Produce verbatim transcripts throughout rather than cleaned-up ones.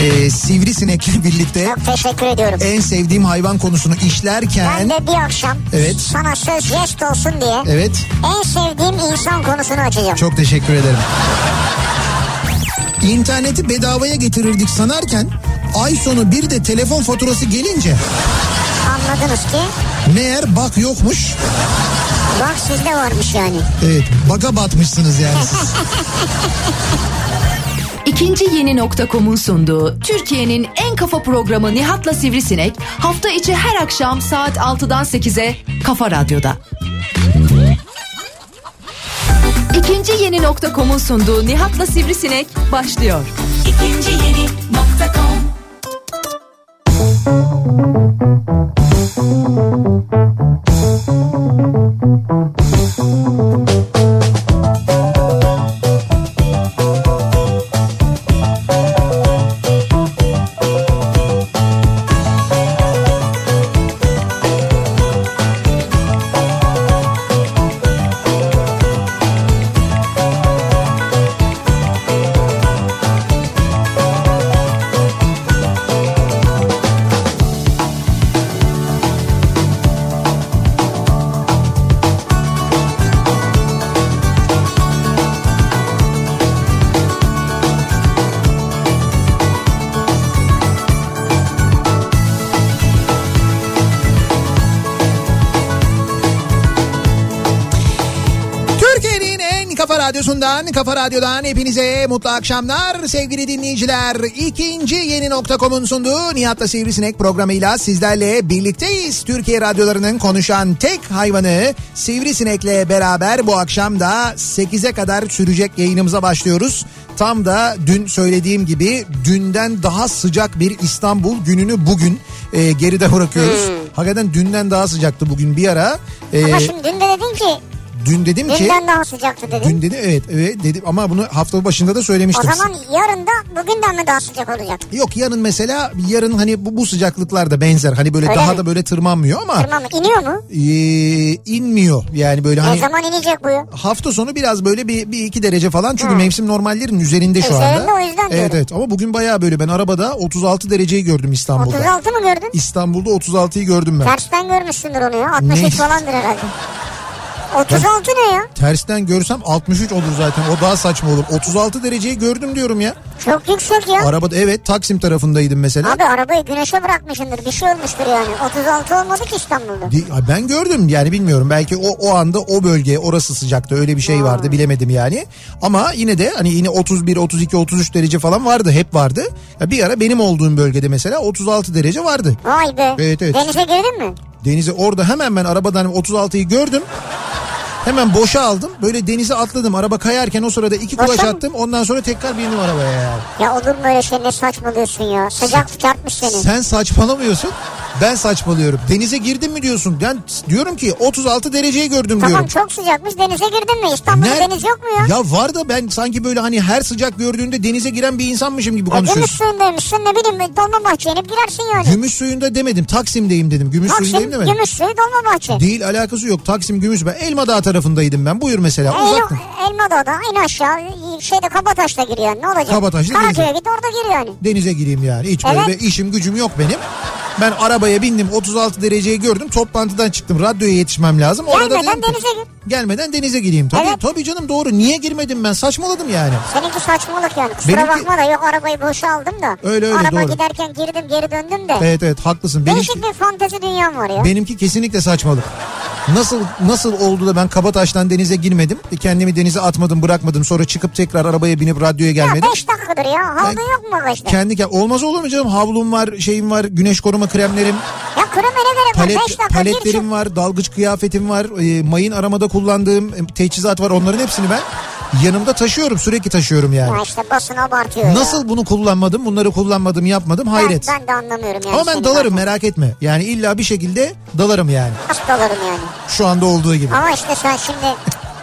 Ee, Sivrisinek'le birlikte. Çok teşekkür ediyorum. En sevdiğim hayvan konusunu işlerken. Ben de bir akşam evet. sana söz jest olsun diye. Evet. En sevdiğim insan konusunu açacağım. Çok teşekkür ederim. İnterneti bedavaya getirirdik sanarken ay sonu bir de telefon faturası gelince. Anladınız ki. Meğer bak yokmuş. Bak sizde varmış yani. Evet, baka batmışsınız yani siz. İkinci Yeni nokta com'un sunduğu Türkiye'nin en kafa programı Nihat'la Sivrisinek hafta içi her akşam saat altıdan sekize Kafa Radyo'da. İkinci Yeni nokta com'un sunduğu Nihat'la Sivrisinek başlıyor. İkinci Yeni nokta com. Radyosu'ndan, Kafa Radyo'dan hepinize mutlu akşamlar sevgili dinleyiciler. İkinci Yeni nokta com'un sunduğu Nihat'la Sivrisinek programıyla sizlerle birlikteyiz. Türkiye radyolarının konuşan tek hayvanı Sivrisinek'le beraber bu akşam da sekize kadar sürecek yayınımıza başlıyoruz. Tam da dün söylediğim gibi dünden daha sıcak bir İstanbul gününü bugün e, geride bırakıyoruz. Hmm. Hakikaten dünden daha sıcaktı bugün bir ara. E, Ama şimdi dün de dedin ki Dün dedim Dünden ki... Dünden daha sıcaktı dedim. Dün dedim evet, evet dedim ama bunu hafta başında da söylemiştim. O zaman yarın da bugünden mi daha sıcak olacak? Yok yarın mesela yarın hani bu, bu sıcaklıklar da benzer. Hani böyle öyle daha mi? Da böyle tırmanmıyor ama. Tırmanmıyor. İniyor mu? E, inmiyor yani böyle hani. Ne zaman inecek bu ya? Hafta sonu biraz böyle bir, bir iki derece falan. Çünkü Hı. mevsim normallerin üzerinde şu üzerinde, anda. Üzerinde o yüzden Evet evet ama bugün bayağı böyle ben arabada otuz altı dereceyi gördüm İstanbul'da. otuz altı mı gördün? İstanbul'da otuz altıyı gördüm ben. Tersten görmüşsündür onu ya. altmış üç falandır herhalde. otuz altı ben ne ya? Tersten görsem altmış üç olur zaten. O daha saçma olur. otuz altı dereceyi gördüm diyorum ya. Çok yüksek ya. Arabada evet Taksim tarafındaydım mesela. Abi arabayı güneşe bırakmışsındır. Bir şey olmuştur yani. otuz altı olmadı ki İstanbul'da. Ben gördüm yani bilmiyorum. Belki o o anda o bölge orası sıcaktı. Öyle bir şey hmm. vardı bilemedim yani. Ama yine de hani yine otuz bir, otuz iki, otuz üç derece falan vardı. Hep vardı. Ya bir ara benim olduğum bölgede mesela otuz altı derece vardı. Vay be. Evet, evet. Denize girdin mi? Denize orada hemen ben arabadan otuz altıyı gördüm. Hemen boşa aldım. Böyle denize atladım. Araba kayarken o sırada iki kulaç Boşa attım. Ondan sonra tekrar bindim arabaya yani. Ya olur mu öyle şey, ne saçmalıyorsun ya? Sıcak çarpmış seni. Sen saçmalamıyorsun. Ben saçmalıyorum. Denize girdin mi diyorsun? Ben diyorum ki otuz altı dereceyi gördüm tamam, diyorum. Tamam çok sıcakmış. Denize girdin mi? İstanbul'da Ner- deniz yok mu ya? Ya var da ben sanki böyle hani her sıcak gördüğünde denize giren bir insanmışım gibi konuşuyorsun. E, gümüş suyundaymışsın, ne bileyim, Dolmabahçe'ye inip girersin yani. Gümüş suyunda demedim. Taksim'deyim dedim. Gümüş Taksim, suyundayım demedim. Gümüş suyu Dolmabahçe. Değil, alakası yok. Taksim Gümüş. Ben Elmadağ tarafındaydım ben. Buyur mesela. E, uzaktım. Elmadağ'da in aşağı şeyde Kabataş'ta giriyor. Ne olacak? Kabataş'ta Karaköy'e git orada gir yani. Denize gireyim yani. Hiç evet. Böyle bir işim gücüm yok benim. Ben arabaya bindim, otuz altı dereceyi gördüm. Toplantıdan çıktım. Radyoya yetişmem lazım. Gelmeden Orada denize gir. Gelmeden denize gireyim. Tabii, evet. tabii canım doğru. Niye girmedim ben? Saçmaladım yani. Seninki saçmalık yani. Kusura Benimki... bakma da yok arabayı boşa aldım da. Öyle öyle Araba doğru. giderken girdim geri döndüm de. Evet evet haklısın. Değişik Benimki... bir fantezi dünyam var ya. Benimki kesinlikle saçmalık. Nasıl nasıl oldu da ben Kabataş'tan denize girmedim. Kendimi denize atmadım, bırakmadım. Sonra çıkıp tekrar arabaya binip radyoya gelmedim. Ya beş dakikadır ya. Havlun ben... yok mu bagajda? Kendi olmaz olur mu canım? Havlum var, şeyim var, güneş koruma kremlerim. Ya kreme ne gerek Palet, var? beş dakika paletlerim var, dalgıç kıyafetim var, e, mayın aramada kullandığım teçhizat var. Onların hepsini ben yanımda taşıyorum, sürekli taşıyorum yani. Ya işte basın abartıyor. Nasıl ya. Bunu kullanmadım, bunları kullanmadım, yapmadım, hayret. Ben, ben de anlamıyorum yani. Ama ben dalarım, merak etme. Yani illa bir şekilde dalarım yani. Nasıl dalarım yani? Şu anda olduğu gibi. Ama işte sen şimdi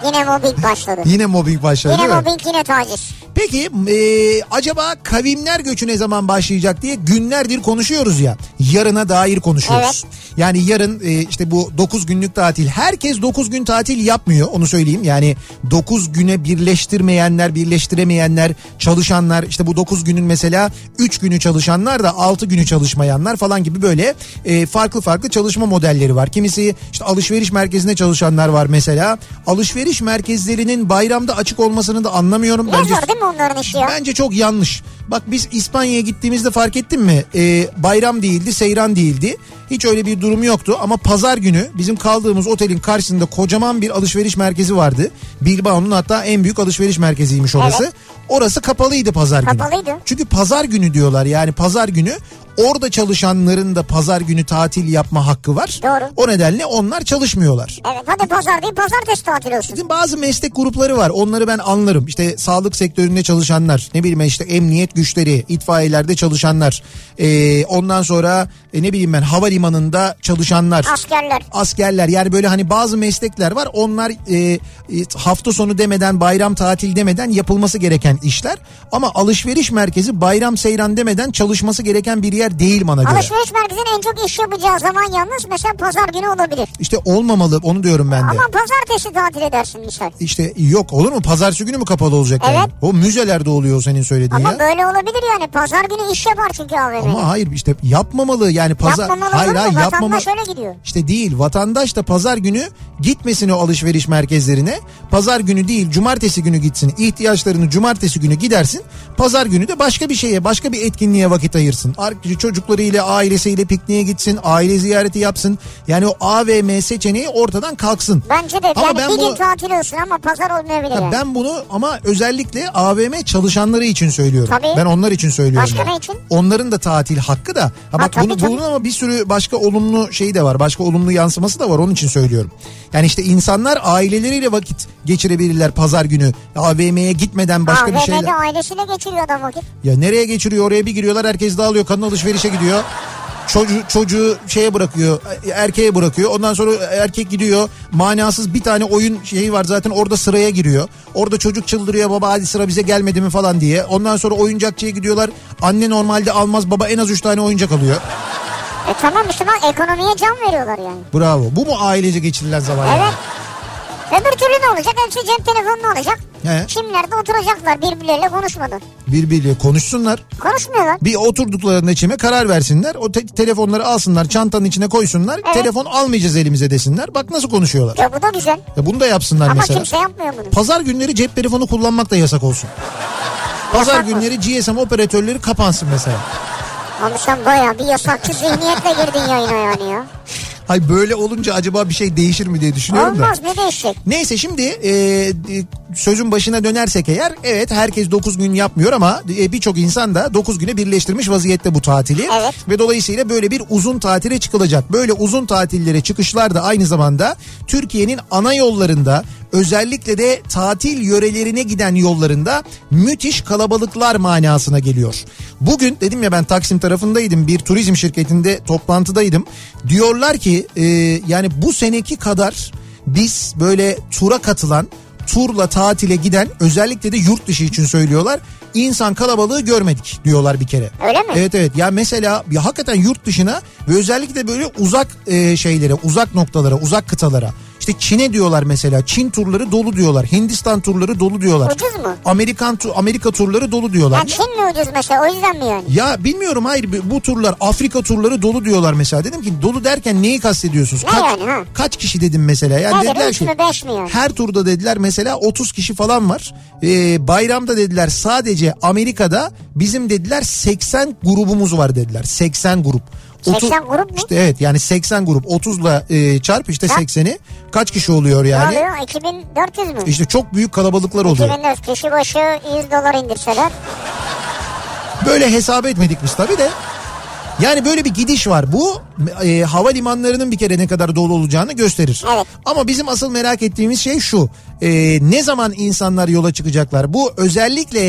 Yine mobbing başladı. Yine mobbing başladı Yine değil mi? mobbing, yine taciz. Peki e, acaba kavimler göçü ne zaman başlayacak diye günlerdir konuşuyoruz ya. Yarına dair konuşuyoruz. Evet. Yani yarın e, işte bu dokuz günlük tatil. Herkes dokuz gün tatil yapmıyor, onu söyleyeyim. Yani dokuz güne birleştirmeyenler, birleştiremeyenler, çalışanlar, işte bu dokuz günün mesela üç günü çalışanlar da altı günü çalışmayanlar falan gibi böyle e, farklı farklı çalışma modelleri var. Kimisi işte alışveriş merkezinde çalışanlar var mesela. Alışveriş merkezlerinin bayramda açık olmasını da anlamıyorum. Ne Bence, zor değil mi onların işi ya? bence çok yanlış. Bak biz İspanya'ya gittiğimizde fark ettin mi? Ee, bayram değildi, seyran değildi. Hiç öyle bir durum yoktu ama pazar günü bizim kaldığımız otelin karşısında kocaman bir alışveriş merkezi vardı. Bilbao'nun hatta en büyük alışveriş merkeziymiş orası. Evet. Orası kapalıydı pazar günü. Kapalıydı. Çünkü pazar günü diyorlar, yani pazar günü orada çalışanların da pazar günü tatil yapma hakkı var. Doğru. O nedenle onlar çalışmıyorlar. Evet, hadi pazar değil, pazartesi tatil olsun. Bizim bazı meslek grupları var, onları ben anlarım. İşte sağlık sektöründe çalışanlar, ne bileyim işte emniyet güçleri, itfaiyelerde çalışanlar, ee, ondan sonra e, ne bileyim ben havalimanında çalışanlar. Askerler. Askerler, yani böyle hani bazı meslekler var, onlar e, e, hafta sonu demeden, bayram tatil demeden yapılması gereken işler. Ama alışveriş merkezi bayram seyran demeden çalışması gereken bir yer değil bana göre. Alışveriş merkezinin en çok iş yapacağı zaman yalnız mesela pazar günü olabilir. İşte olmamalı, onu diyorum ben de. Ama pazartesi tatil edersin misal. İşte yok, olur mu? Pazartesi günü mü kapalı olacak Evet. yani? O müzelerde oluyor senin söylediğin Ama ya. böyle olabilir yani, pazar günü iş yapar çünkü A V M. Ama hayır, işte yapmamalı yani pazar. Yapmamalı hayır olur mu? hayır yapmamalı. Vatandaş öyle gidiyor. İşte değil, vatandaş da pazar günü gitmesin o alışveriş merkezlerine. Pazar günü değil, cumartesi günü gitsin. İhtiyaçlarını cumartesi günü gidersin. Pazar günü de başka bir şeye, başka bir etkinliğe vakit ayırsın. Çocuklarıyla, ailesiyle pikniğe gitsin, aile ziyareti yapsın. Yani o A V M seçeneği ortadan kalksın. Bence de Ama yani ben bir bunu- gün tatil olsun ama pazar olmayabilir yani. Ben bunu ama özellikle A V M çalışanları için söylüyorum. Tabii. Ben onlar için söylüyorum. Başka yani. ne için? Onların da tatil hakkı da. Ha bak tabii, bunu, tabii. bunun ama bir sürü başka olumlu şeyi de var. Başka olumlu yansıması da var, onun için söylüyorum. Yani işte insanlar aileleriyle vakit geçirebilirler pazar günü. A V M'ye gitmeden başka bir A V M'de şeyler. ailesiyle geçiriyor adam vakit. Ya nereye geçiriyor? Oraya bir giriyorlar, herkes dağılıyor. Kadın alışverişe gidiyor. Çocuğu, çocuğu şeye bırakıyor, erkeğe bırakıyor. Ondan sonra erkek gidiyor, manasız bir tane oyun şeyi var zaten, orada sıraya giriyor. Orada çocuk çıldırıyor, baba hadi sıra bize gelmedi mi falan diye. Ondan sonra oyuncakçıya gidiyorlar. Anne normalde almaz, baba en az üç tane oyuncak alıyor. E tamam işte bak, ekonomiye can veriyorlar yani. Bravo. Bu mu ailece geçirilen zaman? Evet. yani? Öbür türlü ne olacak? Hepsi cep telefonunu alacak. He. Çimlerde oturacaklar birbirleriyle konuşmadan. Birbiriyle konuşsunlar. Konuşmuyorlar. Bir oturduklarında çime karar versinler. O te- telefonları alsınlar, çantanın içine koysunlar. Evet. Telefon almayacağız elimize desinler. Bak nasıl konuşuyorlar. Ya bu da güzel. Ya bunu da yapsınlar Ama mesela. kimse yapmıyor bunu. Pazar günleri cep telefonu kullanmak da yasak olsun. Pazar Yasak mı? günleri G S M operatörleri kapansın mesela. Ama sen bayağı bir yasakçı zihniyetle girdin yayına yani ya. Hay böyle olunca acaba bir şey değişir mi diye düşünüyorum da. Olmaz, ne değişecek? Neyse şimdi e, e, sözün başına dönersek eğer, evet herkes dokuz gün yapmıyor ama e, birçok insan da dokuz güne birleştirmiş vaziyette bu tatili. Evet. Ve dolayısıyla böyle bir uzun tatile çıkılacak. Böyle uzun tatillere çıkışlar da aynı zamanda Türkiye'nin ana yollarında, özellikle de tatil yörelerine giden yollarında müthiş kalabalıklar manasına geliyor. Bugün dedim ya, ben Taksim tarafındaydım, bir turizm şirketinde toplantıdaydım. Diyorlar ki e, yani bu seneki kadar biz böyle tura katılan, turla tatile giden, özellikle de yurt dışı için söylüyorlar, insan kalabalığı görmedik diyorlar bir kere. Öyle mi? Evet evet, ya mesela ya hakikaten yurt dışına ve özellikle böyle uzak e, şeylere, uzak noktalara, uzak kıtalara. İşte Çin'e diyorlar mesela, Çin turları dolu diyorlar. Hindistan turları dolu diyorlar. Ucuz mu? Amerikan tu- Amerika turları dolu diyorlar. Ya Çin mi ucuz mesela, o yüzden mi yani? Ya bilmiyorum, hayır bu turlar, Afrika turları dolu diyorlar mesela. Dedim ki dolu derken neyi kastediyorsunuz? Ne Kaç, yani, ha? kaç kişi dedim mesela. Yani Nedir, dediler üç ki mü beş mi yani? her turda dediler mesela otuz kişi falan var. Ee, bayramda dediler sadece Amerika'da bizim dediler seksen grubumuz var dediler. seksen grup. seksen grup mu? İşte evet, yani seksen grup, otuzla e, çarp işte Ha? sekseni kaç kişi oluyor yani? Ne oluyor? iki bin dört yüz mü? İşte çok büyük kalabalıklar oluyor. iki bin dört yüz, kişi başı yüz dolar indirseler. Böyle hesap etmedik biz tabii de. Yani böyle bir gidiş var. Bu e, havalimanlarının bir kere ne kadar dolu olacağını gösterir. Evet. Ama bizim asıl merak ettiğimiz şey şu. E, ne zaman insanlar yola çıkacaklar? Bu özellikle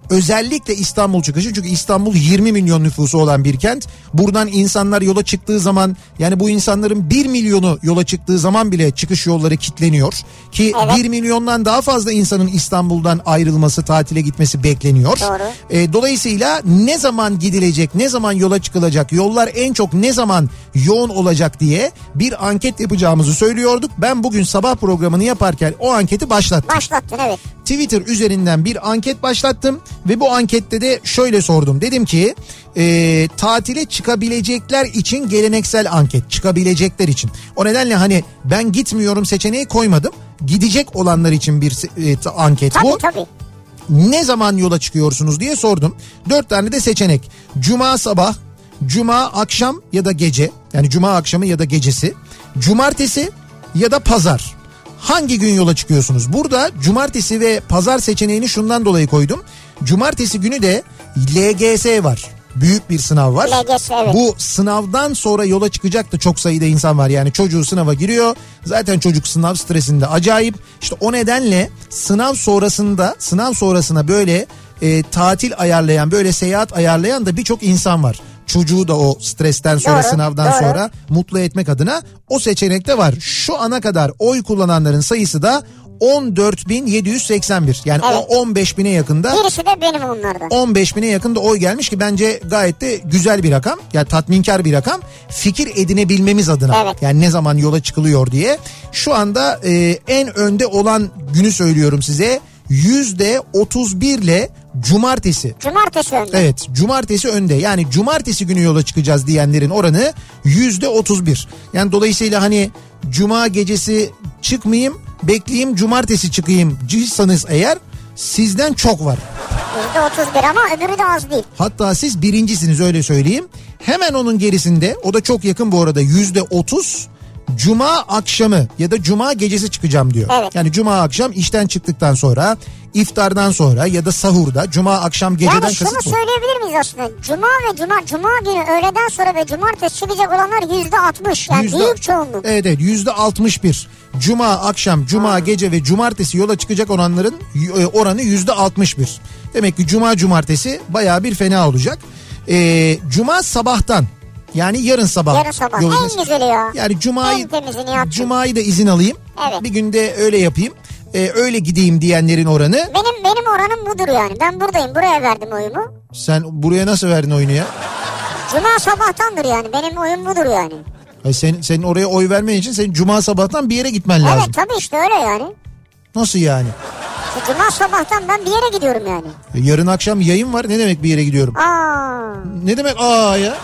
özellikle İstanbul çıkışı, çünkü İstanbul yirmi milyon nüfusu olan bir kent. Buradan insanlar yola çıktığı zaman, yani bu insanların bir milyonu yola çıktığı zaman bile çıkış yolları kilitleniyor. Ki evet. bir milyondan daha fazla insanın İstanbul'dan ayrılması, tatile gitmesi bekleniyor. Doğru. E, dolayısıyla ne zaman gidilecek, ne zaman yola çıkılacak, yollar en çok ne zaman yoğun olacak diye bir anket yapacağımızı söylüyorduk. Ben bugün sabah programını yaparken o anketi başlattım. Başlattın, evet. Twitter üzerinden bir anket başlattım ve bu ankette de şöyle sordum. Dedim ki e, tatile çıkabilecekler için geleneksel anket, çıkabilecekler için. O nedenle hani ben gitmiyorum seçeneği koymadım. Gidecek olanlar için bir e, anket tabii, bu. Tabii tabii. Ne zaman yola çıkıyorsunuz diye sordum. Dört tane de seçenek. Cuma sabah, cuma akşam ya da gece, yani cuma akşamı ya da gecesi, cumartesi ya da pazar. Hangi gün yola çıkıyorsunuz? Burada cumartesi ve pazar seçeneğini şundan dolayı koydum. Cumartesi günü de L G S var. Büyük bir sınav var. L G S, evet. Bu sınavdan sonra yola çıkacak da çok sayıda insan var. Yani çocuğu sınava giriyor. Zaten çocuk sınav stresinde acayip. İşte o nedenle sınav sonrasında, sınav sonrasına böyle e, tatil ayarlayan, böyle seyahat ayarlayan da birçok insan var. Çocuğu da o stresten sonra, doğru, sınavdan doğru. sonra mutlu etmek adına o seçenekte var. Şu ana kadar oy kullananların sayısı da on dört bin yedi yüz seksen bir. Yani evet. o on beş bine yakında. Birisi de benim onlardan. on beş bine yakında oy gelmiş ki bence gayet de güzel bir rakam. Yani tatminkar bir rakam. Fikir edinebilmemiz adına. Evet. Yani ne zaman yola çıkılıyor diye. Şu anda e, en önde olan günü söylüyorum size. yüzde otuz bir ile cumartesi. Cumartesi önde. Evet, cumartesi önde. Yani cumartesi günü yola çıkacağız diyenlerin oranı yüzde otuz bir. Yani dolayısıyla hani cuma gecesi çıkmayayım, bekleyeyim cumartesi çıkayım diyorsanız eğer, sizden çok var. yüzde otuz bir ama öbürü de az değil. Hatta siz birincisiniz, öyle söyleyeyim. Hemen onun gerisinde, o da çok yakın bu arada, yüzde otuz cuma akşamı ya da cuma gecesi çıkacağım diyor. Evet. Yani cuma akşam işten çıktıktan sonra, iftardan sonra ya da sahurda, cuma akşam geceden yani kasıt bu. Yani şunu söyleyebilir miyiz aslında? Cuma ve cuma, cuma günü öğleden sonra ve cumartesi çıkacak olanlar yüzde altmış. Yani Yüzde, büyük çoğunluk. Evet evet, yüzde altmış bir. Cuma akşam, cuma ha. gece ve cumartesi yola çıkacak olanların oranı yüzde altmış bir. Demek ki cuma cumartesi bayağı bir fena olacak. Ee, cuma sabahtan, yani yarın sabah. Yarın sabah en mes- güzeli ya. Yani cumayı, en cumayı da izin alayım. Evet. Bir günde öyle yapayım. Ee, öyle gideyim diyenlerin oranı. Benim benim oranım budur yani. Ben buradayım, buraya verdim oyumu. Sen buraya nasıl verdin oyunu ya? Cuma sabahtandır yani. Benim oyum budur yani. Ay sen, senin oraya oy vermen için senin cuma sabahtan bir yere gitmen lazım. Evet tabii işte öyle yani. Nasıl yani? İşte cuma sabahtan ben bir yere gidiyorum yani. E, yarın akşam yayın var. Ne demek bir yere gidiyorum? Aa. Ne demek aa ya?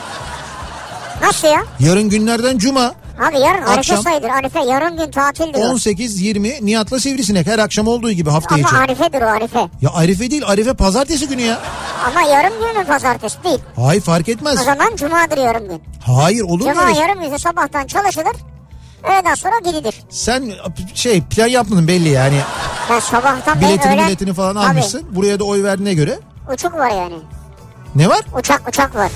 Nasıl ya? Yarın günlerden cuma. Abi yarın Arife akşam, sayılır. Arife yarın gün tatil diyor. on sekiz yirmi Nihat'la Sivrisinek, her akşam olduğu gibi hafta Ama içi. Ama Arife'dir o Arife. Ya Arife değil, Arife pazartesi günü ya. Ama yarım gün mü pazartesi değil? Hayır, fark etmez. O zaman cumadır yarım gün. Hayır, olur mu? Cuma yarım günü sabahtan çalışılır. Öğleden sonra gidilir. Sen şey plan yapmadın belli yani. Ben sabahtan biletini öğlen... biletini falan Abi, almışsın. Buraya da oy verdiğine göre. Uçuk var yani. Ne var? Uçak uçak var.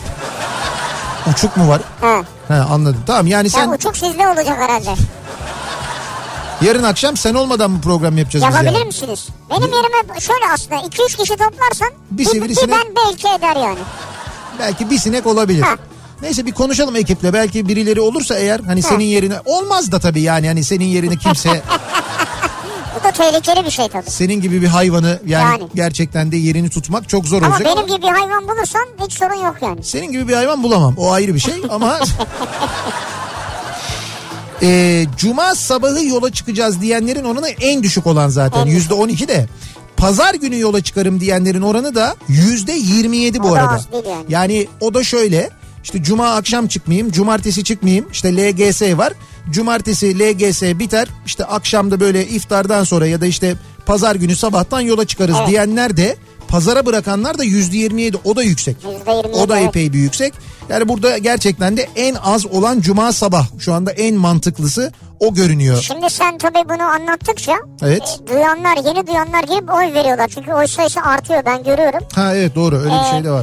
Uçuk mu var? He. He, anladım. Tamam yani sen... Ya uçuk sizde olacak herhalde. Yarın akşam sen olmadan mı program yapacağız biz Yapabilir yani? misiniz? Benim yerime şöyle aslında iki üç kişi toplarsan bir, bir, bir ben belki eder yani. Belki bir sinek olabilir. Ha. Neyse bir konuşalım ekiple. Belki birileri olursa eğer hani ha. senin yerine olmaz da tabii yani hani senin yerine kimse... Bu da tehlikeli bir şey tabii. Senin gibi bir hayvanı yani, yani. gerçekten de yerini tutmak çok zor ama olacak. Ama benim gibi bir hayvan bulursan hiç sorun yok yani. Senin gibi bir hayvan bulamam. O ayrı bir şey ama... Ee, Cuma sabahı yola çıkacağız diyenlerin oranı en düşük olan zaten. yüzde on iki de. Pazar günü yola çıkarım diyenlerin oranı da yüzde yirmi yedi bu o arada. Yani. yani o da şöyle. İşte cuma akşam çıkmayayım, cumartesi çıkmayayım. İşte L G S var. Cumartesi L G S biter. İşte akşamda böyle iftardan sonra ya da işte pazar günü sabahtan yola çıkarız evet. diyenler de, pazara bırakanlar da yüzde yirmi yedi, o da yüksek. yüzde yirmi yedi, o da evet. epey bir yüksek. Yani burada gerçekten de en az olan cuma sabah. Şu anda en mantıklısı o görünüyor. Şimdi sen tabii bunu anlattıkça evet. e, duyanlar, yeni duyanlar gelip oy veriyorlar. Çünkü oy sayısı artıyor, ben görüyorum. Ha evet doğru, öyle ee, bir şey de var.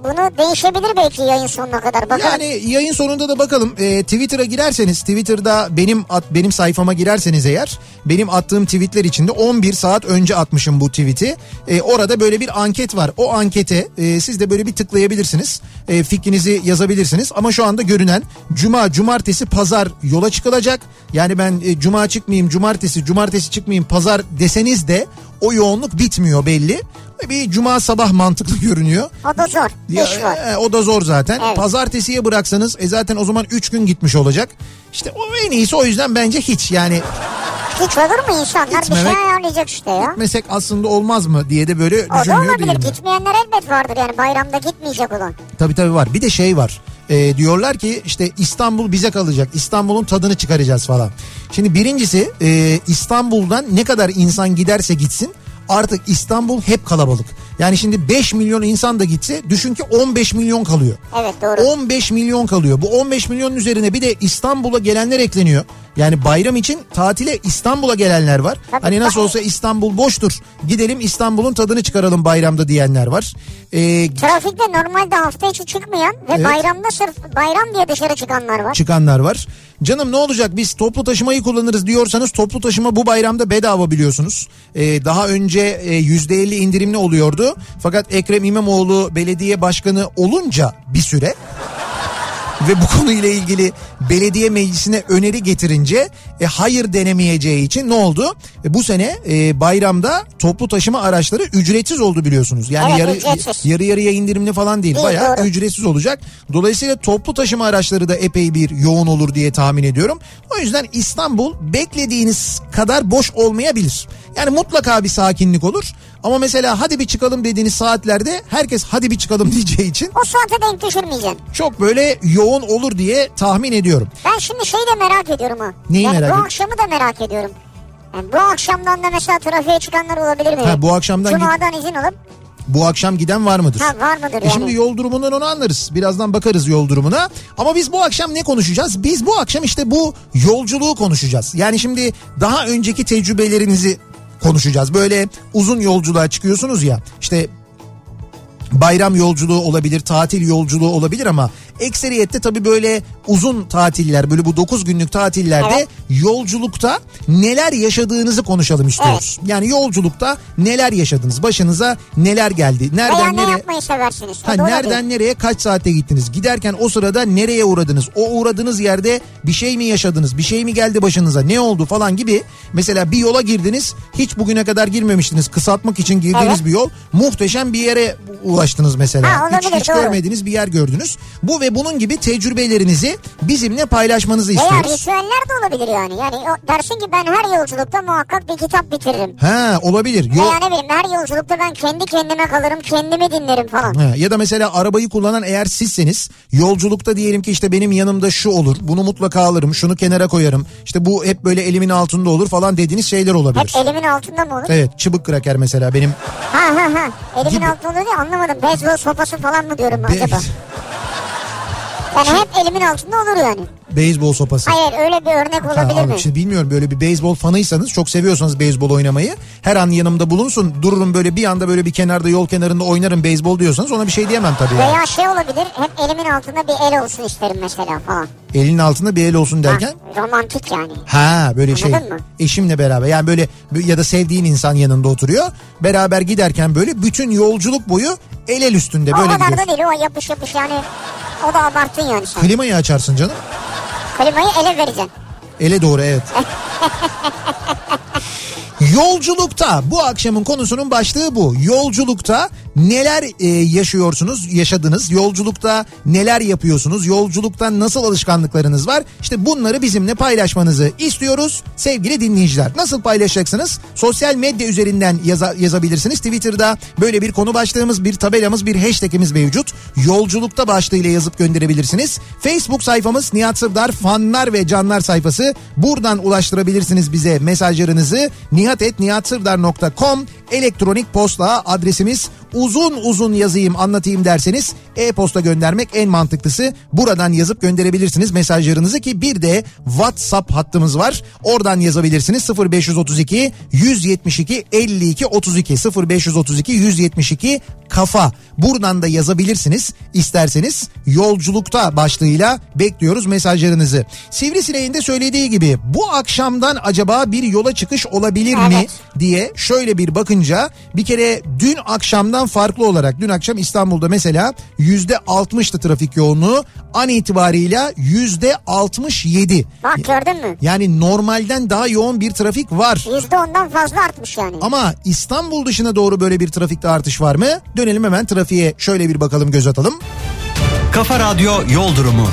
bunu değişebilir belki yayın sonuna kadar. Bakalım. Yani yayın sonunda da bakalım. E, Twitter'a girerseniz, Twitter'da benim at, benim sayfama girerseniz eğer, benim attığım tweetler içinde on bir saat önce atmışım bu tweet'i. E, orada böyle bir anket var. O ankete e, siz de böyle bir tıklayabilirsiniz. E, fikrinizi yazabilirsiniz. Ama şu anda görünen cuma, cumartesi, pazar yola çıkılacak. Yani ben e, cuma çıkmayayım, cumartesi, cumartesi çıkmayayım, pazar deseniz de o yoğunluk bitmiyor belli. Bir cuma sabah mantıklı görünüyor. O da zor. Ya, İş var. E, o da zor zaten. Evet. Pazartesiye bıraksanız e, zaten o zaman üç gün gitmiş olacak. İşte o en iyisi, o yüzden bence hiç yani. Hiç olur mu, insanlar Gitmemek, bir şey ayarlayacak işte ya. Gitmesek aslında olmaz mı diye de böyle o da düşünmüyor olabilir. değilim. Gitmeyenler elbet vardır yani, bayramda gitmeyecek olan. Tabii tabii var. Bir de şey var. E, diyorlar ki işte İstanbul bize kalacak. İstanbul'un tadını çıkaracağız falan. Şimdi birincisi e, İstanbul'dan ne kadar insan giderse gitsin artık İstanbul hep kalabalık. Yani şimdi beş milyon insan da gitse düşün ki on beş milyon kalıyor. Evet, doğru. on beş milyon kalıyor. Bu on beş milyonun üzerine bir de İstanbul'a gelenler ekleniyor. Yani bayram için tatile İstanbul'a gelenler var. Tabii, hani nasıl tabii. olsa İstanbul boştur, gidelim İstanbul'un tadını çıkaralım bayramda diyenler var. Ee, Trafikte normalde hafta içi çıkmayan ve Evet. bayramda sırf bayram diye dışarı çıkanlar var. çıkanlar var. Canım ne olacak, biz toplu taşımayı kullanırız diyorsanız toplu taşıma bu bayramda bedava biliyorsunuz. Ee, daha önce e, yüzde elli indirimli oluyordu. Fakat Ekrem İmamoğlu belediye başkanı olunca bir süre ve bu konuyla ilgili belediye meclisine öneri getirince e, hayır denemeyeceği için ne oldu? E, bu sene e, bayramda toplu taşıma araçları ücretsiz oldu biliyorsunuz. Yani Evet, yarı, ücretsiz. yarı yarıya indirimli falan değil. Değil, Bayağı doğru. ücretsiz olacak. Dolayısıyla toplu taşıma araçları da epey bir yoğun olur diye tahmin ediyorum. O yüzden İstanbul beklediğiniz kadar boş olmayabilir. Yani mutlaka bir sakinlik olur. Ama mesela hadi bir çıkalım dediğiniz saatlerde herkes hadi bir çıkalım diyeceği için O saate denk düşürmeyeceksin. çok böyle yoğun olur diye tahmin ediyorum. Ben şimdi şeyi de merak ediyorum ha. Neyi yani merak bu ediyorsun? akşamı da merak ediyorum. Yani bu akşamdan da mesela trafiğe çıkanlar olabilir mi? Ha, bu akşamdan Cuma'dan izin alıp. Bu akşam giden var mıdır? Ha, var mıdır E yani? şimdi yol durumundan onu anlarız. Birazdan bakarız yol durumuna. Ama biz bu akşam ne konuşacağız? Biz bu akşam işte bu yolculuğu konuşacağız. Yani şimdi daha önceki tecrübelerinizi konuşacağız. Böyle uzun yolculuğa çıkıyorsunuz ya. İşte bayram yolculuğu olabilir, tatil yolculuğu olabilir ama ekseriyette tabii böyle uzun tatiller, böyle bu dokuz günlük tatillerde Evet. yolculukta neler yaşadığınızı konuşalım istiyoruz. Yani yolculukta neler yaşadınız? Başınıza neler geldi? Nereden Veya ne nereye? yapmayı seversiniz? Ha, O da nereden olabilir. nereye kaç saatte gittiniz? Giderken o sırada nereye uğradınız? O uğradığınız yerde bir şey mi yaşadınız? Bir şey mi geldi başınıza? Ne oldu falan gibi. Mesela bir yola girdiniz. Hiç bugüne kadar girmemiştiniz. Kısaltmak için girdiğiniz Evet. bir yol. Muhteşem bir yere ulaştınız mesela. Ha, olabilir, hiç hiç doğru. görmediğiniz bir yer gördünüz. Bu ve bunun gibi tecrübelerinizi bizimle paylaşmanızı Veya istiyoruz. ritüeller de olabilir yani. Yani o, dersin ki ben her yolculukta muhakkak bir kitap bitiririm. Ha, olabilir. Yol... Veya ne bileyim, her yolculukta ben kendi kendime kalırım, kendimi dinlerim falan. Ha, ya da mesela arabayı kullanan eğer sizseniz yolculukta diyelim ki işte benim yanımda şu olur, bunu mutlaka alırım, şunu kenara koyarım, işte bu hep böyle elimin altında olur falan dediğiniz şeyler olabilir. Hep elimin altında mı olur? Evet, çubuk kraker mesela benim. Ha ha ha. Elimin Gibi. altında olur diye anlamadım. Beyzbol sopası falan mı diyorum Be- acaba? Yani hep elimin altında olur yani. Beyzbol sopası. Hayır, öyle bir örnek Ha, olabilir abi, mi? şimdi bilmiyorum, böyle bir beyzbol fanıysanız, çok seviyorsanız beyzbol oynamayı, her an yanımda bulunsun, dururum böyle bir anda böyle bir kenarda, yol kenarında oynarım beyzbol diyorsanız ona bir şey diyemem tabii. Yani. Veya şey olabilir, hep elimin altında bir el olsun isterim mesela falan. Elinin altında bir el olsun derken. Ha, romantik yani. Ha, böyle şey, Anladın mı? eşimle beraber yani böyle, ya da sevdiğin insan yanında oturuyor, beraber giderken böyle bütün yolculuk boyu el el üstünde O böyle kadar gidiyor. da değil, o yapış yapış yani. O da abarttın yani sen. Klimayı açarsın canım. Klimayı ele vereceksin. Ele doğru, evet. Yolculukta, bu akşamın konusunun başlığı bu. Yolculukta neler e, yaşıyorsunuz, yaşadınız? Yolculukta neler yapıyorsunuz? Yolculukta nasıl alışkanlıklarınız var? İşte bunları bizimle paylaşmanızı istiyoruz sevgili dinleyiciler. Nasıl paylaşacaksınız? Sosyal medya üzerinden yaza, yazabilirsiniz. Twitter'da böyle bir konu başlığımız, bir tabelamız, bir hashtagimiz mevcut. Yolculukta başlığıyla yazıp gönderebilirsiniz. Facebook sayfamız Nihat Sırdar fanlar ve canlar sayfası. Buradan ulaştırabilirsiniz bize mesajlarınızı. nihat et nihat sırdar nokta com Elektronik posta adresimiz. Uzun uzun yazayım anlatayım derseniz e-posta göndermek en mantıklısı. Buradan yazıp gönderebilirsiniz mesajlarınızı ki bir de WhatsApp hattımız var. Oradan yazabilirsiniz. sıfır beş otuz iki yüz yetmiş iki elli iki otuz iki sıfır beş otuz iki yüz yetmiş iki kafa. Buradan da yazabilirsiniz isterseniz. Yolculukta başlığıyla bekliyoruz mesajlarınızı. Sivrisineğin de söylediği gibi bu akşamdan acaba bir yola çıkış olabilir mi evet. diye şöyle bir bakınca bir kere dün akşamdan farklı olarak dün akşam İstanbul'da mesela yüzde altmıştı trafik yoğunluğu, an itibarıyla yüzde altmış yedi. Bak gördün mü? Yani normalden daha yoğun bir trafik var. yüzde ondan fazla artmış yani. Ama İstanbul dışına doğru böyle bir trafikte artış var mı? Dönelim hemen trafiğe şöyle bir bakalım, göz atalım. Kafa Radyo Yol Durumu.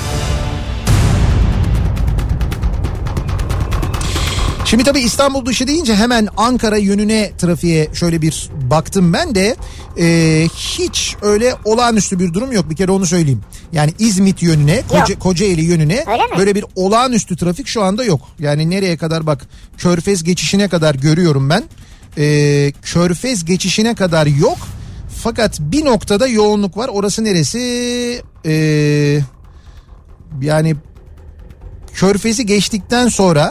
Şimdi tabii İstanbul dışı deyince hemen Ankara yönüne trafiğe şöyle bir baktım ben de e, hiç öyle olağanüstü bir durum yok, bir kere onu söyleyeyim. Yani İzmit yönüne, Koca, Kocaeli yönüne böyle bir olağanüstü trafik şu anda yok. Yani nereye kadar bak, Körfez geçişine kadar görüyorum ben. E, Körfez geçişine kadar yok. Fakat bir noktada yoğunluk var. Orası neresi? E, yani Körfez'i geçtikten sonra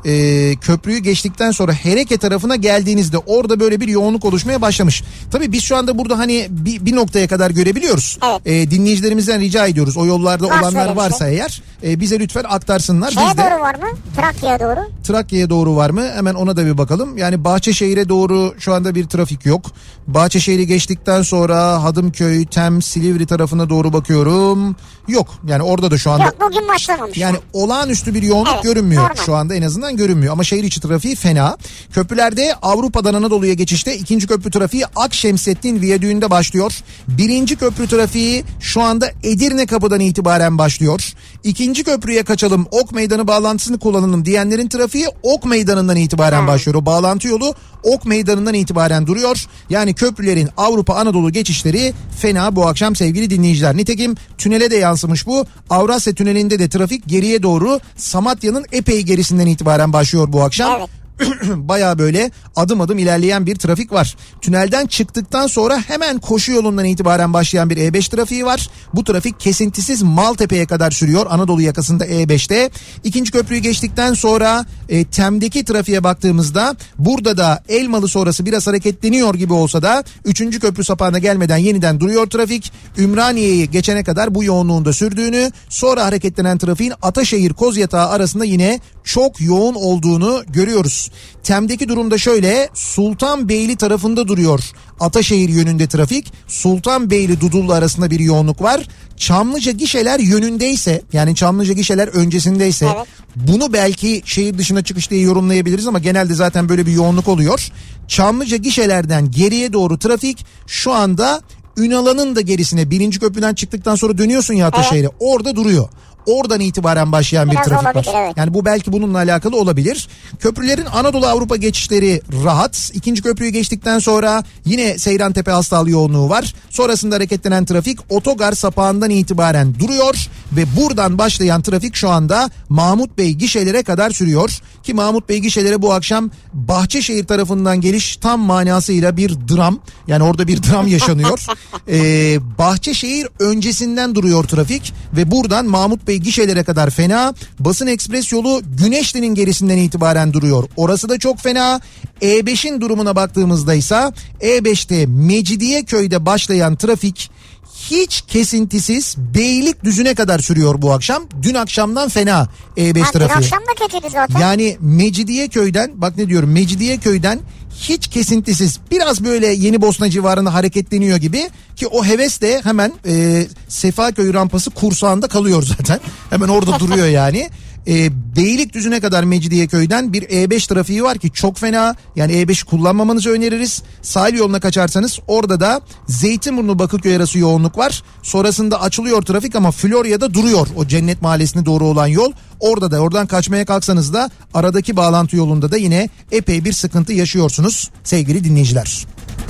e, köprüyü geçtikten sonra Hereke tarafına geldiğinizde orada böyle bir yoğunluk oluşmaya başlamış. Tabii biz şu anda burada hani bir, bir noktaya kadar görebiliyoruz. Evet. E, dinleyicilerimizden rica ediyoruz. O yollarda Var olanlar varsa şey. eğer e, bize lütfen aktarsınlar. Şeye biz de, doğru var mı? Trakya'ya doğru. Trakya'ya doğru var mı? Hemen ona da bir bakalım. Yani Bahçeşehir'e doğru şu anda bir trafik yok. Bahçeşehir'i geçtikten sonra Hadımköy, Tem, Silivri tarafına doğru bakıyorum. Yok. Yani orada da şu anda... Yok, bugün başlamamış. Yani olağanüstü bir yoğunluk evet, görünmüyor. normal. Şu anda en azından görünmüyor. Ama şehir içi trafiği fena. Köprülerde Avrupa'dan Anadolu'ya geçişte ikinci köprü trafiği Akşemsettin Viyadüğü'nde başlıyor. Birinci köprü trafiği şu anda Edirne kapıdan itibaren başlıyor. İkinci köprüye kaçalım, Ok Meydanı bağlantısını kullanalım diyenlerin trafiği Ok Meydanı'ndan itibaren hmm. başlıyor. O bağlantı yolu Ok Meydanı'ndan itibaren duruyor. Yani köprülerin Avrupa Anadolu geçişleri fena bu akşam sevgili dinleyiciler. Nitekim tünele de yansımış bu. Avrasya Tüneli'nde de trafik geriye doğru Samatya'nın epey gerisinden itibaren başlıyor bu akşam. Evet. Baya böyle adım adım ilerleyen bir trafik var. Tünelden çıktıktan sonra hemen koşu yolundan itibaren başlayan bir E beş trafiği var. Bu trafik kesintisiz Maltepe'ye kadar sürüyor Anadolu yakasında E beşte. İkinci köprüyü geçtikten sonra e, Tem'deki trafiğe baktığımızda burada da Elmalı sonrası biraz hareketleniyor gibi olsa da üçüncü köprü sapağına gelmeden yeniden duruyor trafik. Ümraniye'yi geçene kadar bu yoğunluğun da sürdüğünü, sonra hareketlenen trafiğin Ataşehir Kozyatağı arasında yine çok yoğun olduğunu görüyoruz. Tem'deki durumda şöyle, Sultanbeyli tarafında duruyor Ataşehir yönünde trafik. Sultanbeyli Dudullu arasında bir yoğunluk var. Çamlıca gişeler yönündeyse, yani Çamlıca gişeler öncesindeyse evet. bunu belki şehir dışına çıkış diye yorumlayabiliriz ama genelde zaten böyle bir yoğunluk oluyor. Çamlıca gişelerden geriye doğru trafik şu anda Ünalan'ın da gerisine, birinci köprüden çıktıktan sonra dönüyorsun ya Ataşehir'e, evet. orada duruyor. Oradan itibaren başlayan biraz bir trafik var. Evet. Yani bu belki bununla alakalı olabilir. Köprülerin Anadolu Avrupa geçişleri rahat. İkinci köprüyü geçtikten sonra yine Seyrantepe Hastal yoğunluğu var. Sonrasında hareketlenen trafik otogar sapağından itibaren duruyor ve buradan başlayan trafik şu anda Mahmut Bey gişelere kadar sürüyor. Ki Mahmut Bey gişelere bu akşam Bahçeşehir tarafından geliş tam manasıyla bir dram. Yani orada bir dram yaşanıyor. ee, Bahçeşehir öncesinden duruyor trafik ve buradan Mahmut Bey gişelere kadar fena. Basın Ekspres yolu Güneşli'nin gerisinden itibaren duruyor. Orası da çok fena. E beşin durumuna baktığımızda ise E beşte Mecidiyeköy'de başlayan trafik hiç kesintisiz Beylikdüzü'ne kadar sürüyor bu akşam. Dün akşamdan fena E beş ha, trafiği. Dün akşam da kötüydü zaten. Yani Mecidiyeköy'den, bak ne diyorum, Mecidiyeköy'den hiç kesintisiz biraz böyle Yenibosna civarında hareketleniyor gibi ki o heves de hemen e, Sefaköy rampası kursağında kalıyor zaten. Hemen orada duruyor yani. E, Beylikdüzü'ne kadar Mecidiyeköy'den bir E beş trafiği var ki çok fena. Yani E beşi kullanmamanızı öneririz. Sahil yoluna kaçarsanız orada da Zeytinburnu Bakırköy arası yoğunluk var. Sonrasında açılıyor trafik ama Florya'da duruyor. O Cennet Mahallesi'ne doğru olan yol. Orada da, oradan kaçmaya kalksanız da aradaki bağlantı yolunda da yine epey bir sıkıntı yaşıyorsunuz sevgili dinleyiciler.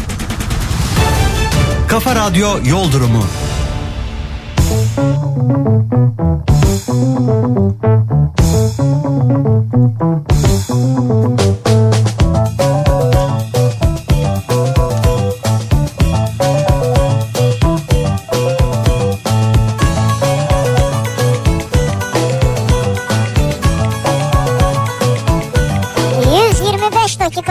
Kafa Radyo Yol Durumu.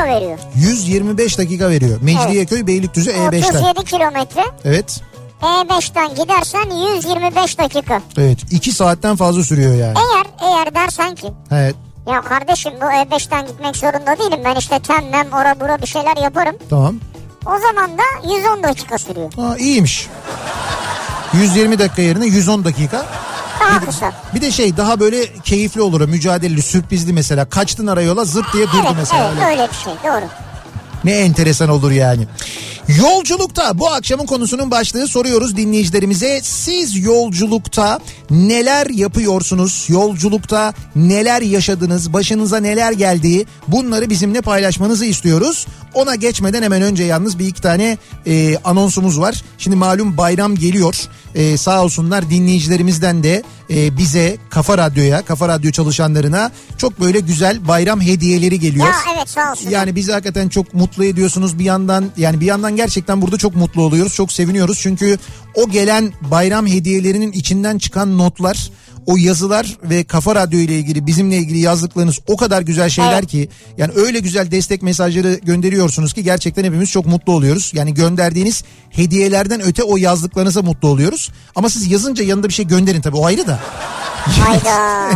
veriyor. yüz yirmi beş dakika veriyor. Mecidiyeköy, evet. Beylikdüzü E beşten. otuz yedi kilometre. Evet. E beşten gidersen yüz yirmi beş dakika. Evet, iki saatten fazla sürüyor yani. Eğer eğer dersen ki. Evet. Ya kardeşim bu E beşten gitmek zorunda değilim. Ben işte temmem ora bura bir şeyler yaparım. Tamam. O zaman da yüz on dakika sürüyor. Aa, iyiymiş. yüz yirmi dakika yerine yüz on dakika. Daha bir, kısa. Bir de şey daha böyle keyifli olur, mücadeleli, sürprizli mesela. Kaçtın arayola, zırt diye durdu evet, mesela. Evet öyle bir şey, doğru. Ne enteresan olur yani. Yolculukta bu akşamın konusunun başlığı, soruyoruz dinleyicilerimize. Siz yolculukta neler yapıyorsunuz? Yolculukta neler yaşadınız? Başınıza neler geldiği, bunları bizimle paylaşmanızı istiyoruz. Ona geçmeden hemen önce yalnız bir iki tane e, anonsumuz var. Şimdi malum bayram geliyor. E, sağ olsunlar dinleyicilerimizden de e, bize, Kafa Radyo'ya, Kafa Radyo çalışanlarına çok böyle güzel bayram hediyeleri geliyor. Ya evet, sağ olsun. Yani bizi hakikaten çok mutlu ediyorsunuz bir yandan. Yani bir yandan gerçekten burada çok mutlu oluyoruz, çok seviniyoruz. Çünkü o gelen bayram hediyelerinin içinden çıkan notlar, o yazılar ve Kafa Radyo ile ilgili, bizimle ilgili yazdıklarınız o kadar güzel şeyler evet. ki. Yani öyle güzel destek mesajları gönderiyorsunuz ki gerçekten hepimiz çok mutlu oluyoruz. Yani gönderdiğiniz hediyelerden öte o yazdıklarınıza mutlu oluyoruz. Ama siz yazınca yanında bir şey gönderin tabii, o ayrı da. Hayda.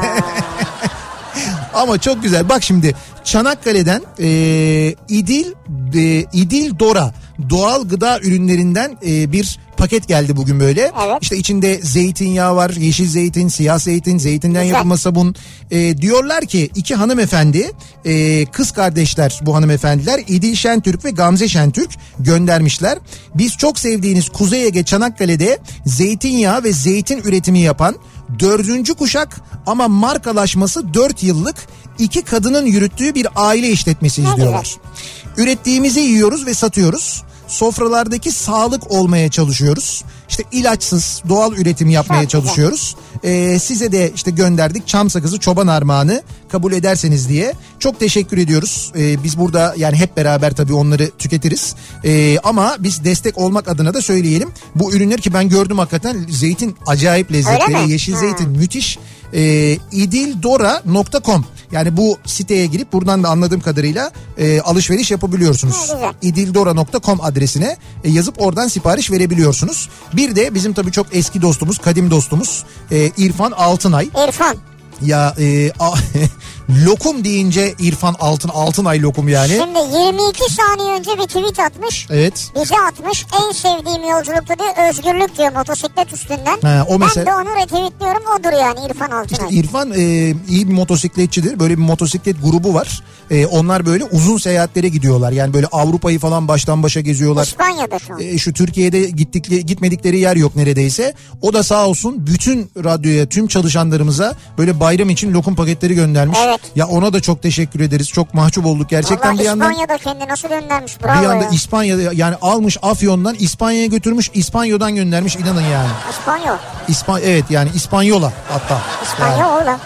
Ama çok güzel. Bak şimdi Çanakkale'den e, İdil e, İdil Dora doğal gıda ürünlerinden e, bir paket geldi bugün böyle. Evet. İşte içinde zeytinyağı var, yeşil zeytin, siyah zeytin, zeytinden güzel. yapılma sabun. E, diyorlar ki iki hanımefendi, e, kız kardeşler bu hanımefendiler, İdil Şentürk ve Gamze Şentürk göndermişler. Biz çok sevdiğiniz Kuzey Ege Çanakkale'de zeytinyağı ve zeytin üretimi yapan dördüncü kuşak ama markalaşması dört yıllık iki kadının yürüttüğü bir aile işletmesiyiz ne diyorlar. güzel. Ürettiğimizi yiyoruz ve satıyoruz. Sofralardaki sağlık olmaya çalışıyoruz. İşte ilaçsız doğal üretim yapmaya çalışıyoruz. Ee, size de işte gönderdik çam sakızı çoban armağanı, kabul ederseniz diye. Çok teşekkür ediyoruz. Ee, biz burada yani hep beraber tabii onları tüketiriz. Ee, ama biz destek olmak adına da söyleyelim. Bu ürünler ki ben gördüm hakikaten, zeytin acayip lezzetli. Yeşil ha. zeytin müthiş. Ee, idildora nokta com yani bu siteye girip buradan da anladığım kadarıyla e, alışveriş yapabiliyorsunuz. idildora nokta com adresine e, yazıp oradan sipariş verebiliyorsunuz. Bir de bizim tabii çok eski dostumuz, kadim dostumuz e, İrfan Altınay. İrfan. Ya e, a, lokum deyince İrfan Altın Altınay lokum yani. Şimdi yirmi iki saniye önce bir tweet atmış. Evet. Bize atmış, en sevdiğim yolculukta diyor özgürlük diyor motosiklet üstünden. Ha, o mesela... Ben de onu retweetliyorum, odur yani İrfan Altınay. İşte İrfan e, iyi bir motosikletçidir. Böyle bir motosiklet grubu var. E, onlar böyle uzun seyahatlere gidiyorlar. Yani böyle Avrupa'yı falan baştan başa geziyorlar. İspanya'da şu an. E, şu Türkiye'de gittikleri, gitmedikleri yer yok neredeyse. O da sağ olsun bütün radyoya, tüm çalışanlarımıza böyle bayram için lokum paketleri göndermiş. Evet. Ya ona da çok teşekkür ederiz. Çok mahcup olduk gerçekten. Vallahi bir yandan. İspanya'da kendi nasıl göndermiş, bravo Bir yanda ya. İspanya'da yani almış Afyon'dan İspanya'ya götürmüş, İspanya'dan göndermiş, inanın yani. İspanyol. İspan evet yani İspanyola hatta. İspanyola. Yani.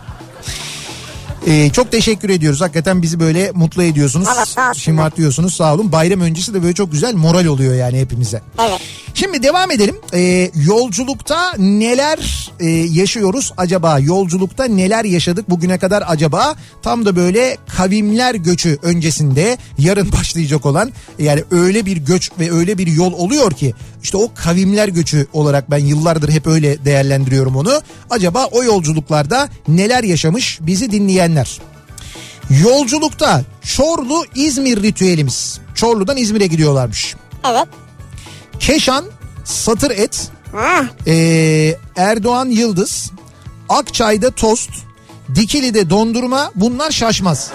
Ee, çok teşekkür ediyoruz. Hakikaten bizi böyle mutlu ediyorsunuz. Allah, şımartıyorsunuz, sağ olun. Bayram öncesi de böyle çok güzel moral oluyor yani hepimize. Evet. Şimdi devam edelim. Ee, yolculukta neler e, yaşıyoruz acaba? Yolculukta neler yaşadık bugüne kadar acaba? Tam da böyle kavimler göçü öncesinde yarın başlayacak olan, yani öyle bir göç ve öyle bir yol oluyor ki işte o kavimler göçü olarak ben yıllardır hep öyle değerlendiriyorum onu. Acaba o yolculuklarda neler yaşamış bizi dinleyenler? Yolculukta Çorlu İzmir ritüelimiz. Çorlu'dan İzmir'e gidiyorlarmış. Evet. Keşan, satır et, ee, Erdoğan Yıldız, Akçay'da tost, Dikili'de dondurma, bunlar şaşmaz.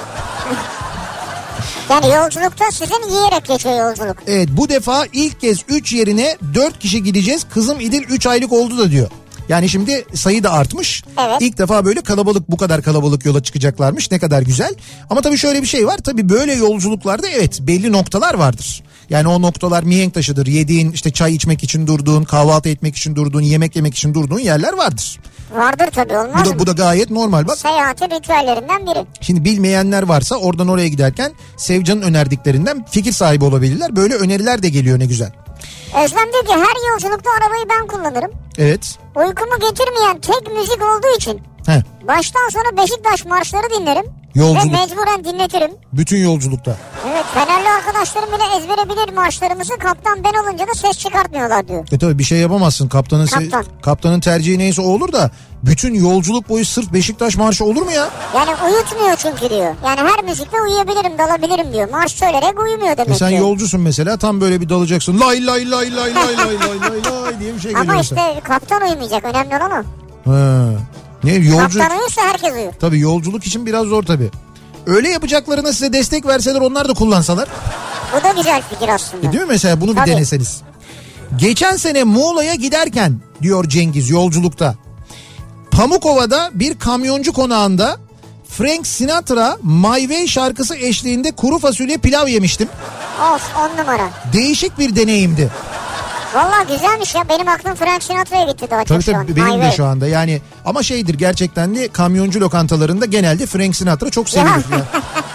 Yani yolculukta sizin yiyerek geçiyor yolculuk. Evet, bu defa ilk kez üç yerine dört kişi gideceğiz. Kızım İdil üç aylık oldu da diyor. Yani şimdi sayı da artmış. Evet. İlk defa böyle kalabalık, bu kadar kalabalık yola çıkacaklarmış. Ne kadar güzel. Ama tabii şöyle bir şey var. Tabii böyle yolculuklarda evet belli noktalar vardır. Yani o noktalar mihenk taşıdır. Yediğin, işte çay içmek için durduğun, kahvaltı etmek için durduğun, yemek yemek için durduğun yerler vardır. Vardır tabii, olmaz bu da, mı? Bu da gayet normal bak. Seyahatin ritüellerinden biri. Şimdi bilmeyenler varsa oradan oraya giderken Sevcan'ın önerdiklerinden fikir sahibi olabilirler. Böyle öneriler de geliyor, ne güzel. Özlem diyor ki her yolculukta arabayı ben kullanırım. Evet. Uykumu getirmeyen tek müzik olduğu için He. baştan sona Beşiktaş marşları dinlerim. Yolculuk. Ve mecburen dinletirim. Bütün yolculukta. Evet, Fenerli arkadaşlarım bile ezbere bilir marşlarımızı. Kaptan ben olunca da ses çıkartmıyorlar diyor. E tabii bir şey yapamazsın. Kaptanın Kaptan. se- kaptanın tercihi neyse o olur da bütün yolculuk boyu sırf Beşiktaş marşı olur mu ya? Yani uyutmuyor çünkü diyor. Yani her müzikte uyuyabilirim, dalabilirim diyor. Marş söyleyerek uyumuyor demek E sen diyor. yolcusun mesela, tam böyle bir dalacaksın. Lay lay lay lay lay lay lay lay lay diye bir şey geliyor. Ama mesela. işte kaptan uyumayacak, önemli olan o. Ha. Ne yolcu? Kaptan uyursa herkes uyur. Tabii yolculuk için biraz zor tabii. Öyle yapacaklarına size destek verseler, onlar da kullansalar. Bu da güzel fikir aslında. E değil mi mesela, bunu bir Tabii. deneseniz. Geçen sene Muğla'ya giderken diyor Cengiz, yolculukta Pamukova'da bir kamyoncu konağında Frank Sinatra My Way şarkısı eşliğinde kuru fasulye pilav yemiştim. Of, on numara. Değişik bir deneyimdi. Valla güzelmiş ya, benim aklım Frank Sinatra'ya gitti daha çok Tabii şu an. tabii benim My de way. şu anda yani, ama şeydir gerçekten de, kamyoncu lokantalarında genelde Frank Sinatra çok sevilir. Ya.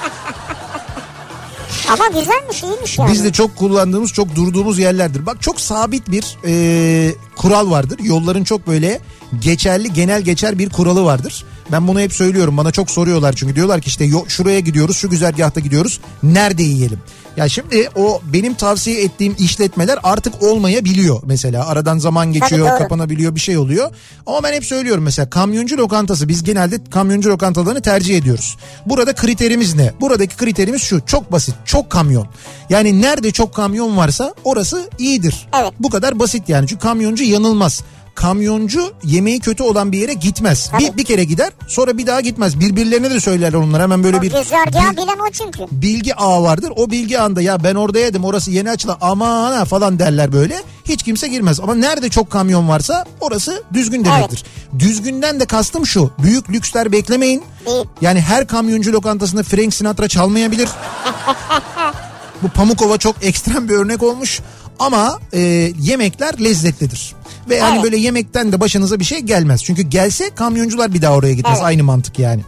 Ama güzelmiş, iyiymiş yani. Biz de çok kullandığımız, çok durduğumuz yerlerdir. Bak, çok sabit bir e, kural vardır. Yolların çok böyle geçerli, genel geçer bir kuralı vardır. Ben bunu hep söylüyorum. Bana çok soruyorlar çünkü, diyorlar ki işte yo, şuraya gidiyoruz, şu güzergahta gidiyoruz. Nerede yiyelim? Ya şimdi o benim tavsiye ettiğim işletmeler artık olmayabiliyor mesela. Aradan zaman geçiyor, Tabii, kapanabiliyor, bir şey oluyor. Ama ben hep söylüyorum mesela, kamyoncu lokantası, biz genelde kamyoncu lokantalarını tercih ediyoruz. Burada kriterimiz ne? Buradaki kriterimiz şu: çok basit, çok kamyon. Yani nerede çok kamyon varsa orası iyidir. Evet. Bu kadar basit yani, çünkü kamyoncu yanılmaz. Kamyoncu yemeği kötü olan bir yere gitmez. Bir, bir kere gider, sonra bir daha gitmez. Birbirlerine de söylerler onlar. Hemen böyle O bir güzergahı bil- bilen o çünkü. bilgi ağı vardır. O bilgi ağında ya ben orada yedim, orası yeni açılan, aman ha falan derler böyle. Hiç kimse girmez. Ama nerede çok kamyon varsa orası düzgün demektir. Evet. Düzgünden de kastım şu: büyük lüksler beklemeyin. Değil. Yani her kamyoncu lokantasında Frank Sinatra çalmayabilir. Bu Pamukova çok ekstrem bir örnek olmuş. Ama e, yemekler lezzetlidir. Ve yani Evet. böyle yemekten de başınıza bir şey gelmez. Çünkü gelse kamyoncular bir daha oraya gitmez. Evet. Aynı mantık yani.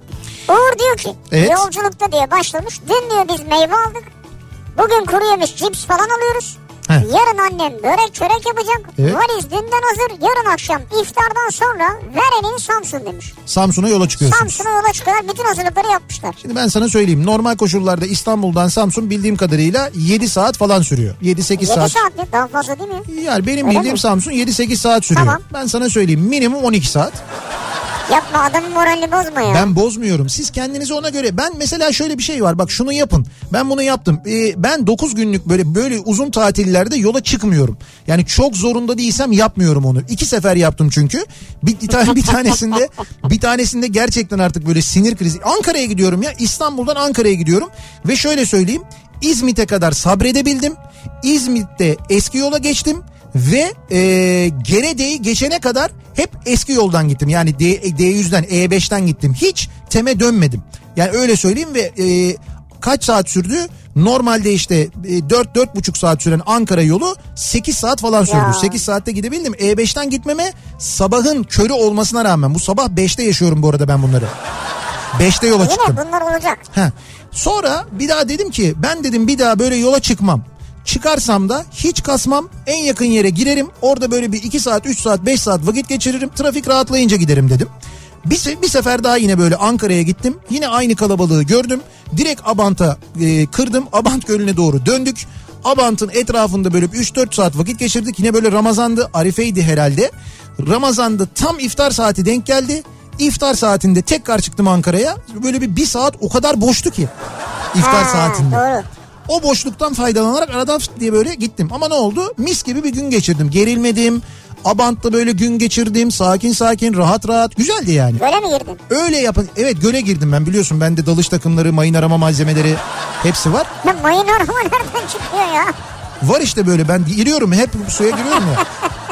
Uğur diyor ki Evet. yolculukta diye başlamış. Dün diyor biz meyve aldık. Bugün kuru yemiş, cips falan alıyoruz. Heh. Yarın annem börek çörek yapacak. Evet. Valiz dünden hazır. Yarın akşam iftardan sonra verenin Samsun demiş. Samsun'a yola çıkıyorsunuz. Samsun'a yola çıkıyorlar. Bütün hazırlıkları yapmışlar. Şimdi ben sana söyleyeyim. Normal koşullarda İstanbul'dan Samsun bildiğim kadarıyla yedi saat falan sürüyor. yedi sekiz yedi saat. saat mi? Daha fazla değil mi? Yani benim Öyle bildiğim mi? Samsun yedi sekiz saat sürüyor. Tamam. Ben sana söyleyeyim, minimum on iki saat. Yapma, adamın moralini bozma ya. Ben bozmuyorum. Siz kendinizi ona göre. Ben mesela şöyle bir şey var. Bak şunu yapın. Ben bunu yaptım. Ee, ben dokuz günlük böyle böyle uzun tatillerde yola çıkmıyorum. Yani çok zorunda değilsem yapmıyorum onu. İki sefer yaptım çünkü. Bir, bir, tane, bir tanesinde bir tanesinde gerçekten artık böyle sinir krizi. Ankara'ya gidiyorum ya. İstanbul'dan Ankara'ya gidiyorum. Ve şöyle söyleyeyim. İzmit'e kadar sabredebildim. İzmit'te eski yola geçtim. Ve e, Gerede'yi geçene kadar hep eski yoldan gittim. Yani D, D yüzden E beşten gittim. Hiç Tem'e dönmedim. Yani öyle söyleyeyim ve e, kaç saat sürdü? Normalde işte e, dört dört buçuk saat süren Ankara yolu sekiz saat falan sürdü. Ya. sekiz saatte gidebildim. E beşten gitmeme sabahın körü olmasına rağmen, bu sabah beşte yaşıyorum bu arada ben bunları. beşte yola çıktım. Yine bunlar olacak. Heh. Sonra bir daha dedim ki, ben dedim bir daha böyle yola çıkmam. Çıkarsam da hiç kasmam, en yakın yere girerim. Orada böyle bir iki saat, üç saat, beş saat vakit geçiririm. Trafik rahatlayınca giderim dedim. Bir, se- bir sefer daha yine böyle Ankara'ya gittim. Yine aynı kalabalığı gördüm. Direkt Abant'a e, kırdım. Abant Gölü'ne doğru döndük. Abant'ın etrafında böyle üç dört saat vakit geçirdik. Yine böyle Ramazan'dı, Arife'ydi herhalde. Ramazan'da tam iftar saati denk geldi. İftar saatinde tekrar çıktım Ankara'ya. Böyle bir bir saat o kadar boştu ki iftar Ha, saatinde. doğru. O boşluktan faydalanarak aradan fıt diye böyle gittim. Ama ne oldu? Mis gibi bir gün geçirdim. Gerilmedim. Abant'ta böyle gün geçirdim. Sakin sakin, rahat rahat. Güzeldi yani. Böyle mi girdin? Öyle yapın. Evet, göle girdim ben, biliyorsun. Bende dalış takımları, mayın arama malzemeleri hepsi var. Ya mayın arama nereden çıkıyor ya? Var işte böyle, ben giriyorum, hep suya giriyorum ya.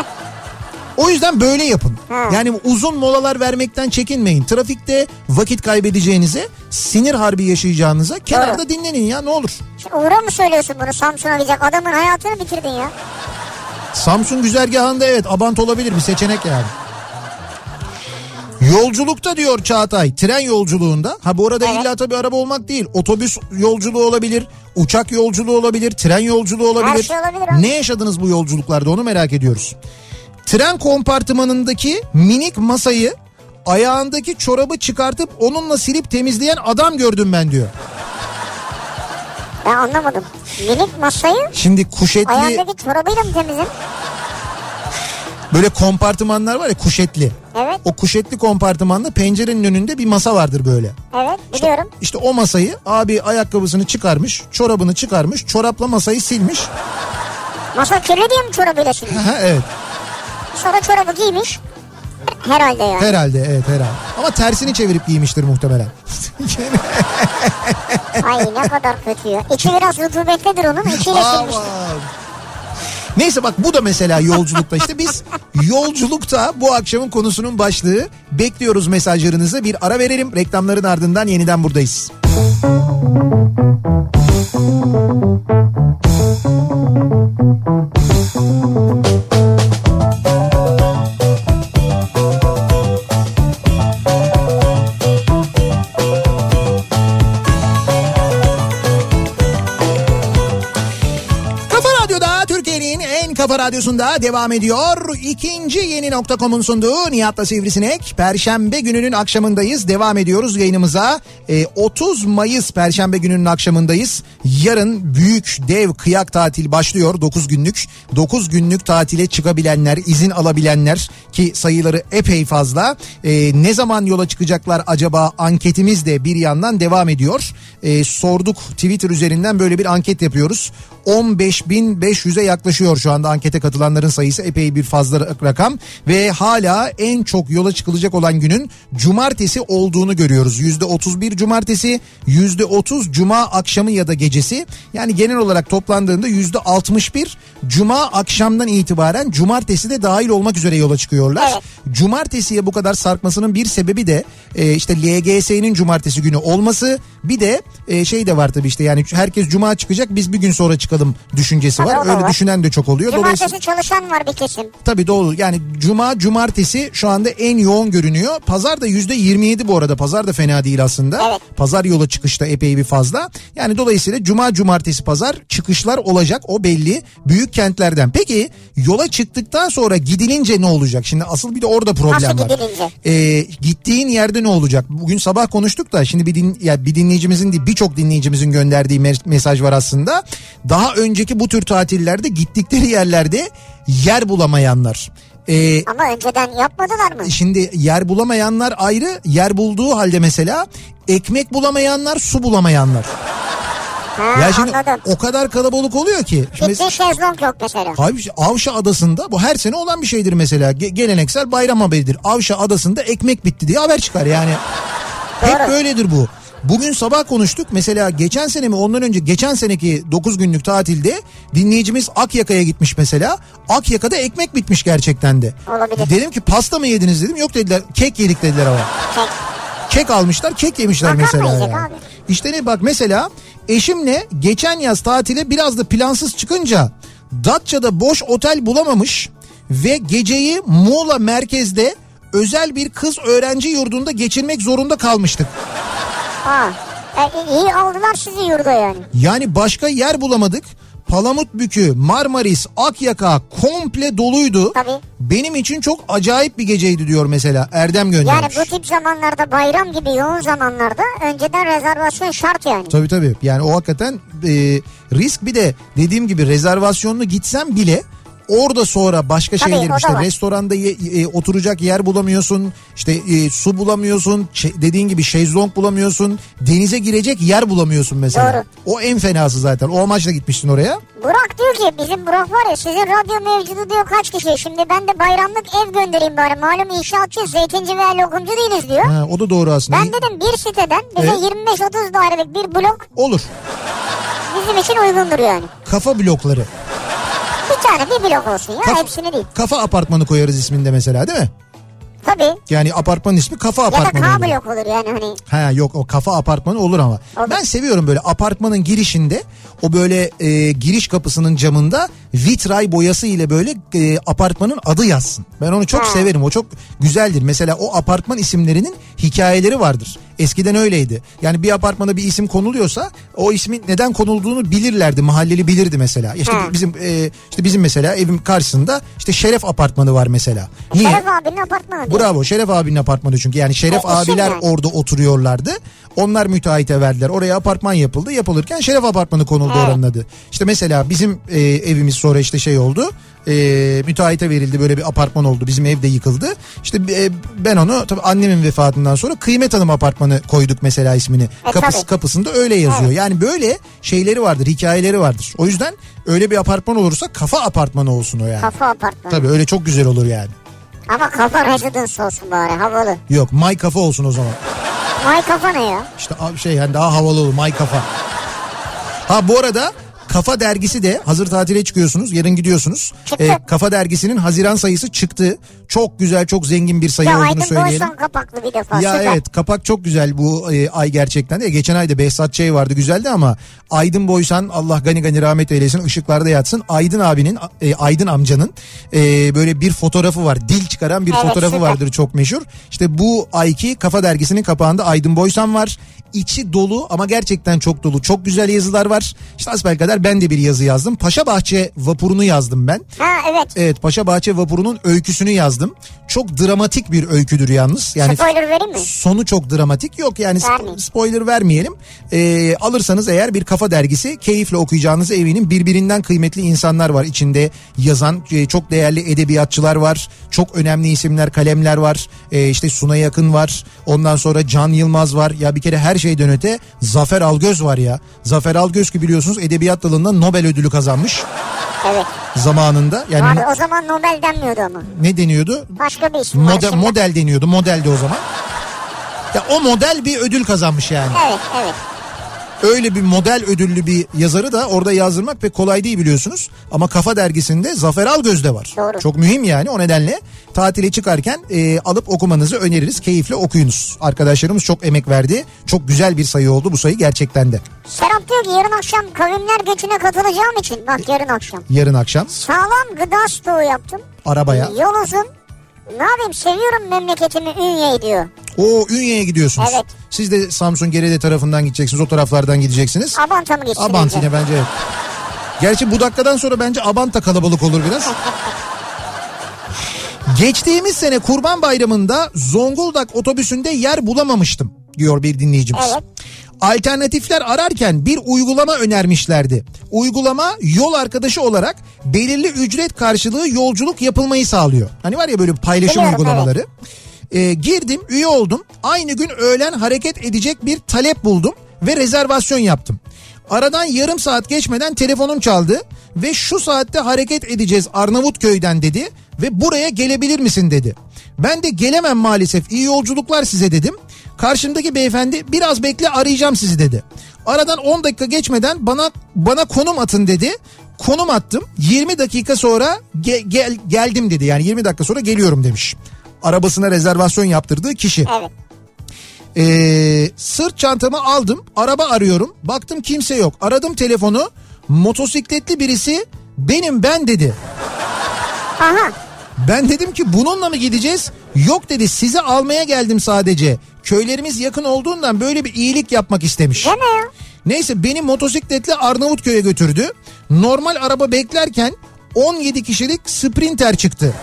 O yüzden böyle yapın. Ha. Yani uzun molalar vermekten çekinmeyin. Trafikte vakit kaybedeceğinize, sinir harbi yaşayacağınıza kenarda dinlenin ya, ne olur. Şimdi Uğur'a mı söylüyorsun bunu, Samsun'a gidecek adamın hayatını bitirdin ya. Samsun güzergahında evet Abant olabilir, bir seçenek yani. Yolculukta diyor Çağatay, tren yolculuğunda. Ha bu arada Evet. illa tabii araba olmak değil. Otobüs yolculuğu olabilir, uçak yolculuğu olabilir, tren yolculuğu olabilir. Her şey olabilir abi. Ne yaşadınız bu yolculuklarda, onu merak ediyoruz. Tren kompartımanındaki minik masayı ayağındaki çorabı çıkartıp onunla silip temizleyen adam gördüm ben diyor. Ben anlamadım. Minik masayı Şimdi kuşetli ayağındaki çorabıyla mı temizledin? böyle kompartımanlar var ya, kuşetli. Evet. O kuşetli kompartımanda pencerenin önünde bir masa vardır böyle. Evet biliyorum. İşte, işte o masayı abi ayakkabısını çıkarmış, çorabını çıkarmış, çorapla masayı silmiş. Masa kirli diye mi çorabıyla silmiş? Evet. Sonra çorabı giymiş. Herhalde yani. Herhalde evet herhalde. Ama tersini çevirip giymiştir muhtemelen. Ay ne kadar kötü ya. İçi biraz rutubetlidir onun, içiyle silmiştir. Neyse bak, bu da mesela yolculukta. İşte biz yolculukta bu akşamın konusunun başlığı. Bekliyoruz mesajlarınızı. Bir ara verelim. Reklamların ardından yeniden buradayız. Kafa Radyosu'nda devam ediyor. İkinci yeni nokta com'un sunduğu Nihat'la Sivrisinek. Perşembe gününün akşamındayız. Devam ediyoruz yayınımıza. E, otuz Mayıs Perşembe gününün akşamındayız. Yarın büyük dev kıyak tatil başlıyor. dokuz günlük. dokuz günlük tatile çıkabilenler, izin alabilenler ki sayıları epey fazla. E, ne zaman yola çıkacaklar acaba anketimiz de bir yandan devam ediyor. E, sorduk, Twitter üzerinden böyle bir anket yapıyoruz. on beş bin beş yüze yaklaşıyor şu anda ankete katılanların sayısı, epey bir fazla rakam ve hala en çok yola çıkılacak olan günün cumartesi olduğunu görüyoruz. yüzde otuz bir cumartesi, yüzde otuz cuma akşamı ya da gecesi, yani genel olarak toplandığında yüzde altmış bir cuma akşamdan itibaren cumartesi de dahil olmak üzere yola çıkıyorlar. Evet. Cumartesiye bu kadar sarkmasının bir sebebi de e, işte L G S'nin cumartesi günü olması, bir de e, şey de var tabii, işte yani herkes cuma çıkacak, biz bir gün sonra çıkalım düşüncesi var. Tabii, öyle var. Düşünen de çok oluyor. Cumartesi çalışan var bir kesim. Tabii doğru, yani cuma cumartesi şu anda en yoğun görünüyor. Pazar da yüzde yirmi yedi bu arada, pazar da fena değil aslında. Evet. Pazar yola çıkışta epey bir fazla. Yani dolayısıyla cuma cumartesi pazar çıkışlar olacak, o belli, büyük kentlerden. Peki yola çıktıktan sonra gidilince ne olacak? Şimdi asıl bir de orada problem Nasıl var. gidilince? Ee, gittiğin yerde ne olacak? Bugün sabah konuştuk da şimdi bir, din, ya bir dinleyicimizin değil, birçok dinleyicimizin gönderdiği mesaj var aslında. Daha önceki bu tür tatillerde gittikleri yerlerde yer bulamayanlar. Ee, Ama önceden yapmadılar mı? Şimdi yer bulamayanlar ayrı, yer bulduğu halde mesela ekmek bulamayanlar, su bulamayanlar. Ha, Ya şimdi anladım. o kadar kalabalık oluyor ki. Gitti şezlong yok mesela. Hayır, Avşa Adası'nda bu her sene olan bir şeydir mesela. Ge- geleneksel bayram haberidir. Avşa Adası'nda ekmek bitti diye haber çıkar yani. Hep Doğru. böyledir bu. Bugün sabah konuştuk. Mesela geçen sene mi ondan önce, geçen seneki dokuz günlük tatilde dinleyicimiz Akyaka'ya gitmiş mesela. Akyaka'da ekmek bitmiş gerçekten de. Olabilir. Dedim ki pasta mı yediniz dedim. Yok dediler, kek yedik dediler ama. Kek. Kek almışlar, kek yemişler Makarna mesela. yiyecek Yani. abi. İşte ne bak, mesela eşimle geçen yaz tatile biraz da plansız çıkınca Datça'da boş otel bulamamış ve geceyi Muğla merkezde özel bir kız öğrenci yurdunda geçirmek zorunda kalmıştık. Ha. E, iyi aldılar sizi yurda yani. Yani başka yer bulamadık. Palamutbükü, Marmaris, Akyaka komple doluydu. Tabii. Benim için çok acayip bir geceydi diyor mesela Erdem göndermiş. Yani bu tip zamanlarda, bayram gibi yoğun zamanlarda önceden rezervasyon şart yani. Tabii tabii, yani o hakikaten e, risk. Bir de dediğim gibi rezervasyonlu gitsem bile orada sonra başka Tabii, şeyler, o da işte var. restoranda ye, e, oturacak yer bulamıyorsun, işte e, su bulamıyorsun, ş- dediğin gibi şezlong bulamıyorsun, denize girecek yer bulamıyorsun mesela. Doğru. O en fenası zaten, o amaçla gitmiştin oraya. Burak diyor ki, bizim Burak var ya, sizin radyo mevcudu diyor kaç kişi, şimdi ben de bayramlık ev göndereyim bari, malum inşaatçı, zeytinci veya lokumcu değiliz diyor. Ha, o da doğru aslında. Ben dedim bir siteden bize Evet. yirmi beş otuz dairelik bir blok Olur. bizim için uygundur yani. Kafa blokları. Bir tane bir blok olsun ya, Kaf- hepsini değil. Kafa apartmanı koyarız isminde mesela, değil mi? Tabii. Yani apartmanın ismi kafa Ya da apartmanı. K olur. blok olur yani hani. Ha yok, o kafa apartmanı olur ama. Olur. Ben seviyorum böyle apartmanın girişinde, o böyle e, giriş kapısının camında vitray boyası ile böyle e, apartmanın adı yazsın. Ben onu çok ha. severim. O çok güzeldir. Mesela o apartman isimlerinin hikayeleri vardır. Eskiden öyleydi. Yani bir apartmana bir isim konuluyorsa o ismin neden konulduğunu bilirlerdi. Mahalleli bilirdi mesela. İşte ha. bizim e, işte bizim mesela evim karşısında işte Şeref apartmanı var mesela. Niye? Şeref abinin apartmanı diyor. Bravo, Şeref abinin apartmanı çünkü. Yani Şeref e, abiler yani. orada oturuyorlardı. Onlar müteahhite verdiler. Oraya apartman yapıldı. Yapılırken Şeref apartmanı konuldu evet. oranın adı. İşte mesela bizim e, evimiz sonra işte şey oldu. E, müteahhite verildi, böyle bir apartman oldu. Bizim ev de yıkıldı. İşte e, ben onu tabii annemin vefatından sonra Kıymet Hanım apartmanı koyduk mesela ismini. E, Kapısı, kapısında öyle yazıyor. Evet. Yani böyle şeyleri vardır, hikayeleri vardır. O yüzden öyle bir apartman olursa kafa apartmanı olsun o yani. Kafa apartmanı. Tabii öyle çok güzel olur yani. Ama kafa residence olsun bari, havalı. Yok, May Kafa olsun o zaman. May kafa ne ya? İşte şey yani daha havalı olur, May Kafa. Ha bu arada Kafa dergisi de, hazır tatile çıkıyorsunuz, yarın gidiyorsunuz. Çıktı. Ee, Kafa dergisinin Haziran sayısı çıktı. Çok güzel, çok zengin bir sayı Ya olduğunu Aydın söyleyelim. Boyson kapaklı bir defa. Ya süper. evet, kapak çok güzel bu e, ay gerçekten de. Geçen ayda Behzat Ç. vardı, güzeldi ama Aydın Boysan, Allah gani gani rahmet eylesin, ışıklarda yatsın. Aydın abinin, e, Aydın amcanın e, böyle bir fotoğrafı var. Dil çıkaran bir Evet, fotoğrafı süper. vardır, çok meşhur. İşte bu ayki Kafa dergisinin kapağında Aydın Boysan var. İçi dolu ama gerçekten çok dolu. Çok güzel yazılar var. İşte asbelkader ben de bir yazı yazdım. Paşabahçe vapurunu yazdım ben. Ha evet. Evet, Paşabahçe vapurunun öyküsünü yazdım. Çok dramatik bir öyküdür yalnız. Yani Spoiler vereyim mi? sonu çok dramatik. Yok yani Vermeyeyim. spoiler vermeyelim. Ee, alırsanız eğer bir Kafa dergisi, keyifle okuyacağınızı eminim. Birbirinden kıymetli insanlar var içinde yazan. Ee, çok değerli edebiyatçılar var. Çok önemli isimler, kalemler var. Ee, işte Sunay Akın var. Ondan sonra Can Yılmaz var. Ya bir kere her şeyden öte Zafer Algöz var ya. Zafer Algöz ki biliyorsunuz edebiyat dalında Nobel ödülü kazanmış. Evet. Zamanında. Yani Abi o zaman Nobel denmiyordu ama. ne deniyordu? Başka bir isim var Model, şimdi. model deniyordu. Modeldi o zaman. Ya o model bir ödül kazanmış yani. Evet evet. Öyle bir model ödüllü bir yazarı da orada yazdırmak pek kolay değil biliyorsunuz. Ama Kafa dergisinde Zafer Algöz de var. Doğru. Çok mühim yani, o nedenle tatile çıkarken e, alıp okumanızı öneririz. Keyifle okuyunuz. Arkadaşlarımız çok emek verdi. Çok güzel bir sayı oldu bu sayı gerçekten de. Serap diyor ki yarın akşam kavimler göçüne katılacağım için, bak yarın akşam. Yarın akşam Sağlam gıda stoğu yaptım. arabaya. Yol uzun. Ne yapayım, seviyorum memleketimi, Ünye'yi diyor. O Ünye'ye gidiyorsunuz. Evet. Siz de Samsun Gerede tarafından gideceksiniz. O taraflardan gideceksiniz. Abant'a mı geçsin? Abant önce? yine bence evet. Gerçi bu dakikadan sonra bence Abant da kalabalık olur biraz. Geçtiğimiz sene Kurban Bayramı'nda Zonguldak otobüsünde yer bulamamıştım diyor bir dinleyicimiz. Evet. Alternatifler ararken bir uygulama önermişlerdi. Uygulama yol arkadaşı olarak belirli ücret karşılığı yolculuk yapılmayı sağlıyor. Hani var ya böyle paylaşım Biliyorum, uygulamaları. Ee, girdim, üye oldum. Aynı gün öğlen hareket edecek bir talep buldum ve rezervasyon yaptım. Aradan yarım saat geçmeden telefonum çaldı ve şu saatte hareket edeceğiz Arnavutköy'den dedi ve buraya gelebilir misin dedi. Ben de gelemem maalesef, iyi yolculuklar size dedim. Karşımdaki beyefendi biraz bekle arayacağım sizi dedi. Aradan on dakika geçmeden bana bana konum atın dedi. Konum attım, yirmi dakika sonra ge- gel geldim dedi, yani yirmi dakika sonra geliyorum demiş. Arabasına rezervasyon yaptırdığı kişi. Evet. Ee, sırt çantamı aldım, araba arıyorum, baktım kimse yok, aradım telefonu, motosikletli birisi benim ben dedi. Aha. Ben dedim ki bununla mı gideceğiz? Yok dedi, sizi almaya geldim sadece. Köylerimiz yakın olduğundan böyle bir iyilik yapmak istemiş. Deme ya. Neyse beni motosikletle Arnavutköy'e götürdü. Normal araba beklerken on yedi kişilik Sprinter çıktı.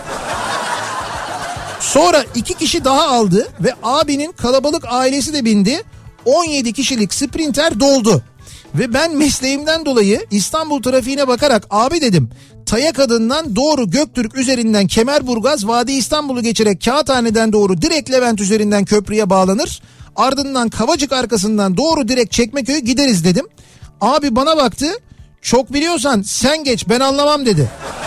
Sonra iki kişi daha aldı ve abinin kalabalık ailesi de bindi. on yedi kişilik Sprinter doldu. Ve ben mesleğimden dolayı İstanbul trafiğine bakarak abi dedim, Tayakadın'dan doğru Göktürk üzerinden Kemerburgaz, Vadi İstanbul'u geçerek Kağıthane'den doğru direkt Levent üzerinden köprüye bağlanır. Ardından Kavacık arkasından doğru direkt Çekmeköy'e gideriz dedim. Abi bana baktı, çok biliyorsan sen geç ben anlamam dedi.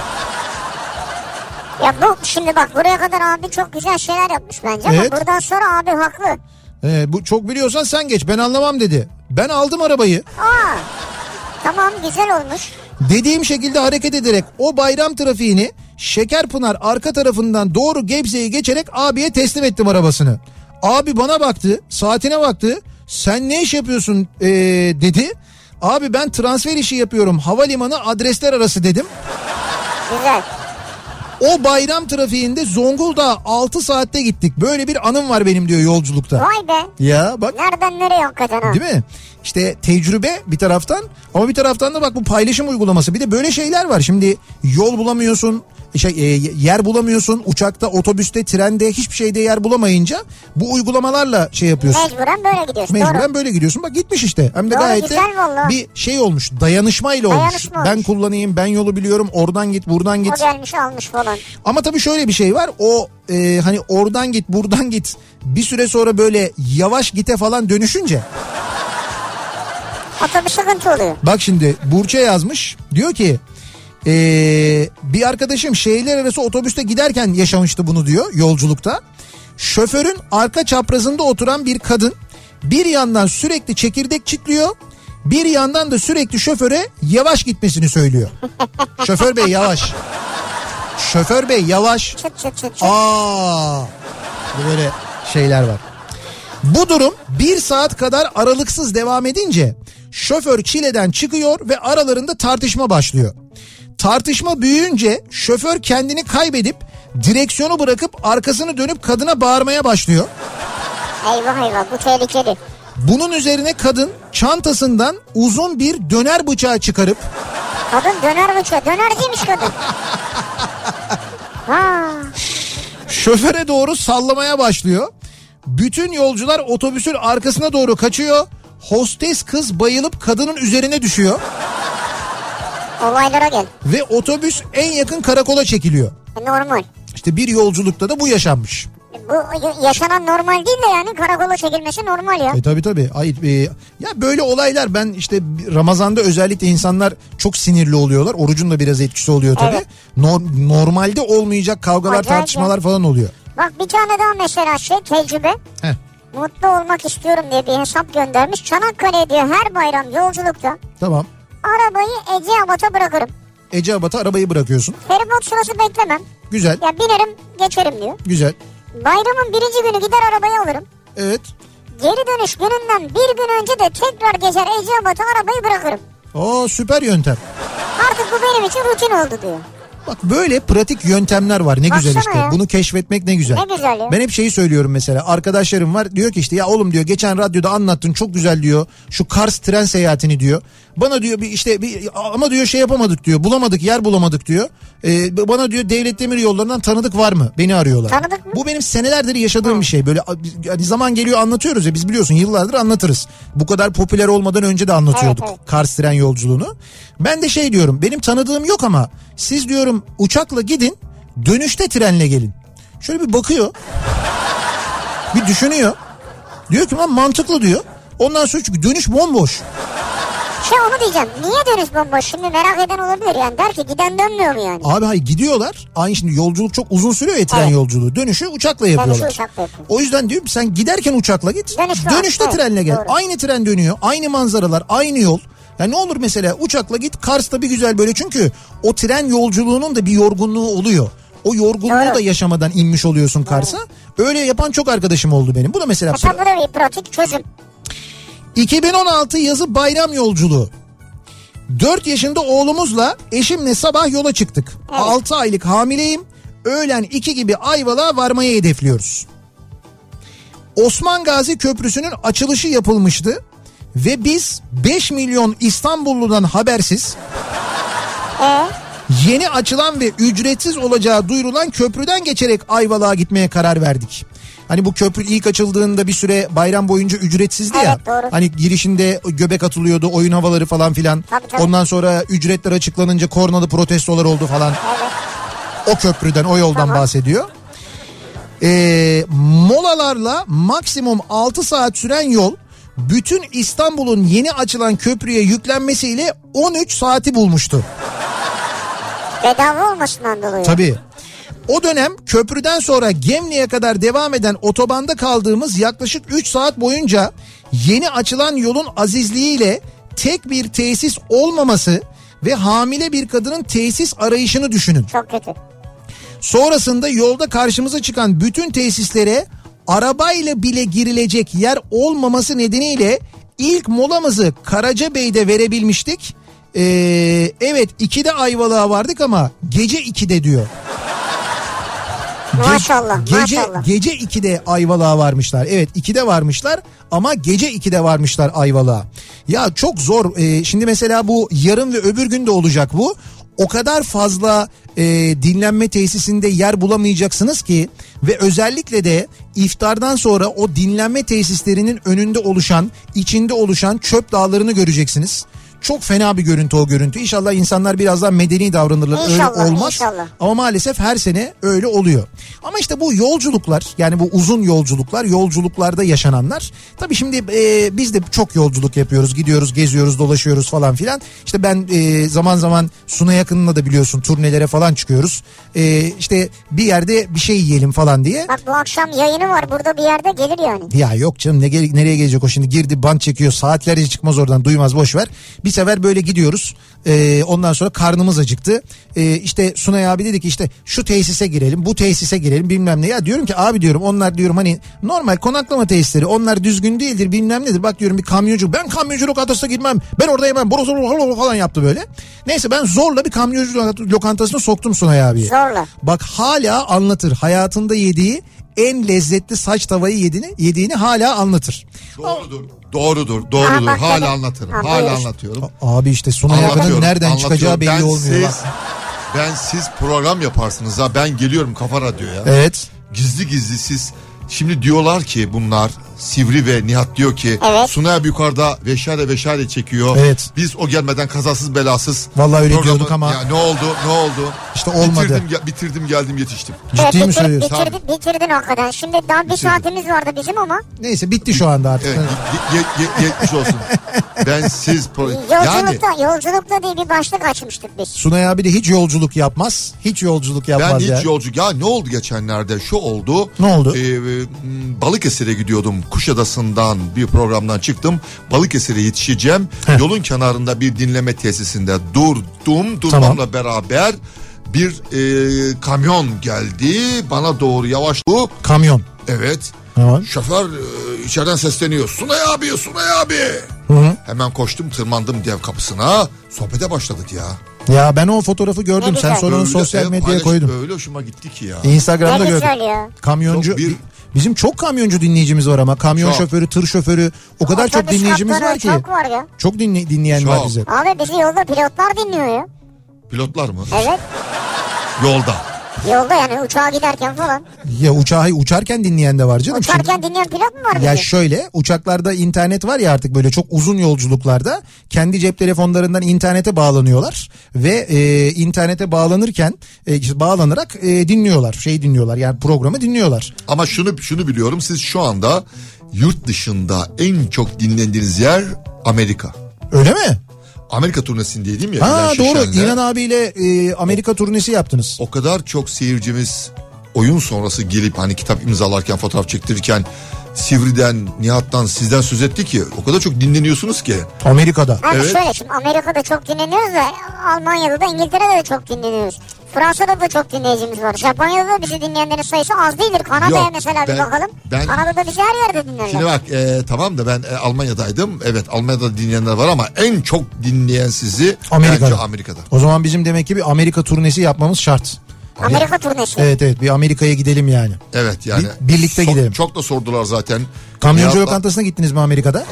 Ya bu şimdi bak, buraya kadar abi çok güzel şeyler yapmış bence ama Evet. buradan sonra abi haklı. Ee, bu çok biliyorsan sen geç ben anlamam dedi. Ben aldım arabayı. Aa, tamam, güzel olmuş. Dediğim şekilde hareket ederek o bayram trafiğini Şekerpınar arka tarafından doğru Gebze'yi geçerek abiye teslim ettim arabasını. Abi bana baktı, saatine baktı. Sen ne iş yapıyorsun ee, dedi. Abi ben transfer işi yapıyorum, havalimanı adresler arası dedim. Güzel. O bayram trafiğinde Zonguldak'a altı saatte gittik. Böyle bir anım var benim diyor yolculukta. Vay be. Ya bak. Nereden nereye hakikaten ha. Değil mi? İşte tecrübe bir taraftan ama bir taraftan da bak bu paylaşım uygulaması. Bir de böyle şeyler var. Şimdi yol bulamıyorsun, şey, e, yer bulamıyorsun. Uçakta, otobüste, trende hiçbir şeyde yer bulamayınca bu uygulamalarla şey yapıyorsun. Mecburen böyle gidiyorsun. Mecburen Doğru. böyle gidiyorsun. Bak gitmiş işte. Hem de Doğru, gayet de bir şey olmuş. Dayanışmayla olmuş. Dayanışma olmuş. Ben kullanayım, ben yolu biliyorum. Oradan git, buradan git. O gelmiş almış falan. Ama tabii şöyle bir şey var. O e, hani oradan git, buradan git. Bir süre sonra böyle yavaş gite falan dönüşünce. Otobüs sıkıntı oluyor. Bak şimdi Burç'a yazmış. Diyor ki ee, bir arkadaşım şehirler arası otobüste giderken yaşamıştı bunu diyor yolculukta. Şoförün arka çaprazında oturan bir kadın bir yandan sürekli çekirdek çitliyor. Bir yandan da sürekli şoföre yavaş gitmesini söylüyor. Şoför bey yavaş. Şoför bey yavaş. Çıt çıt çıt çıt. Aa, böyle şeyler var. Bu durum bir saat kadar aralıksız devam edince şoför çileden çıkıyor ve aralarında tartışma başlıyor. Tartışma büyüyünce şoför kendini kaybedip direksiyonu bırakıp arkasını dönüp kadına bağırmaya başlıyor. Eyvah eyvah, bu tehlikeli. Bunun üzerine kadın çantasından uzun bir döner bıçağı çıkarıp... Kadın döner bıçağı, dönerciymiş kadın. Ha. Şoföre doğru sallamaya başlıyor. Bütün yolcular otobüsün arkasına doğru kaçıyor. Hostes kız bayılıp kadının üzerine düşüyor. Olaylara gel. Ve otobüs en yakın karakola çekiliyor. Normal. İşte bir yolculukta da bu yaşanmış. Bu yaşanan normal değil de yani karakola çekilmesi normal ya. E tabii tabii. Ay, e, ya böyle olaylar, ben işte Ramazan'da özellikle insanlar çok sinirli oluyorlar. Orucun da biraz etkisi oluyor tabii. Evet. Nor- normalde olmayacak kavgalar, Acayip tartışmalar ya. falan oluyor. Bak bir tane daha mesela şey, tecrübe. Heh. Mutlu olmak istiyorum diye bir hesap göndermiş. Çanakkale'ye diyor her bayram yolculukta Tamam. arabayı Eceabat'a bırakırım. Eceabat'a arabayı bırakıyorsun. Feribot sırası beklemem. Güzel. Ya binerim geçerim diyor. Güzel. Bayramın birinci günü gider arabayı alırım. Evet. Geri dönüş gününden bir gün önce de tekrar geçer Eceabat'a arabayı bırakırım. Oo, süper yöntem. Artık bu benim için rutin oldu diyor. Bak böyle pratik yöntemler var, ne Baksana güzel işte. ya. Bunu keşfetmek ne güzel. Ne güzel ya. Ben hep şeyi söylüyorum mesela, arkadaşlarım var, diyor ki işte ya oğlum diyor geçen radyoda anlattın çok güzel diyor. Şu Kars tren seyahatini diyor. Bana diyor bir işte bir, ama diyor şey yapamadık diyor, bulamadık, yer bulamadık diyor. Ee, bana diyor devlet demir yollarından tanıdık var mı? Beni arıyorlar. Tanıdık mı? Bu benim senelerdir yaşadığım Hı. bir şey. Böyle hani zaman geliyor anlatıyoruz ya, biz biliyorsun yıllardır anlatırız. Bu kadar popüler olmadan önce de anlatıyorduk evet, evet. Kars tren yolculuğunu. Ben de şey diyorum, benim tanıdığım yok ama siz diyorum uçakla gidin, dönüşte trenle gelin. Şöyle bir bakıyor. Bir düşünüyor. Diyor ki lan mantıklı diyor. Ondan sonra çünkü dönüş bomboş. Şey onu diyeceğim. Niye dönüş bomboş? Şimdi merak eden olabilir yani. Der ki giden dönmüyor mu yani? Abi hayır, gidiyorlar. Aynı şimdi yolculuk çok uzun sürüyor ya, tren Evet. yolculuğu. Dönüşü uçakla yapıyorlar. Dönüşü uçakla yapıyor. O yüzden diyorum sen giderken uçakla git. Dönüşte dönüşte evet, trenle gel. doğru. Aynı tren dönüyor. Aynı manzaralar, aynı yol. Ya ne olur mesela uçakla git, Kars'ta bir güzel böyle, çünkü o tren yolculuğunun da bir yorgunluğu oluyor. O yorgunluğu Doğru. da yaşamadan inmiş oluyorsun Kars'a. Öyle yapan çok arkadaşım oldu benim. Bu da mesela... Mesela bu da bir pratik çözüm. iki bin on altı yazı bayram yolculuğu. dört yaşında oğlumuzla eşimle sabah yola çıktık. Evet. altı aylık hamileyim. Öğlen iki gibi Ayvalık'a varmayı hedefliyoruz. Osman Gazi Köprüsü'nün açılışı yapılmıştı. Ve biz beş milyon İstanbulludan habersiz... Ee? Yeni açılan ve ücretsiz olacağı duyurulan köprüden geçerek Ayvalık'a gitmeye karar verdik. Hani bu köprü ilk açıldığında bir süre bayram boyunca ücretsizdi ya. Evet, doğru. Hani girişinde göbek atılıyordu, oyun havaları falan filan. Tabii, tabii. Ondan sonra ücretler açıklanınca kornalı protestolar oldu falan. Evet. O köprüden, o yoldan Tamam. bahsediyor. Ee, molalarla maksimum altı saat süren yol bütün İstanbul'un yeni açılan köprüye yüklenmesiyle on üç saati bulmuştu. Bedava olmasından dolayı. Tabii. O dönem köprüden sonra Gemli'ye kadar devam eden otobanda kaldığımız yaklaşık üç saat boyunca yeni açılan yolun azizliğiyle tek bir tesis olmaması ve hamile bir kadının tesis arayışını düşünün. Çok kötü. Sonrasında yolda karşımıza çıkan bütün tesislere arabayla bile girilecek yer olmaması nedeniyle ilk molamızı Karacabey'de verebilmiştik. Ee, evet ikide Ayvalık'a vardık ama gece ikide diyor. Ge- Maşallah, gece, maşallah. Gece ikide Ayvalık'a varmışlar. Evet ikide varmışlar ama gece ikide varmışlar Ayvalık'a. Ya çok zor. Ee, şimdi mesela bu yarın ve öbür gün de olacak bu. O kadar fazla e, dinlenme tesisinde yer bulamayacaksınız ki ve özellikle de iftardan sonra o dinlenme tesislerinin önünde oluşan, içinde oluşan çöp dağlarını göreceksiniz. Çok fena bir görüntü o görüntü. İnşallah insanlar biraz daha medeni davranırlar. İnşallah, öyle olmaz. inşallah. Ama maalesef her sene öyle oluyor. Ama işte bu yolculuklar, yani bu uzun yolculuklar, yolculuklarda yaşananlar. Tabii şimdi e, biz de çok yolculuk yapıyoruz. Gidiyoruz, geziyoruz, dolaşıyoruz falan filan. İşte ben e, zaman zaman Suna Yakın'la da biliyorsun turnelere falan çıkıyoruz. E, işte bir yerde bir şey yiyelim falan diye. Bak bu akşam yayını var burada bir yerde gelir yani. Ya yok canım ne gere- nereye gelecek o şimdi, girdi bant çekiyor saatlerce çıkmaz oradan, duymaz, boş ver. Bir sefer böyle gidiyoruz. Ee, ondan sonra karnımız acıktı. Ee, işte Sunay abi dedi ki işte şu tesise girelim, bu tesise girelim bilmem ne. Ya diyorum ki abi diyorum onlar diyorum hani normal konaklama tesisleri, onlar düzgün değildir bilmem nedir. Bak diyorum bir kamyoncu, ben kamyoncu lokantasına girmem, ben orada yemem falan yaptı böyle. Neyse ben zorla bir kamyoncu lokantasına soktum Sunay abiyi. Zorla. Bak hala anlatır hayatında yediği en lezzetli saç tavayı yediğini, yediğini hala anlatır. Doğrudur. Doğrudur. Doğrudur. bak, Hala tabii. anlatırım. Ha, Hala buyur. anlatıyorum. Abi işte Sunay Yakın'ın Anlatıyorum, nereden anlatıyorum. çıkacağı belli Ben olmuyor. siz, Bak. ben siz program yaparsınız ha. Ben geliyorum Kafa Radyo'ya. Evet. Gizli gizli siz. Şimdi diyorlar ki bunlar Sivri ve Nihat diyor ki Evet. Sunay abi yukarıda veşare veşare çekiyor. Evet. Biz o gelmeden kazasız belasız. Vallahi öyle programı- diyorduk ama- Ya ne oldu ne oldu? İşte olmadı. Bitirdim, ge- bitirdim geldim yetiştim. Ciddi mi bitir- söylüyorsun? Bitirdin, bitirdin hakikaten. Şimdi daha bir saatimiz vardı bizim ama. Neyse bitti şu anda artık. Evet, ye- ye- ye- yetmiş olsun. Ben siz pro- yani Yolculukta, yolculukta diye bir başlık açmıştık biz. Sunay abi de hiç yolculuk yapmaz. Hiç yolculuk yapmaz ben hiç ya. yolcu ya ne oldu geçenlerde şu oldu. Ne oldu? Ee, e, Balıkesir'e gidiyordum. Kuşadası'ndan bir programdan çıktım. Balıkesir'e yetişeceğim. Heh. Yolun kenarında bir dinleme tesisinde durdum. Durmamla Tamam. beraber bir e, kamyon geldi. Bana doğru yavaşladı. Kamyon. Evet. Tamam. Şoför e, içeriden sesleniyor. Sunay abi, Sunay abi. Hı hı. Hemen koştum, tırmandım dev kapısına. Sohbete başladık ya. Ya ben o fotoğrafı gördüm. Ne Sen güzel. sonra onu Öyle- sosyal evet, medyaya paylaş- koydun. Öyle hoşuma gitti ki ya. Instagram'da Ne gördüm. güzel ya. Kamyoncu Çok bir- bizim çok kamyoncu dinleyicimiz var ama kamyon Çok. şoförü, tır şoförü o kadar çok Otobüs dinleyicimiz kaptanı var ki. Çok var ya. Çok dinle, dinleyen var Çok. bizi. Abi bizi yolda pilotlar dinliyor ya. Pilotlar mı? Evet. Yolda. Yolda yani uçağa giderken falan. Ya uçağı uçarken dinleyen de var canım. Uçarken dinleyen pilot mu var Ya bizi? şöyle uçaklarda internet var ya artık böyle çok uzun yolculuklarda kendi cep telefonlarından internete bağlanıyorlar ve e, internete bağlanırken e, işte bağlanarak e, dinliyorlar şey dinliyorlar yani programı dinliyorlar. Ama şunu şunu biliyorum, siz şu anda yurt dışında en çok dinlendiğiniz yer Amerika. Öyle mi? Amerika turnesindeydim ya. Ha İlhan doğru Şişen'le. İnan abiyle e, Amerika turnesi yaptınız. O kadar çok seyircimiz oyun sonrası gelip hani kitap imzalarken, fotoğraf çektirirken Sivri'den, Nihat'tan, sizden söz etti ki o kadar çok dinleniyorsunuz ki. Amerika'da. Abi Evet. şöyle şimdi Amerika'da çok dinleniyoruz da Almanya'da da İngiltere'de de çok dinleniyoruz. Fransa'da da çok dinleyicimiz var. Japonya'da da bizi dinleyenlerin sayısı az değildir. Kanada'ya Yok, mesela ben- bir bakalım. ben- Kanada'da bizi her yerde dinlerler. Şimdi bak e, tamam da ben e, Almanya'daydım. Evet, Almanya'da dinleyenler var ama en çok dinleyen sizi Amerika'da. bence Amerika'da. O zaman bizim demek ki bir Amerika turnesi yapmamız şart. Amerika turnesi. Evet evet bir Amerika'ya gidelim yani. Evet yani. Bir- birlikte gidelim. Çok da sordular zaten. Kamyoncu Nihat'la- lokantasına gittiniz mi Amerika'da?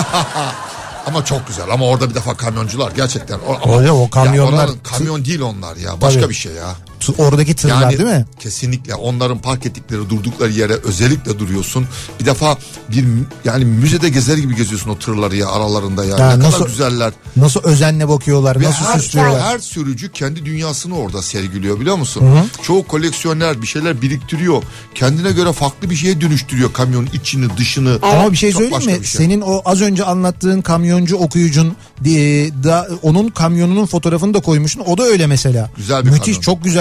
Ama çok güzel ama orada bir defa kamyoncular gerçekten. O, ama, Öyle, o kamyonlar- Ya oranın kamyon değil onlar ya, başka Tabii. bir şey ya. T- Oradaki tırlar Yani değil mi? kesinlikle onların park ettikleri, durdukları yere özellikle duruyorsun. Bir defa bir mü- yani müzede gezer gibi geziyorsun o tırları ya aralarında ya. Ya ne nasıl- kadar güzeller. Nasıl özenle bakıyorlar, Ve nasıl her, süslüyorlar. her sürücü kendi dünyasını orada sergiliyor biliyor musun? Çoğu koleksiyoner bir şeyler biriktiriyor. Kendine göre farklı bir şeye dönüştürüyor kamyonun içini, dışını. Ama bir şey Çok söyleyeyim başka mi? bir şey. Senin o az önce anlattığın kamyoncu okuyucun e, da, onun kamyonunun fotoğrafını da koymuşsun. O da öyle mesela. Güzel bir Müthiş, kamyon. çok güzel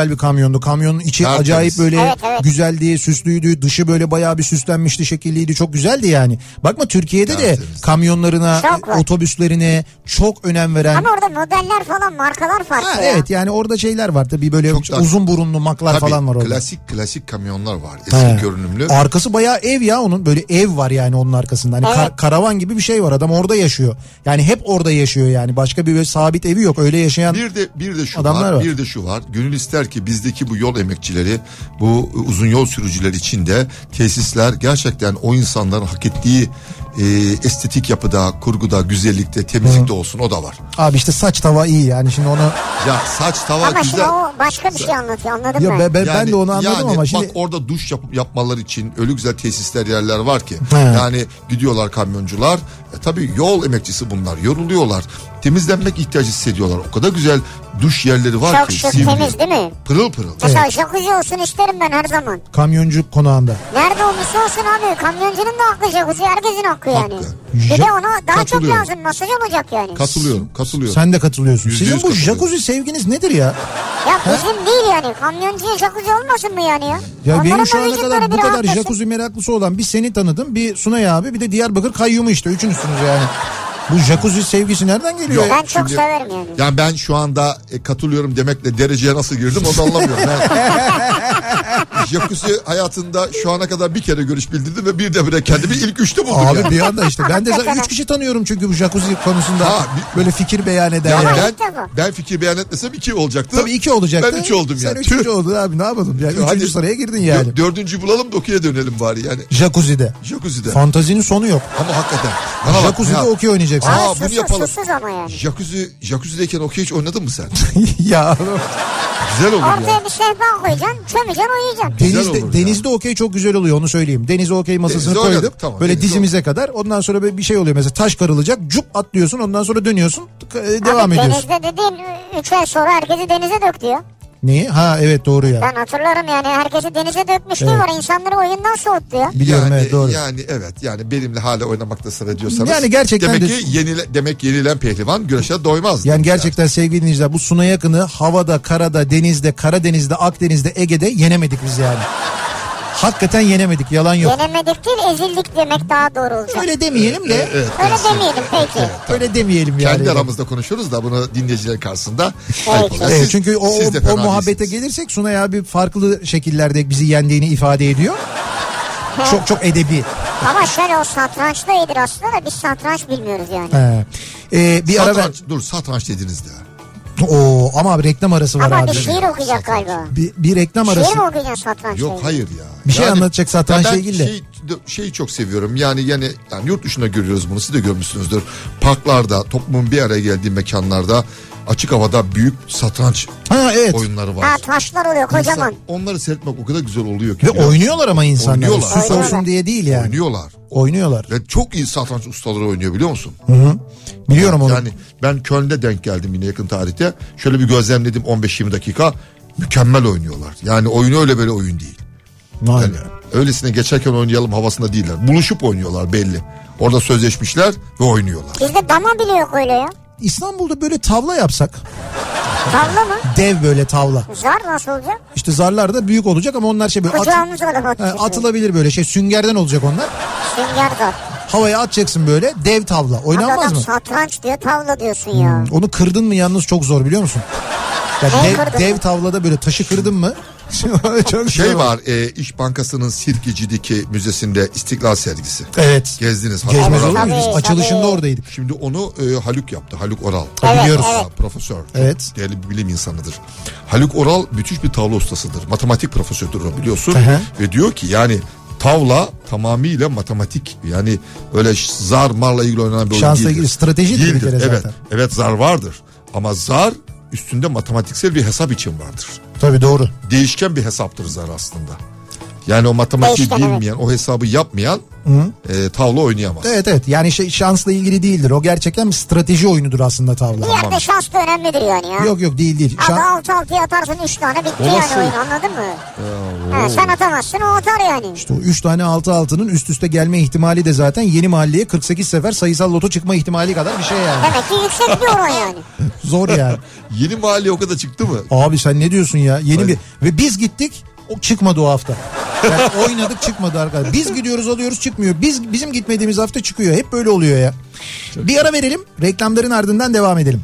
güzel bir kamyondu. Kamyonun içi Tertemiz. acayip böyle Evet, evet. güzeldi, süslüydü. Dışı böyle bayağı bir süslenmişti, şekilliydi. Çok güzeldi yani. Bakma Türkiye'de Tertemiz. de kamyonlarına, Çok var. otobüslerine çok önem veren. Ama orada modeller falan, markalar farklı Ha, ya. evet yani orada şeyler var tabii, böyle Çok da- uzun burunlu maklar Tabii, falan var orada. klasik klasik kamyonlar var. Eski He. görünümlü. Arkası bayağı ev ya onun, böyle ev var yani onun arkasında. Hani Evet. kar- karavan gibi bir şey var, adam orada yaşıyor. Yani hep orada yaşıyor yani, başka bir böyle sabit evi yok, öyle yaşayan. Bir de bir de şu Adamlar var, var. bir de şu var. Gönül ister ki bizdeki bu yol emekçileri, bu uzun yol sürücüler için de tesisler gerçekten o insanların hak ettiği e, estetik yapıda, kurguda, güzellikte, temizlikte olsun, o da var. Abi işte saç tava iyi yani, şimdi onu Ya saç tava Ama şimdi güzel. o başka bir şey anlatıyor, anladın ya mı? ben, ben, ben de onu anladım yani ama şimdi bak orada duş yapıp yapmalar için öyle güzel tesisler, yerler var ki. He. Yani gidiyorlar kamyoncular. E, tabii yol emekçisi bunlar, yoruluyorlar. Temizlenmek ihtiyacı hissediyorlar. O kadar güzel duş yerleri var Çok ki. şık, sivri, temiz değil mi? Pırıl pırıl. Mesela jacuzzi olsun isterim ben her zaman. kamyoncu konağında. Nerede olursa olsun abi, kamyoncunun da hakkı jacuzzi, herkesin hakkı yani. Hakkı. Bir Ja- de ona daha çok Katılıyorum. lazım, masaj olacak yani. Katılıyorum, katılıyorum. Sen de katılıyorsun. Yüzde Sizin yüz bu katılıyorum. jacuzzi sevginiz nedir ya? Ya bizim değil yani, kamyoncuya jacuzzi olmasın mı yani ya? Ya Onların benim da şu ana vücutları kadar bir bu kadar rahatlasın. jacuzzi meraklısı olan bir seni tanıdım, bir Sunay abi, bir de Diyarbakır Kayyumu, işte üçünüzsünüz yani. Bu jacuzzi sevgisi nereden geliyor? Yok. ya? Ben çok Şimdi- severim yani. Yani ben şu anda e, katılıyorum demekle dereceye nasıl girdim onu da anlamıyorum. Ben jacuzzi hayatında şu ana kadar bir kere görüş bildirdim ve bir de bire kendimi ilk üçte buldum. Abi yani. bir anda işte ben de Hakikaten. üç kişi tanıyorum çünkü bu jacuzzi konusunda Ha, bir- böyle fikir beyan eden. Yani yani. Ama ben, ilk defa. ben fikir beyan etmesem iki olacaktı. Tabii iki olacaktı. Ben üç oldum Sen yani. üçüncü oldun abi, ne yapalım yani, Hadi. üçüncü sıraya girdin yani. Dö- Dördüncüyü bulalım da okey'e dönelim bari yani. Jacuzzi'de. Jacuzzi'de. Fantazinin sonu yok. Ama hakikaten. Bana bak Jacuzzi'de ya. okey oynayacaksın. Aa, Abi bunu susuz, yapalım. susuz ama yani. Jacuzzi, jacuzzi'deyken okey hiç oynadın mı sen? ya Güzel olur Ortaya ya. bir sehpa koyacaksın, çömeceksin, uyuyacaksın. Güzel denizde, olur ya. denizde okey çok güzel oluyor, onu söyleyeyim. Denize okey masasını Denizde koyduk. oynadık, tamam. Böyle Denizde dizimize kadar. Ondan sonra böyle bir şey oluyor, mesela taş karılacak. Cup atlıyorsun, ondan sonra dönüyorsun. k- Devam Abi ediyorsun. denizde dediğin üç ay sonra herkesi denize dök diyor. Neyi? Ha evet, doğru ya. Ben hatırlarım yani, herkesi denize dökmüşlüğü Evet. var. İnsanları oyundan soğuttu ya. Biliyorum yani, evet, doğru. Yani evet, yani benimle hala oynamakta ısrar ediyorsanız. Yani gerçekten demek de- ki yenile, demek yenilen pehlivan güreşe doymaz. Yani demişler. gerçekten sevgili dinleyiciler, bu Sunay Akın'ı havada, karada, denizde, Karadeniz'de, Akdeniz'de, Ege'de yenemedik biz yani. Hakikaten yenemedik, yalan yok. Yenemedik değil, ezildik demek daha doğru olacak. Öyle demeyelim de. Evet, Öyle evet. demeyelim peki. Öyle demeyelim yani. Kendi aramızda konuşuyoruz da bunu dinleyiciler karşısında. Peki. ayıp oluyor. Evet, Siz- çünkü o, siz de o, fena o muhabbete değilsiniz. gelirsek Sunay abi farklı şekillerde bizi yendiğini ifade ediyor. Çok çok edebi. Ama şöyle, o satrançta iyidir aslında da biz satranç bilmiyoruz yani. He. Ee, bir ara ver. Satranç, dur satranç dediniz de. Oo, ama abi reklam arası var Ama abi. bir şiir okuyacak galiba. Bir, bir reklam arası. Şiir mi okuyacaksın satrançta? Yok hayır ya. Bir şey anlatacak satrançla ben ilgili de. Şey, şeyi çok seviyorum. Yani yani yani yurt dışında görüyoruz bunu. Siz de görmüşsünüzdür. Parklarda, toplumun bir araya geldiği mekanlarda açık havada büyük satranç Ha evet. oyunları var. Ha, taşlar oluyor kocaman. İnsan- onları seyretmek o kadar güzel oluyor ki. Ve biliyor musun? oynuyorlar ama insanlar. Oynuyorlar. Süs Oynuyorlar. olsun diye değil yani. Oynuyorlar. Oynuyorlar. Ve çok iyi satranç ustaları oynuyor biliyor musun? Biliyorum onu. Yani ben Köln'de denk geldim yine yakın tarihte. Şöyle bir gözlemledim on beş yirmi dakika. Mükemmel oynuyorlar. Yani oyunu öyle böyle oyun değil. Vay Yani be. öylesine geçerken oynayalım havasında değiller. Buluşup oynuyorlar belli. Orada sözleşmişler ve oynuyorlar. Bizde dama bile yok öyle ya. İstanbul'da böyle tavla yapsak. Tavla mı? Dev böyle tavla. Zar nasıl olacak? İşte zarlar da büyük olacak ama onlar şey böyle at- Kucağımıza da He, bakıyoruz. atılabilir böyle şey, süngerden olacak onlar. Sünger zar. Havaya atacaksın böyle, dev tavla. Oynanmaz Adam mı? satranç diyor, tavla diyorsun ya. Onu kırdın mı yalnız çok zor, biliyor musun? Ya Neyi dev, kırdın dev mı? tavlada böyle taşı kırdın mı? çok Şey zor. var e, İş Bankası'nın Sirkeci'deki müzesinde İstiklal sergisi. Evet. Gezdiniz. Gezmez hatırlar olur mısınız? muyuz? Biz Tabii, açılışında tabii. oradaydık. Şimdi onu e, Haluk yaptı. Haluk Oral. Evet, Biliyoruz. evet. Aa, profesör. Çok Evet. değerli bir bilim insanıdır. Haluk Oral müthiş bir tavla ustasıdır. Matematik profesördür o, biliyorsun. Hı hı. Ve diyor ki yani tavla tamamıyla matematik. Yani öyle ş- zar marla ilgili oynanan bir oyun Şansla değildir. ilgili stratejidir bir Değildir, kere evet. zaten. Evet zar vardır. Ama zar üstünde matematiksel bir hesap için vardır. Tabii doğru. Değişken bir hesaptır zar aslında. Yani o matematiği Değişken, bilmeyen, evet. o hesabı yapmayan e, tavla oynayamaz. Evet evet yani şey, şansla ilgili değildir. O gerçekten bir strateji oyunudur aslında tavla. Bir yerde şans da önemlidir yani ya. Yok yok değil değil. Abi Şan... altı altıya atarsın üç tane bitti Olası. yani oyun, anladın mı? Ha, sen atamazsın, o atar yani. İşte o üç tane altı altının üst üste gelme ihtimali de zaten yeni mahalleye kırk sekiz sefer sayısal loto çıkma ihtimali kadar bir şey yani. Demek ki yüksek bir oran yani. Zor yani. Yeni mahalle o kadar çıktı mı? Abi sen ne diyorsun ya? Yeni Aynen. bir ve biz gittik. O çıkmadı o hafta. Yani oynadık çıkmadı arkadaşlar. Biz gidiyoruz alıyoruz çıkmıyor. Biz bizim gitmediğimiz hafta çıkıyor. Hep böyle oluyor ya. Çok bir ara verelim. Reklamların ardından devam edelim.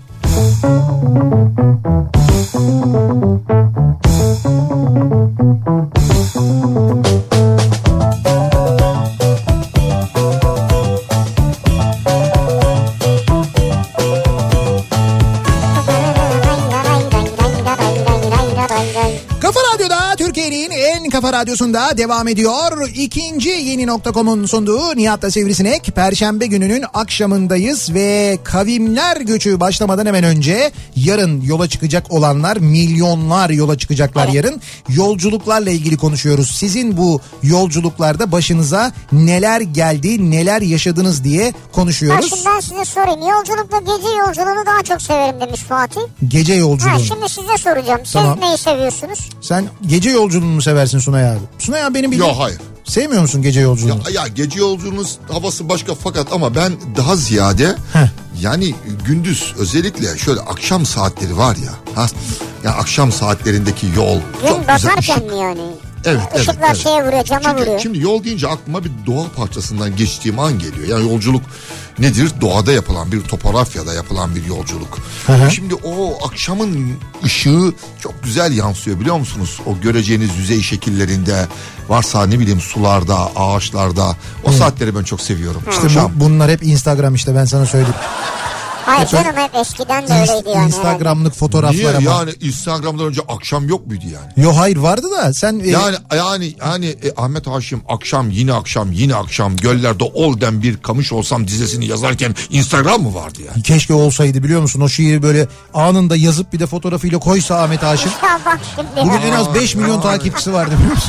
Kafa Radyo'da, Türkiye'nin en kafa radyosunda devam ediyor. İkinci yeni nokta com'un sunduğu Nihat'la Sivrisinek. Perşembe gününün akşamındayız ve kavimler göçü başlamadan hemen önce yarın yola çıkacak olanlar, milyonlar yola çıkacaklar yarın. Yolculuklarla ilgili konuşuyoruz. Sizin bu yolculuklarda başınıza neler geldi, neler yaşadınız diye konuşuyoruz. Ha, şimdi ben size sorayım. Yolculukla gece yolculuğunu daha çok severim demiş Fatih. Gece yolculuğu. Ha, şimdi size soracağım. Siz Tamam. neyi seviyorsunuz? Sen gece yolculuğunu mu seversin Sunay abi? Sunay abi benim bildiğim... Yok hayır. Sevmiyor musun gece yolculuğunu? Ya, ya gece yolculuğunuz havası başka fakat ama ben daha ziyade Heh. yani gündüz özellikle şöyle akşam saatleri var ya. Ha, ya akşam saatlerindeki yol Gün çok güzel. batarken Işık, mi yani? Evet, evet, Işıklar evet. şeye vuruyor, cama Çünkü vuruyor. şimdi yol deyince aklıma bir doğa parçasından geçtiğim an geliyor. Yani yolculuk nedir? Doğada yapılan bir topografyada yapılan bir yolculuk. hı. Şimdi o akşamın ışığı çok güzel yansıyor biliyor musunuz? O göreceğiniz yüzey şekillerinde varsa ne bileyim sularda, ağaçlarda o saatleri ben çok seviyorum. İşte Akşam. bu, bunlar hep Instagram işte ben sana söyleyeyim. Hayır canım, hep eskiden de İns- öyleydi yani. Instagramlık fotoğraflar Niye ama. yani Instagram'dan önce akşam yok muydu yani? Yo hayır vardı da sen... e, Yani yani yani e, Ahmet Haşim akşam yine akşam yine akşam göllerde olden bir kamış olsam dizesini yazarken Instagram mı vardı yani? keşke olsaydı biliyor musun? O şiiri böyle anında yazıp bir de fotoğrafıyla koysa Ahmet Haşim. Ya bak şimdi. Bugün en az beş milyon takipçisi vardı biliyor musun?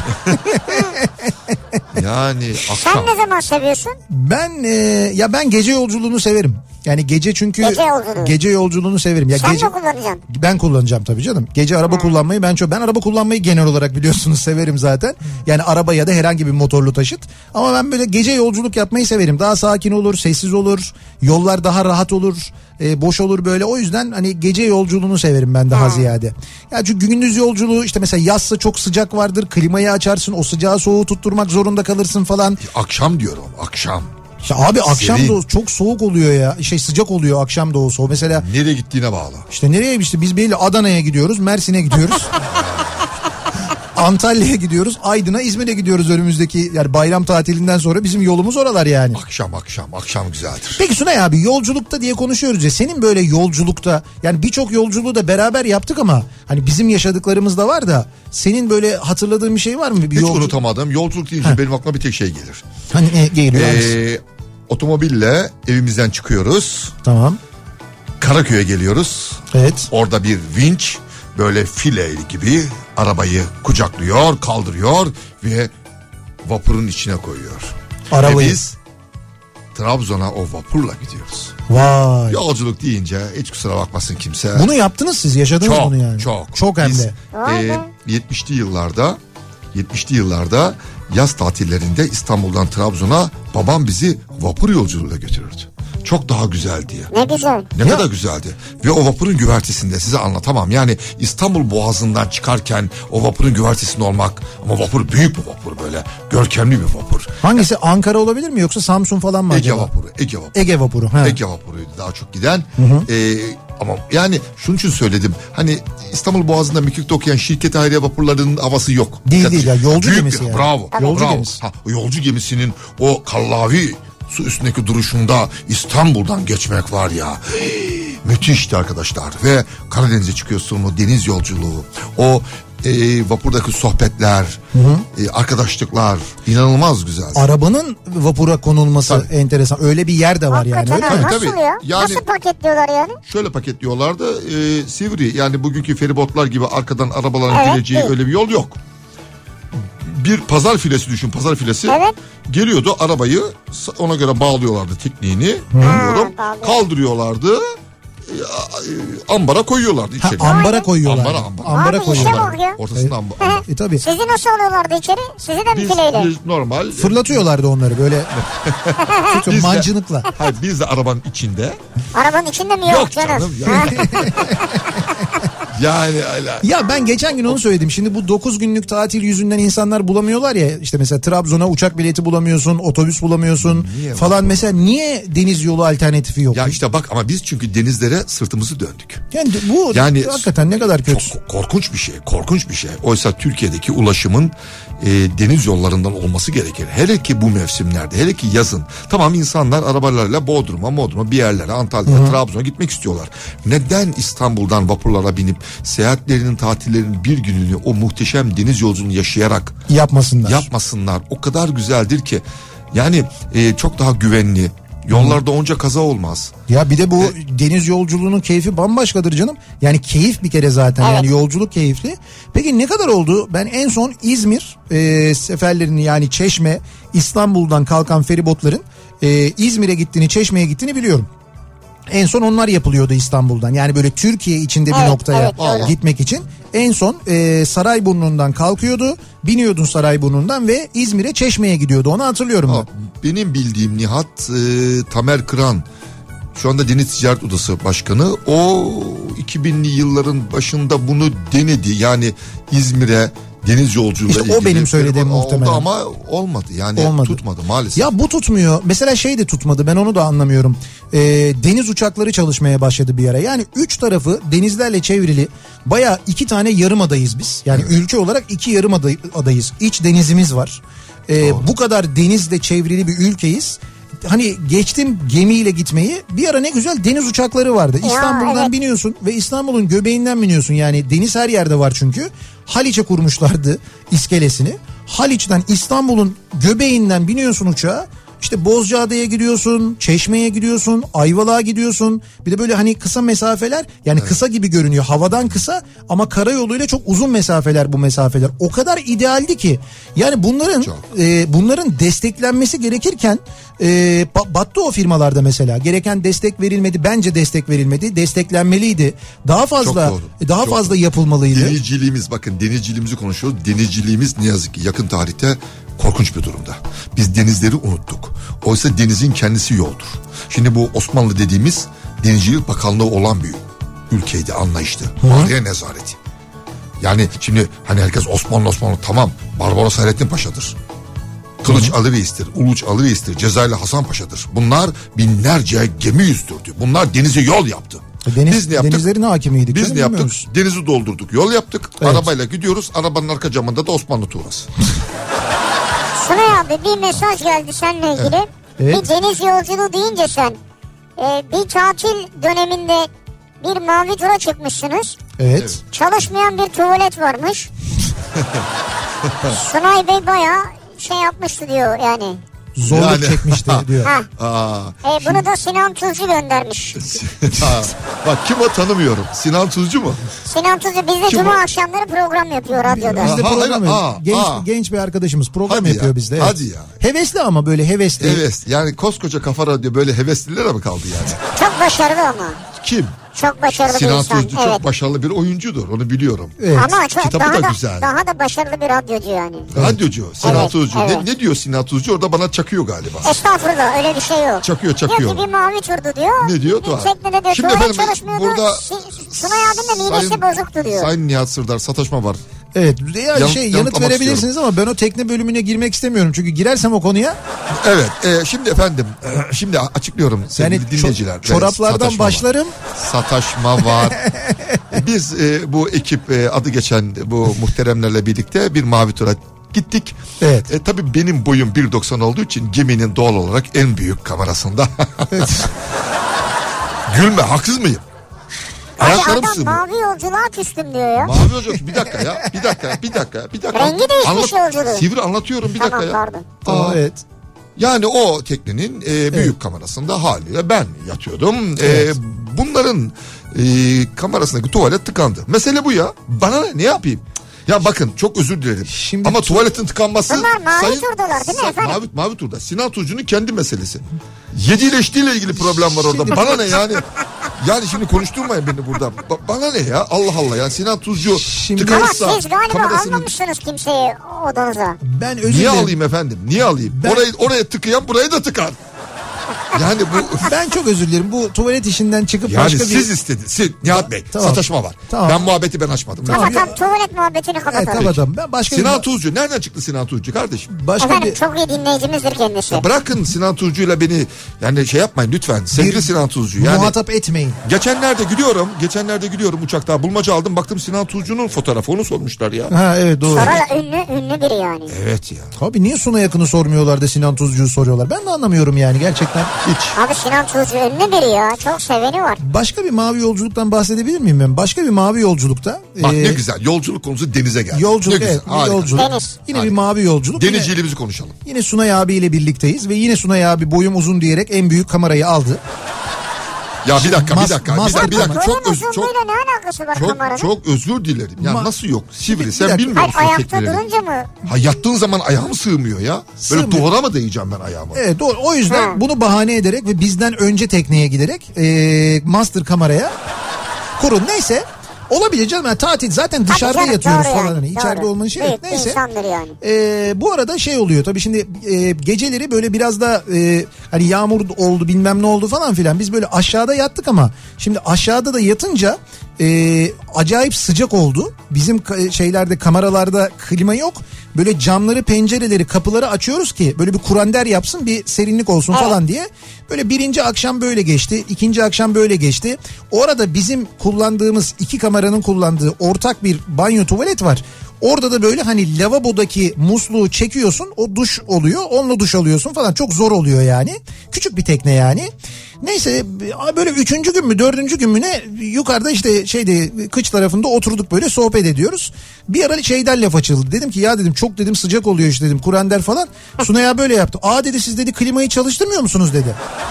Yani Sen akşam. ne zaman seviyorsun? Ben e, ya ben gece yolculuğunu severim. Yani gece çünkü Gece yolculuğu. gece yolculuğunu severim. Ya Sen gece de kullanacaksın. ben kullanacağım tabii canım. Gece araba kullanmayı ben çok ben araba kullanmayı genel olarak biliyorsunuz severim zaten. Yani araba ya da herhangi bir motorlu taşıt. Ama ben böyle gece yolculuk yapmayı severim. Daha sakin olur, sessiz olur. Yollar daha rahat olur. E, boş olur böyle. O yüzden hani gece yolculuğunu severim ben daha ziyade. Ya çünkü gündüz yolculuğu işte mesela yazsa çok sıcak vardır. Klimayı açarsın. O sıcağı soğuğu tutturmak zorunda kalırsın falan. Akşam diyorum akşam. Ya abi akşam Serin. da çok soğuk oluyor ya. Şey sıcak oluyor akşam da olsa. O mesela Nereye gittiğine bağlı. işte nereye işte biz belli Adana'ya gidiyoruz, Mersin'e gidiyoruz. Antalya'ya gidiyoruz, Aydın'a, İzmir'e gidiyoruz önümüzdeki yani bayram tatilinden sonra bizim yolumuz oralar yani. Akşam akşam akşam güzeldir. Peki Sunay abi yolculukta diye konuşuyoruz ya senin böyle yolculukta yani birçok yolculuğu da beraber yaptık ama hani bizim yaşadıklarımız da var da senin böyle hatırladığın bir şey var mı? Bir Hiç yolcu- unutamadım. Yolculuk deyince Heh. benim aklıma bir tek şey gelir. Hani ne geliyor? hangisi? Ee, otomobille evimizden çıkıyoruz. Tamam. Karaköy'e geliyoruz. Evet. Orada bir vinç böyle file gibi arabayı kucaklıyor, kaldırıyor ve vapurun içine koyuyor. Arabayı. Ve biz Trabzon'a o vapurla gidiyoruz. Vay. Yolculuk deyince hiç kusura bakmasın kimse. Bunu yaptınız siz yaşadınız çok, bunu yani. çok. Çok hem Biz, de. Vay e, be. yetmişli yıllarda yetmişli yıllarda yaz tatillerinde İstanbul'dan Trabzon'a babam bizi vapur yolculuğuyla götürürdü. Çok daha güzeldi ya. Ne güzel. Ne kadar güzeldi. Ve o vapurun güvertesinde size anlatamam. Yani İstanbul Boğazı'ndan çıkarken o vapurun güvertesinde olmak. Ama vapur büyük bir vapur böyle. Görkemli bir vapur. Hangisi Ankara olabilir mi yoksa Samsun falan mı Ege acaba? vapuru. Ege vapuru. Ege vapuru. Ha. Ege vapuruydu daha çok giden. Ee, ama yani şunun için söyledim. Hani İstanbul Boğazı'nda mekikte okuyan şirket ayrı vapurlarının havası yok. Değil, Dikkat değil ya, edin. yolcu Büyük gemisi bir- yani. Bravo. Yolcu bravo. gemisi. Ha, o yolcu gemisinin o kallavi su üstündeki duruşunda İstanbul'dan geçmek var ya. Müthişti arkadaşlar. Ve Karadeniz'e çıkıyorsun, o deniz yolculuğu. O e, vapurdaki sohbetler, e, arkadaşlıklar inanılmaz güzel. Arabanın vapura konulması Tabii. enteresan. Öyle bir yer de var yani Hakikaten öyle ha, mi? nasıl Tabii. ya? Yani- Nasıl paketliyorlar yani? Şöyle paketliyorlar da e, sivri yani bugünkü feribotlar gibi arkadan arabaların Evet, gireceği evet. öyle bir yol yok. bir pazar filesi düşün, pazar filesi. Evet. Geliyordu, arabayı ona göre bağlıyorlardı tekniğini. Bilmiyorum. Ha, kaldırıyorlardı. Ambara koyuyorlardı içeri. Ha, ambara koyuyorlar. Ambara, ambara. Ambara Abi koyuyorlar. işe bak ya. Ortasında Hı. ambara. E tabii. Sizi nasıl alıyorlardı içeri? Sizi de mi Biz, fileyle? biz normal. Fırlatıyorlardı onları böyle. Tutun Biz de- mancınıkla. Hayır, biz de arabanın içinde. Arabanın içinde mi? Yok, Yok canım. canım, yok. Yani ala. Ya ben geçen gün onu söyledim. Şimdi bu dokuz günlük tatil yüzünden insanlar bulamıyorlar ya. İşte mesela Trabzon'a uçak bileti bulamıyorsun, otobüs bulamıyorsun Niye falan. Mesela niye deniz yolu alternatifi yok? Ya işte bak, ama biz çünkü denizlere sırtımızı döndük. Yani bu Yani hakikaten ne kadar kötü. Çok korkunç bir şey, korkunç bir şey. Oysa Türkiye'deki ulaşımın e, deniz yollarından olması gerekir. Hele ki bu mevsimlerde, hele ki yazın. Tamam, insanlar arabalarla Bodrum'a, Bodrum'a bir yerlere, Antalya'ya, Trabzon'a gitmek istiyorlar. Neden İstanbul'dan vapurlara binip seyahatlerinin, tatillerinin bir gününü o muhteşem deniz yolculuğunu yaşayarak Yapmasınlar. yapmasınlar? O kadar güzeldir ki. Yani e, çok daha güvenli. Yollarda onca kaza olmaz. Ya bir de bu deniz yolculuğunun keyfi bambaşkadır canım. Yani keyif bir kere zaten. Evet. Yani yolculuk keyifli. Peki ne kadar oldu? Ben en son İzmir e, seferlerini, yani Çeşme, İstanbul'dan kalkan feribotların e, İzmir'e gittiğini, Çeşme'ye gittiğini biliyorum. En son onlar yapılıyordu İstanbul'dan. Yani böyle Türkiye içinde bir Evet, noktaya evet, doğru. gitmek için. En son e, Sarayburnu'ndan kalkıyordu. Biniyordun Sarayburnu'ndan ve İzmir'e, Çeşme'ye gidiyordu. Onu hatırlıyorum ben. Aa, benim bildiğim Nihat e, Tamer Kıran, şu anda Deniz Ticaret Odası Başkanı, o iki binli yılların başında bunu denedi. Yani İzmir'e deniz yolculuğuyla İşte o ilgili benim söylediğim oldu muhtemelen. ama olmadı. Yani Olmadı. tutmadı maalesef. Ya bu tutmuyor. Mesela şey de tutmadı, ben onu da anlamıyorum. Ee, deniz uçakları çalışmaya başladı bir ara. Yani üç tarafı denizlerle çevrili baya iki tane yarım adayız biz. Yani Evet. ülke olarak iki yarım aday, adayız. İç denizimiz var. Ee, bu kadar denizle çevrili bir ülkeyiz. Hani geçtim gemiyle gitmeyi, bir ara ne güzel deniz uçakları vardı. Ya, İstanbul'dan evet. biniyorsun ve İstanbul'un göbeğinden biniyorsun. Yani deniz her yerde var çünkü. Haliç'e kurmuşlardı iskelesini. Haliç'ten, İstanbul'un göbeğinden biniyorsun uçağa. İşte Bozcaada'ya gidiyorsun, Çeşme'ye gidiyorsun, Ayvalık'a gidiyorsun. Bir de böyle hani kısa mesafeler, yani evet. Kısa gibi görünüyor. Havadan kısa ama karayoluyla çok uzun mesafeler bu mesafeler. O kadar idealdi ki. Yani bunların e, bunların desteklenmesi gerekirken e, battı o firmalarda mesela. Gereken destek verilmedi. Bence destek verilmedi. Desteklenmeliydi. Daha fazla daha çok fazla doğru. yapılmalıydı. Denizciliğimiz, bakın denizciliğimizi konuşuyoruz. Denizciliğimiz ne yazık ki yakın tarihte korkunç bir durumda. Biz denizleri unuttuk. Oysa denizin kendisi yoldur. Şimdi bu Osmanlı dediğimiz Denizcilik Bakanlığı olan bir ülkeydi, anlayıştı. Maliye nezareti. Yani şimdi hani herkes Osmanlı Osmanlı tamam. Barbaros Hayrettin Paşa'dır. Kılıç Ali Reis'tir, Uluç Ali Reis'tir, Cezayirli Hasan Paşa'dır. Bunlar binlerce gemi yüzdürdü. Bunlar denize yol yaptı. Deniz, Biz ne yaptık? Denizlerin hakimiydik. Biz ne yaptık? Denizi doldurduk, yol yaptık. Evet. Arabayla gidiyoruz. Arabanın arka camında da Osmanlı tuğrası. Sunay abi, bir mesaj geldi seninle ilgili. Evet. Evet. Bir deniz yolculuğu deyince sen e, bir tatil döneminde bir mavi tura çıkmışsınız. Evet. Evet. Çalışmayan bir tuvalet varmış. Sunay Bey bayağı şey yapmıştı diyor yani. Zorluk yani, çekmişti diyor. Aa, e, bunu da Sinan Tuzcu göndermiş. ha, bak kim o, tanımıyorum. Sinan Tuzcu mu? Sinan Tuzcu bizde Kim cuma o? akşamları program yapıyor radyoda. Bizde Aha, program evet. yapıyor. Aa, Genç, aa. genç bir arkadaşımız program Hadi yapıyor ya, bizde. Evet. hadi ya. Hevesli ama böyle hevesli. Evet, yani koskoca Kafa Radyo böyle heveslilere mi kaldı yani? Çok başarılı ama. Kim? Çok başarılı Sinan bir insan. Tuzcu Evet. çok başarılı bir oyuncudur, onu biliyorum. Evet. Ama çok, Kitabı daha da da, güzel. daha da başarılı bir radyocu yani. Radyocu Sinan Evet, Tuzcu. evet. Ne, ne diyor Sinan Tuzcu? Orada bana çakıyor galiba. Estağfurullah, öyle bir şey yok. Çakıyor çakıyor. Diyor ki bir mavi turdu diyor. Ne diyor? Bir Tuval. teknede diyor Şimdi tuvalet efendim, çalışmıyordu. burada Si- Sunay abinin de midesi Sayın- bozuktu diyor. Sayın Nihat Sırdar, sataşma var. Evet. Yani Yanıt- şey yanıt yanıtlamak verebilirsiniz ama ben o tekne bölümüne girmek istemiyorum. Çünkü girersem o konuya Evet, e, şimdi efendim, e, şimdi açıklıyorum sevgili yani dinleyiciler. ço- çoraplardan Sataşma başlarım. Var. Sataşma var. Biz e, bu ekip e, adı geçen bu muhteremlerle birlikte bir mavi tura gittik. Evet. E, tabii benim boyum bir doksan olduğu için geminin doğal olarak en büyük kamerasında. Gülme, haksız mıyım? Abi Ayaklarım adam sığmıyor. mavi yolculuğa küstüm diyor ya. Mavi yolculuk, bir dakika ya, bir dakika, bir dakika, bir dakika. Rengi değişmiş yolculuğun. Sivri anlatıyorum, bir Tamam, dakika ya. pardon. Aa, evet. Yani o teknenin e, büyük evet. kamerasında haliyle ben yatıyordum. Evet. E, bunların e, kamerasındaki tuvalet tıkandı. Mesele bu ya. Bana ne, ne yapayım? Ya bakın çok özür dilerim. Şimdi ama tu- tuvaletin tıkanması... Bunlar mavi sayın- turdalar değil mi Sa- efendim? Mavi, mavi turda. Sinan Tuzcu'nun kendi meselesi. Yediğiyle içtiğiyle ilgili problem var orada. Şimdi- Bana ne yani? Yani şimdi konuşturmayın beni burada. Ba- bana ne ya? Allah Allah ya. Sinan Tuzcu Şimdi- Ama tıkanırsa... siz galiba kamerasını- almamışsınız kimseyi odanıza. Ben özür Niye dilerim. alayım efendim? Niye alayım? Ben- Orayı, oraya tıkayan burayı da tıkar. Yani bu... Ben çok özür dilerim. Bu tuvalet işinden çıkıp Yani başka siz bir... istediniz. Siz, Nihat Bey, Tamam. sataşma var. Tamam. Ben muhabbeti ben açmadım. Tamam. Ama ya- tam tuvalet muhabbetini Evet, kapatalım. kapatalım. Ben başka Sinan bir... Tuzcu. Nereden çıktı Sinan Tuzcu kardeşim? Başka Efendim bir... çok iyi dinleyicimizdir kendisi. Ya bırakın Sinan Tuzcu'yla beni yani şey yapmayın lütfen. Sevgili Bir Sinan Tuzcu. Yani Muhatap etmeyin. geçenlerde gidiyorum. Geçenlerde gidiyorum uçakta. Bulmaca aldım. Baktım Sinan Tuzcu'nun fotoğrafı. Onu sormuşlar ya. Ha evet doğru. Sonra da ünlü ünlü biri yani. Evet ya. Abi niye Suna Yakın'ı sormuyorlar da Sinan Tuzcu'yu soruyorlar? Ben de anlamıyorum yani gerçekten. Hiç. Abi Sinan Tuzcu ünlü biri ya. Çok seveni var. Başka bir mavi yolculuktan bahsedebilir miyim ben? Başka bir mavi yolculukta. Bak e, ne güzel. Yolculuk konusu denize geldi. Yolculuk ne güzel. evet bir harika. yolculuk. Deniz. Yine Harika. bir mavi yolculuk. Yine, Denizciliğimizi konuşalım. yine Sunay abiyle birlikteyiz ve yine Sunay abi boyum uzun diyerek en büyük kamerayı aldı. Ya bir dakika Mas- bir dakika. mas- bir dakika, bir dakika. Boyun Çok, öz, çok, uzunluğuyla ne alakası var çok, kameranın? çok özür dilerim. Ya Ma- nasıl yok? Sivri. Bir Sen dakika. bilmiyor Hayır musun ayakta tekneleri? durunca mı? Ha, yattığın zaman ayağım sığmıyor ya. Böyle Sığmıyor. duvara mı değeceğim ben ayağımı? Evet o, o yüzden Ha. bunu bahane ederek ve bizden önce tekneye giderek e, master kameraya kurun. Neyse olabilir canım yani tatil zaten dışarıda Tabii canım, yatıyoruz doğru falan yani, hani içeride doğru. olmanın şey Büyük yok. bir Neyse. insandır yani. Ee, bu arada şey oluyor tabii şimdi e, geceleri böyle biraz da e, hani yağmur oldu bilmem ne oldu falan filan biz böyle aşağıda yattık ama şimdi aşağıda da yatınca e, acayip sıcak oldu. Bizim ka- şeylerde kameralarda klima yok. Böyle camları pencereleri kapıları açıyoruz ki böyle bir kurander yapsın bir serinlik olsun Evet. falan diye. Böyle birinci akşam böyle geçti ikinci akşam böyle geçti. Orada bizim kullandığımız iki kameranın kullandığı ortak bir banyo tuvalet var. Orada da böyle hani lavabodaki musluğu çekiyorsun o duş oluyor onunla duş alıyorsun falan çok zor oluyor yani. Küçük bir tekne yani. Neyse böyle üçüncü gün mü dördüncü gün mü ne yukarıda işte şeyde kıç tarafında oturduk böyle sohbet ediyoruz. Bir ara şeyden laf açıldı dedim ki ya dedim çok dedim sıcak oluyor işte dedim kurender falan. Sunay'a böyle yaptı. Aa dedi siz dedi klimayı çalıştırmıyor musunuz dedi.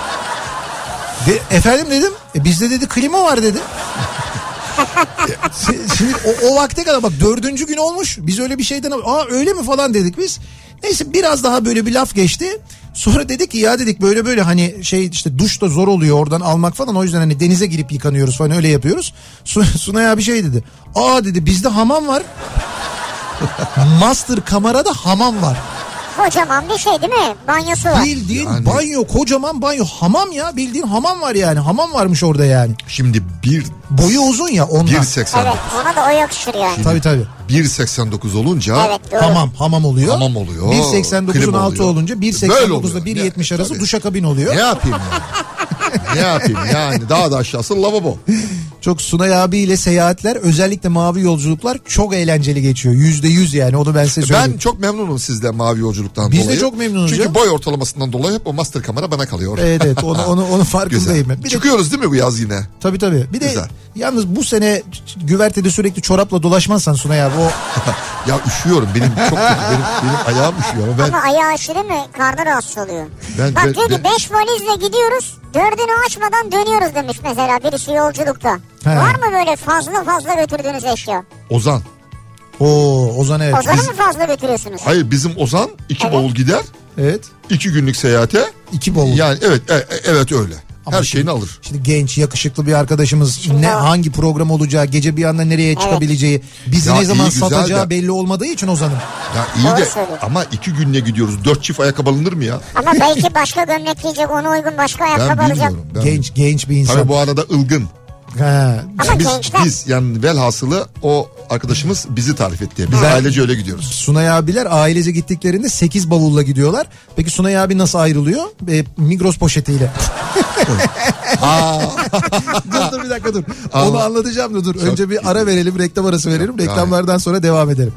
De, efendim dedim e, bizde dedi klima var dedi. Şimdi o, o vakte kadar bak dördüncü gün olmuş biz öyle bir şeyden aa öyle mi falan dedik biz. Neyse biraz daha böyle bir laf geçti. Sonra dedik ki ya dedik böyle böyle hani şey işte duş da zor oluyor oradan almak falan o yüzden hani denize girip yıkanıyoruz falan öyle yapıyoruz. Sunay abi şey dedi. Aa dedi bizde hamam var. Master kamerada hamam var. Kocaman bir şey değil mi? Banyosu var. Bildiğin Yani- banyo kocaman banyo hamam ya bildiğin hamam var yani hamam varmış orada yani. Şimdi bir Boyu uzun ya ondan. bir seksen Evet dokuz. ona da o yakışır yani. Tabii tabii. bir seksen dokuz olunca Evet doğru. Hamam hamam oluyor. Hamam oluyor. bir seksen dokuzun Klima altı oluyor. olunca bir Böyle seksen dokuzla oluyor. bir Ne- yetmiş arası tabii. duşakabin oluyor. Ne yapayım yani? Ne yapayım yani daha da aşağısı lavabo. Çok Sunay abiyle seyahatler özellikle mavi yolculuklar çok eğlenceli geçiyor. Yüzde yüz yani onu ben size söyleyeyim. Ben çok memnunum sizden mavi yolculuktan Biz de dolayı. çok memnunuz Çünkü ya. boy ortalamasından dolayı hep o master kamera bana kalıyor. Evet evet onu, onu, onun Güzel. farkındayım ben. Bir de, Çıkıyoruz değil mi bu yaz yine? tabii tabii. Bir de Güzel. yalnız bu sene güvertede sürekli çorapla dolaşmazsan Sunay abi o Ya üşüyorum benim çok kötü benim, benim ayağım üşüyor ama ben Ama ayağı aşırı mı karnı rahatsız oluyor. Ben- Bak ben- diyor ki ben- beş valizle gidiyoruz dördünü açmadan dönüyoruz demiş mesela birisi yolculukta. He. Var mı böyle fazla fazla götürdüğünüz eşya? Ozan. o Ozan evet. Ozan'ı Biz- mı fazla götürüyorsunuz? Hayır bizim Ozan iki Evet. bavul gider evet. iki günlük seyahate. İki bavul. Yani evet e- e- evet öyle. Ama Her şimdi- şeyini alır. Şimdi genç yakışıklı bir arkadaşımız ne o- hangi program olacağı gece bir anda nereye çıkabileceği bizi Ya ne zaman iyi, güzel satacağı de- belli olmadığı için Ozan'ın. Ya iyi Doğru de söylüyor. ama iki günle gidiyoruz. Dört çift ayakkabı alınır mı ya? Ama belki başka gömlek giyecek ona uygun başka Ben ayakkabı alacak. bilmiyorum. Ben Genç genç bir insan. Tabii bu arada ılgın. Ha. Ama Biz, gençler biz yani velhasılı o arkadaşımız bizi tarif etti. Biz Ben- ailece öyle gidiyoruz. Sunay abiler ailece gittiklerinde sekiz bavulla gidiyorlar. Peki Sunay abi nasıl ayrılıyor? E, Migros poşetiyle. dur dur bir dakika dur. Onu anlatacağım da dur. Önce bir ara verelim, reklam arası verelim. Reklamlardan sonra devam edelim.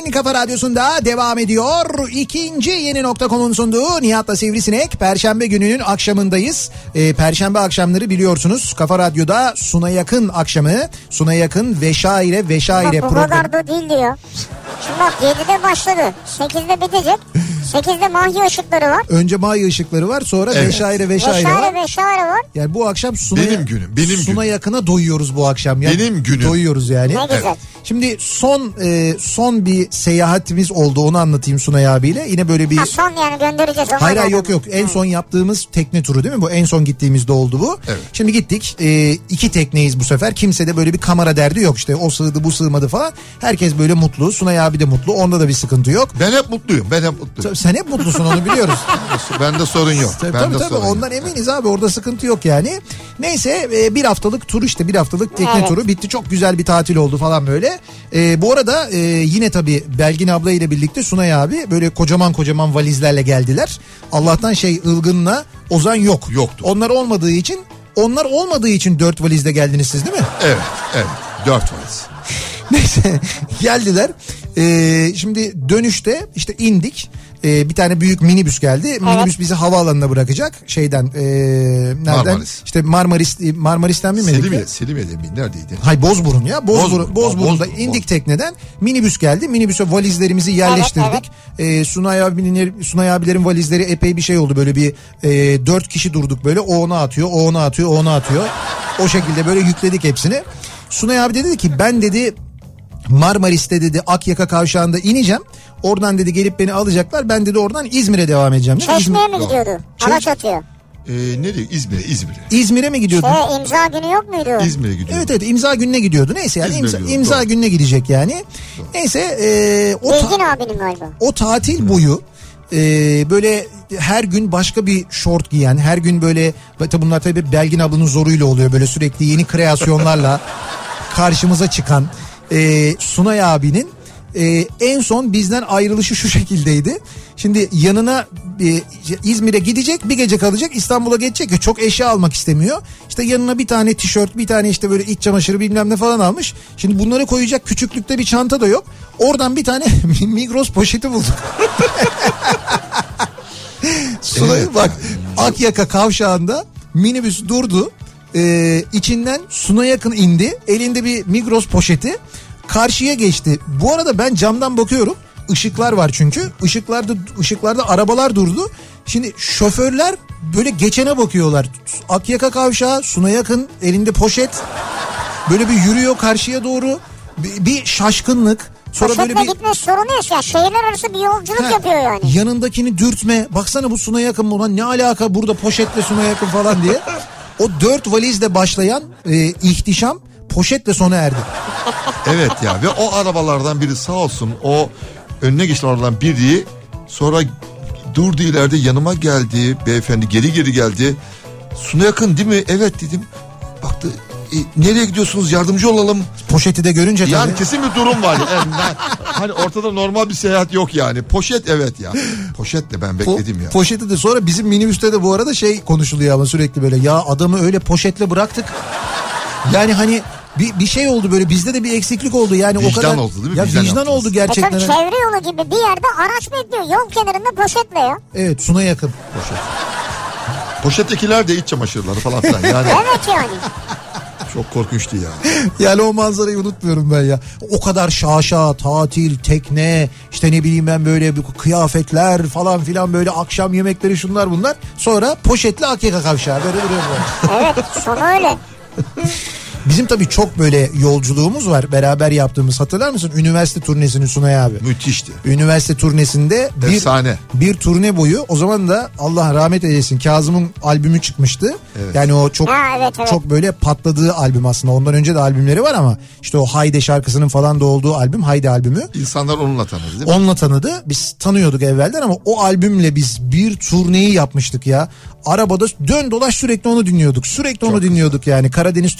Modern Kafa Radyosu'nda devam ediyor. İkinci yeni nokta com'un sunduğu Nihat'la Sivrisinek. Perşembe gününün akşamındayız. Ee, Perşembe akşamları biliyorsunuz Kafa Radyo'da Suna Yakın akşamı. Suna Yakın Veşaire Veşaire bak, bu programı. kadar da değil diyor. Şimdi bak yedide başladı. sekizde bitecek. sekizde Mahya ışıkları var. Önce Mahya ışıkları var, sonra evet. Veşaire Veşaire var. Veşaire Veşaire var. Yani bu akşam Suna, benim günüm, benim Suna günüm. Yakın'a doyuyoruz bu akşam. Yani benim günüm. Doyuyoruz yani. Ne güzel. Evet. Şimdi son e, son bir seyahatimiz oldu, onu anlatayım Sunay abiyle. Yine böyle bir... Ha, son yani göndereceğiz. Hayır hayır yok yok en son yaptığımız tekne turu değil mi? Bu en son gittiğimizde oldu bu. Evet. Şimdi gittik e, iki tekneyiz bu sefer. Kimse de böyle bir kamera derdi yok, işte o sığdı bu sığmadı falan. Herkes böyle mutlu. Sunay abi de mutlu, onda da bir sıkıntı yok. Ben hep mutluyum ben hep mutluyum. Sen hep mutlusun, onu biliyoruz. Bende sorun yok. Tabii Bende tabii, tabii. sorun Ondan yok. eminiz abi, orada sıkıntı yok yani. Neyse e, bir haftalık tur işte, bir haftalık tekne Evet. turu bitti, çok güzel bir tatil oldu falan böyle. E, bu arada e, yine tabii Belgin abla ile birlikte Sunay abi böyle kocaman kocaman valizlerle geldiler. Allah'tan şey Ilgın'la Ozan yok. Yoktu. Onlar olmadığı için onlar olmadığı için dört valizle geldiniz siz değil mi? Evet evet dört valiz. Neyse geldiler. Ee, şimdi dönüşte işte indik. Ee, bir tane büyük minibüs geldi. Evet. Minibüs bizi havaalanına bırakacak. Şeyden e, nereden? Marmaris. İşte Marmaris Marmaris'ten mi indik? Selimiye, Selimiye'de mi? Neredeydi? Hay Bozburun ya. Bozburun, Bozburun. Bozburun'da Bozburun, indik Bozburun. tekneden. Minibüs geldi. Minibüse valizlerimizi yerleştirdik. Evet, evet. Ee, Sunay abinin Sunay abilerin valizleri epey bir şey oldu. Böyle bir e, dört kişi durduk böyle. O ona atıyor, o ona atıyor, o ona atıyor. O şekilde böyle yükledik hepsini. Sunay abi dedi ki ben dedi Marmaris'te dedi Akyaka kavşağında ineceğim. Oradan dedi gelip beni alacaklar. Ben dedi oradan İzmir'e devam edeceğim. Çeşme'ye mi gidiyordu? Çeş- Alaçatı'ya. Ee, nereye? İzmir'e, İzmir'e. İzmir'e mi gidiyordu? Şey, imza günü yok muydu? İzmir'e gidiyordu. Evet evet, imza gününe gidiyordu. Neyse yani İzmir'e imza, gidiyordu, imza doğru. gününe gidecek yani. Doğru. Neyse e, o, ta- Bilgin abinin galiba. o tatil boyu e, böyle her gün başka bir şort giyen, her gün böyle, tabi bunlar tabii Belgin ablanın zoruyla oluyor, böyle sürekli yeni kreasyonlarla karşımıza çıkan e, Sunay abinin e, en son bizden ayrılışı şu şekildeydi. Şimdi yanına e, İzmir'e gidecek, bir gece kalacak, İstanbul'a geçecek ya, çok eşya almak istemiyor. İşte yanına bir tane tişört, bir tane işte böyle iç çamaşırı bilmem ne falan almış. Şimdi bunları koyacak küçüklükte bir çanta da yok. Oradan bir tane Migros poşeti bulduk. Sunay Evet. bak, Akyaka kavşağında minibüs durdu. Ee, içinden Suna Yakın indi. Elinde bir Migros poşeti. Karşıya geçti. Bu arada ben camdan bakıyorum. Işıklar var çünkü. Işıklarda ışıklarda arabalar durdu. Şimdi şoförler böyle geçene bakıyorlar. Akyaka kavşağı, Suna Yakın elinde poşet. Böyle bir yürüyor karşıya doğru. Bir, bir şaşkınlık. Sonra Poşetle böyle bir gitme sorunu yok ya. Şehirler arası bir yolculuk Ha, yapıyor yani. yanındakini dürtme. Baksana bu Suna Yakın mı ulan, ne alaka burada poşetle Suna Yakın falan diye. O dört valizle başlayan e, ihtişam poşetle sona erdi. Evet ya, ve o arabalardan biri sağ olsun, o önüne geçen oradan biri sonra durdu ileride, yanıma geldi beyefendi, geri geri geldi. Suna Yakın değil mi? Evet dedim. Baktı, e, nereye gidiyorsunuz, yardımcı olalım. Poşeti de görünce tabii. Yani kesin bir durum var. Yani ben, hani ortada normal bir seyahat yok yani. Poşet, evet ya. Poşetle ben bekledim Po- ya. Poşeti de sonra bizim minibüste de bu arada şey konuşuluyor ama sürekli böyle, ya adamı öyle poşetle bıraktık. Yani hani bir, bir şey oldu böyle, bizde de bir eksiklik oldu yani. Vicdan o kadar oldu değil mi? Ya Vicdan vicdan yaptınız. oldu E gerçekten. tabii çevre yolu gibi bir yerde araç bekliyor. Yol kenarında poşetle ya. Evet, Suna Yakın. Poşet. Poşettekiler de iç çamaşırları falan filan. Yani Evet yani. çok korkunçtu ya. Yani o manzarayı unutmuyorum ben ya. O kadar şaşa, tatil, tekne, işte ne bileyim ben böyle bir kıyafetler falan filan, böyle akşam yemekleri, şunlar bunlar. Sonra poşetli Akyaka kavşağı böyle duruyor böyle. Evet, sonu öyle. Bizim tabii çok böyle yolculuğumuz var beraber yaptığımız, hatırlar mısın? Üniversite turnesini Sunay abi. Müthişti. Üniversite turnesinde bir, Efsane. bir turne boyu, o zaman da Allah rahmet eylesin Kazım'ın albümü çıkmıştı. Evet. Yani o çok Ha, evet, evet. çok böyle patladığı albüm aslında. Ondan önce de albümleri var ama işte o Hayde şarkısının falan da olduğu albüm, Hayde albümü. İnsanlar onunla tanıdı değil mi? Onunla tanıdı. Biz tanıyorduk evvelden ama o albümle biz bir turneyi yapmıştık ya. Arabada dön dolaş sürekli onu dinliyorduk. Sürekli onu Çok dinliyorduk yani. Karadeniz turnesinde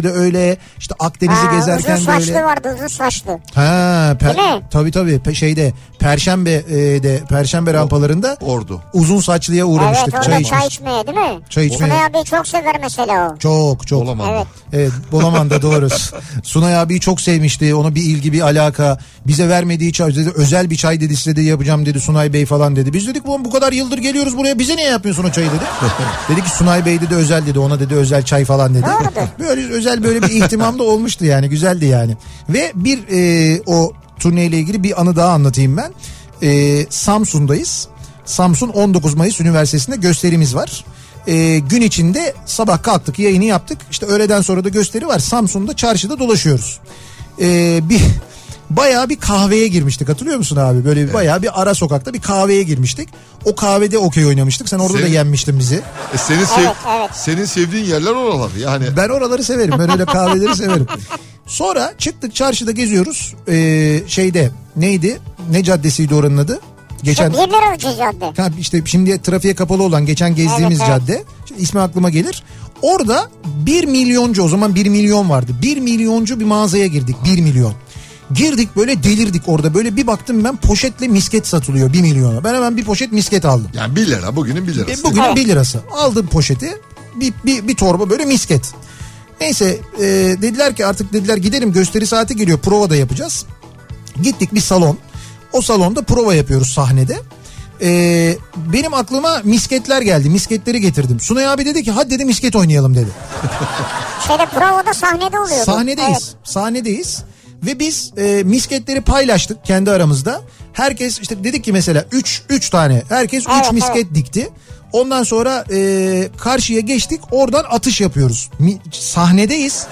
İzmir'de de öyle. İşte Akdeniz'i ha, gezerken de öyle. Uzun saçlı öyle. vardı uzun saçlı. Ha, per, değil mi? Tabii tabii pe, şeyde Perşembe e, de Perşembe rampalarında Ordu. Uzun saçlıya uğramıştık. Evet orada çay, çay içmeye değil mi? Çay içmeye. Sunay abi çok sever mesela o. Çok çok. Bolaman'da. Evet. Evet Bolaman'da doğru. Sunay abiyi çok sevmişti. Ona bir ilgi bir alaka. Bize vermediği çay dedi. Özel bir çay dedi size de yapacağım dedi Sunay Bey falan dedi. Biz dedik bu kadar yıldır geliyoruz buraya bize niye yapmıyorsun o çayı dedik. Dedi ki Sunay Bey dedi özel dedi ona dedi özel çay falan dedi. Doğrudur. Böyle özel böyle bir ihtimam da olmuştu yani güzeldi yani. Ve bir e, o turneyle ilgili bir anı daha anlatayım ben. E, Samsun'dayız. Samsun on dokuz Mayıs Üniversitesi'nde gösterimiz var. Ee, gün içinde sabah kalktık yayını yaptık. İşte öğleden sonra da gösteri var. Samsun'da çarşıda dolaşıyoruz. Ee, bir bayağı bir kahveye girmiştik hatırlıyor musun abi? Böyle evet. Bayağı bir ara sokakta bir kahveye girmiştik. O kahvede okey oynamıştık. Sen orada senin, da yenmiştin bizi. E senin, sev, evet, evet. senin sevdiğin yerler oralar yani. Ben oraları severim. Ben öyle kahveleri severim. Sonra çıktık çarşıda geziyoruz. Ee, şeyde neydi? Ne caddesiydi oranın adı? Geçen, bir liralık cadde. Ha işte şimdi trafiğe kapalı olan geçen gezdiğimiz evet, cadde. Evet. İsmi aklıma gelir. Orada bir milyoncu o zaman bir milyon vardı. Bir milyoncu bir mağazaya girdik. Bir milyon. Girdik böyle delirdik orada. Böyle bir baktım ben poşetle misket satılıyor bir milyona. Ben hemen bir poşet misket aldım. Yani bir lira bugünün bir lirası. Bugünün evet. bir lirası. Aldım poşeti. Bir, bir, bir torba böyle misket. Neyse e, dediler ki artık dediler gidelim gösteri saati geliyor. Prova da yapacağız. Gittik bir salon. O salonda prova yapıyoruz sahnede. Ee, benim aklıma misketler geldi. Misketleri getirdim. Sunay abi dedi ki hadi dedi misket oynayalım dedi. Şeyde provada sahnede oluyordu. Sahnedeyiz. Evet. Sahnedeyiz. Ve biz e, misketleri paylaştık kendi aramızda. Herkes işte dedik ki mesela üç tane. Herkes üç evet, misket evet. dikti. Ondan sonra e, karşıya geçtik. Oradan atış yapıyoruz. Mi, sahnedeyiz.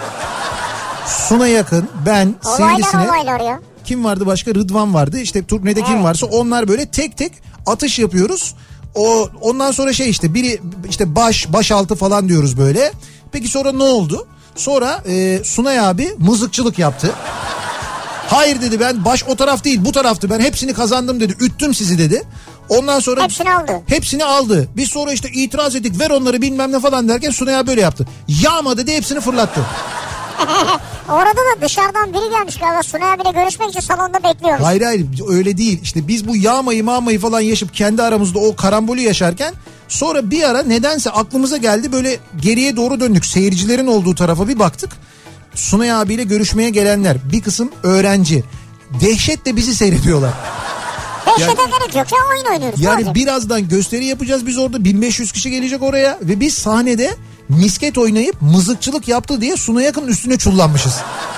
Sunay Akın, ben, Sivrisinek. Olaylar ya. Kim vardı başka? Rıdvan vardı. İşte turnede evet. kim varsa onlar böyle tek tek atış yapıyoruz. O ondan sonra şey işte biri işte baş baş altı falan diyoruz böyle. Peki sonra ne oldu? Sonra e, Sunay abi mızıkçılık yaptı. Hayır dedi ben baş o taraf değil bu taraftı ben hepsini kazandım dedi. Üttüm sizi dedi. Ondan sonra hepsini aldı. Hepsini aldı. Biz sonra işte itiraz ettik ver onları bilmem ne falan derken Sunay abi böyle yaptı. Yağma dedi hepsini fırlattı. Orada da dışarıdan biri gelmiş galiba Sunay abiyle görüşmek için salonda bekliyormuş. Hayır hayır öyle değil. İşte biz bu yağmayı mağmayı falan yaşayıp kendi aramızda o karambolü yaşarken sonra bir ara nedense aklımıza geldi böyle geriye doğru döndük. Seyircilerin olduğu tarafa bir baktık. Sunay abiyle görüşmeye gelenler bir kısım öğrenci. Dehşetle bizi seyrediyorlar. Dehşete yani, gerek yok ya oyun oynuyoruz. Yani hadi. Birazdan gösteri yapacağız biz orada bin beş yüz kişi gelecek oraya ve biz sahnede misket oynayıp mızıkçılık yaptı diye Sunay Akın'ın üstüne çullanmışız.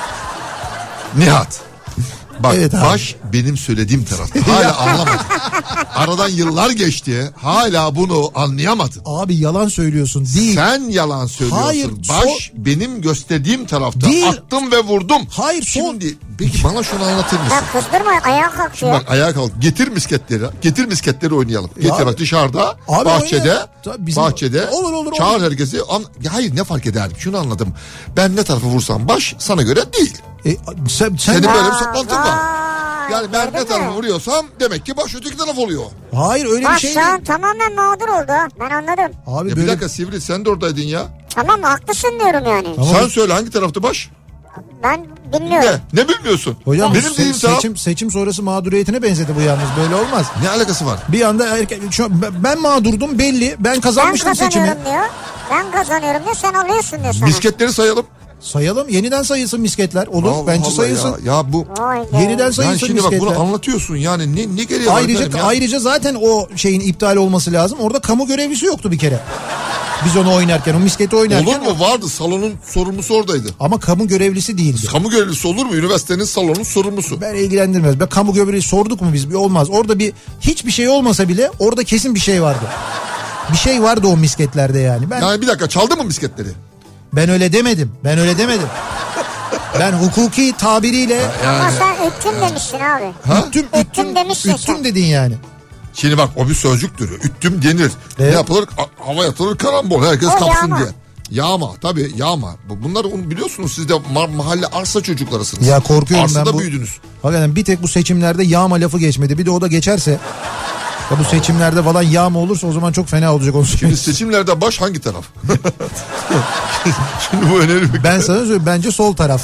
Nihat. Bak evet baş benim söylediğim tarafta. Hala anlamadım. Aradan yıllar geçti. Hala bunu anlayamadın. Abi yalan söylüyorsun. Değil. Sen yalan söylüyorsun. Hayır, baş so- benim gösterdiğim tarafta. Değil. Attım ve vurdum. Hayır. Şimdi so- peki bana şunu anlatır mısın? Ya kızdırma ayağa kalk ya. Bak ayağa kalk. Getir misketleri. Getir misketleri oynayalım. Ya, getir bak dışarıda. Abi bahçede. Bizim... Bahçede. Olur olur. Çağır olur. Herkesi. An- Hayır ne fark eder? Şunu anladım. Ben ne tarafa vursam baş sana göre değil. E, sen, sen Senin aa, böyle bir saplantın var. Yani ben ne tarafa mi? vuruyorsam demek ki baş öteki taraf oluyor. Hayır öyle baş bir şey değil. Baş tamamen mağdur oldu ha. Ben anladım. Abi ya böyle... Bir dakika Sivri sen de oradaydın ya. Tamam haklısın diyorum yani. Tamam. Sen söyle hangi taraftı baş? Ben bilmiyorum. Ne? Ne bilmiyorsun? Hocam benim se- seçim, taraf... seçim sonrası mağduriyetine benzedi bu yalnız böyle olmaz. Ne alakası var? Bir anda erken, şu, ben mağdurdum belli ben kazanmıştım ben seçimi. Ben kazanıyorum diyor. Ben kazanıyorum diyor sen alıyorsun diyor sana. Misketleri sayalım. Sayalım yeniden sayılsın misketler olur Allah bence Allah sayılsın. Ya, ya bu yeniden sayılsın yani şimdi misketler. Bak bunu anlatıyorsun yani ne ne gereği var? Ayrıca ya? ayrıca zaten o şeyin iptal olması lazım. Orada kamu görevlisi yoktu bir kere. Biz onu oynarken o misketi oynarken. Olur mu vardı salonun sorumlusu oradaydı. Ama kamu görevlisi değildi. Kamu görevlisi olur mu üniversitenin salonun sorumlusu? Ben ilgilendirmez. Ben kamu görevlisi sorduk mu biz bir olmaz. Orada bir hiçbir şey olmasa bile orada kesin bir şey vardı. Bir şey vardı o misketlerde yani. Ben... Yani bir dakika çaldı mı misketleri? Ben öyle demedim. Ben öyle demedim. Ben hukuki tabiriyle... Yani, ama sen üttüm demişsin abi. Ha? Üttüm, üttüm, üttüm demişsin üttüm sen. dedin yani. Şimdi bak o bir sözcüktür. Üttüm denir. Evet. Ne yapılır? Hava atılır karambol. Herkes o kapsın yağma. Diye. Yağma tabii yağma. Bunlar onu biliyorsunuz siz de mahalle arsa çocuklarısınız. Ya korkuyorum Arsada ben bu. büyüdünüz. Hakikaten bir tek bu seçimlerde yağma lafı geçmedi. Bir de o da geçerse... Ya bu seçimlerde falan yağma olursa o zaman çok fena olacak onu. Şimdi seçimlerde baş hangi taraf? Şimdi bu önemli. Ben sana söyleyeyim, bence sol taraf.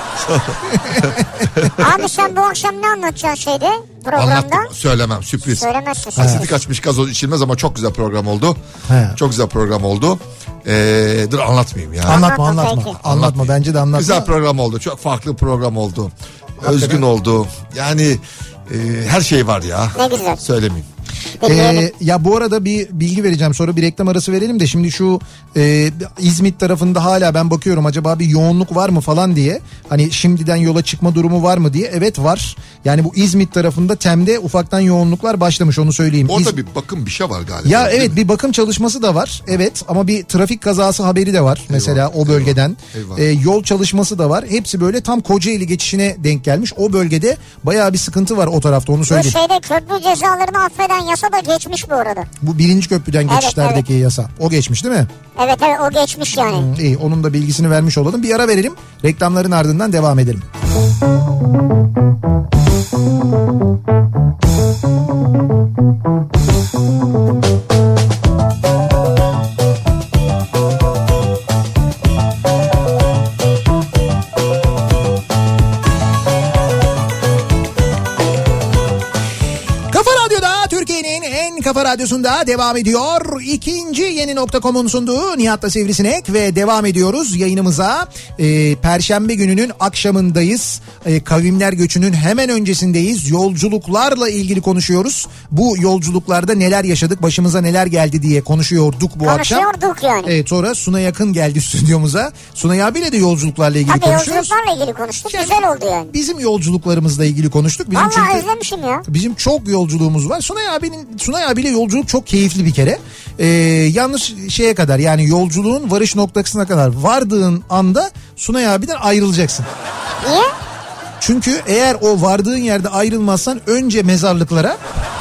Abi sen bu akşam ne anlatacaksın şeyde programda? Anlattım, söylemem, sürpriz. Söylemezsin. Asidi kaçmış gazoz içilmez ama çok güzel program oldu. He. Çok güzel program oldu. Ee, dur anlatmayayım ya. Anlatma Anlatma anlatma. peki. Anlatma bence de anlatma. Güzel program oldu. Çok farklı program oldu. Özgün oldu. Yani e, her şey var ya. Ne güzel. Söylemeyeyim. Ee, ya bu arada bir bilgi vereceğim, sonra bir reklam arası verelim de şimdi şu e, İzmit tarafında hala ben bakıyorum acaba bir yoğunluk var mı falan diye, hani şimdiden yola çıkma durumu var mı diye. Evet var, yani bu İzmit tarafında Tem'de ufaktan yoğunluklar başlamış, onu söyleyeyim. Orada İz... bir bakım bir şey var galiba. Ya evet, bir bakım çalışması da var evet, ama bir trafik kazası haberi de var mesela o bölgeden. eyvah. Ee, yol çalışması da var, hepsi böyle tam Kocaeli geçişine denk gelmiş. O bölgede bayağı bir sıkıntı var o tarafta, onu Bu söyleyeyim. şeyde köprü cezalarını affeden yasa da geçmiş bu arada. Bu birinci köprüden Evet, geçişlerdeki yasa o geçmiş değil mi? Evet evet, o geçmiş yani. Hmm, iyi, onun da bilgisini vermiş olalım. Bir ara verelim, reklamların ardından devam edelim. Kafa Radyosu'nda devam ediyor. İkinci yeni nokta com'un sunduğu Nihat'la Sivrisinek ve devam ediyoruz yayınımıza. Ee, Perşembe gününün akşamındayız. Ee, kavimler göçünün hemen öncesindeyiz. Yolculuklarla ilgili konuşuyoruz. Bu yolculuklarda neler yaşadık, başımıza neler geldi diye konuşuyorduk bu akşam. Konuşuyorduk yani. Evet, sonra Sunay Akın geldi stüdyomuza. Sunay abiyle de yolculuklarla ilgili Tabii konuşuyoruz. yolculuklarla ilgili konuştuk. Yani güzel oldu yani. Bizim yolculuklarımızla ilgili konuştuk. Bizim Vallahi çünkü özlemişim ya. bizim çok yolculuğumuz var. Sunay abinin Sunay abiyle yolculuk çok keyifli bir kere. Ee, yanlış şeye kadar, yani yolculuğun varış noktasına kadar vardığın anda Sunay abiden ayrılacaksın. Niye? Çünkü eğer o vardığın yerde ayrılmazsan önce mezarlıklara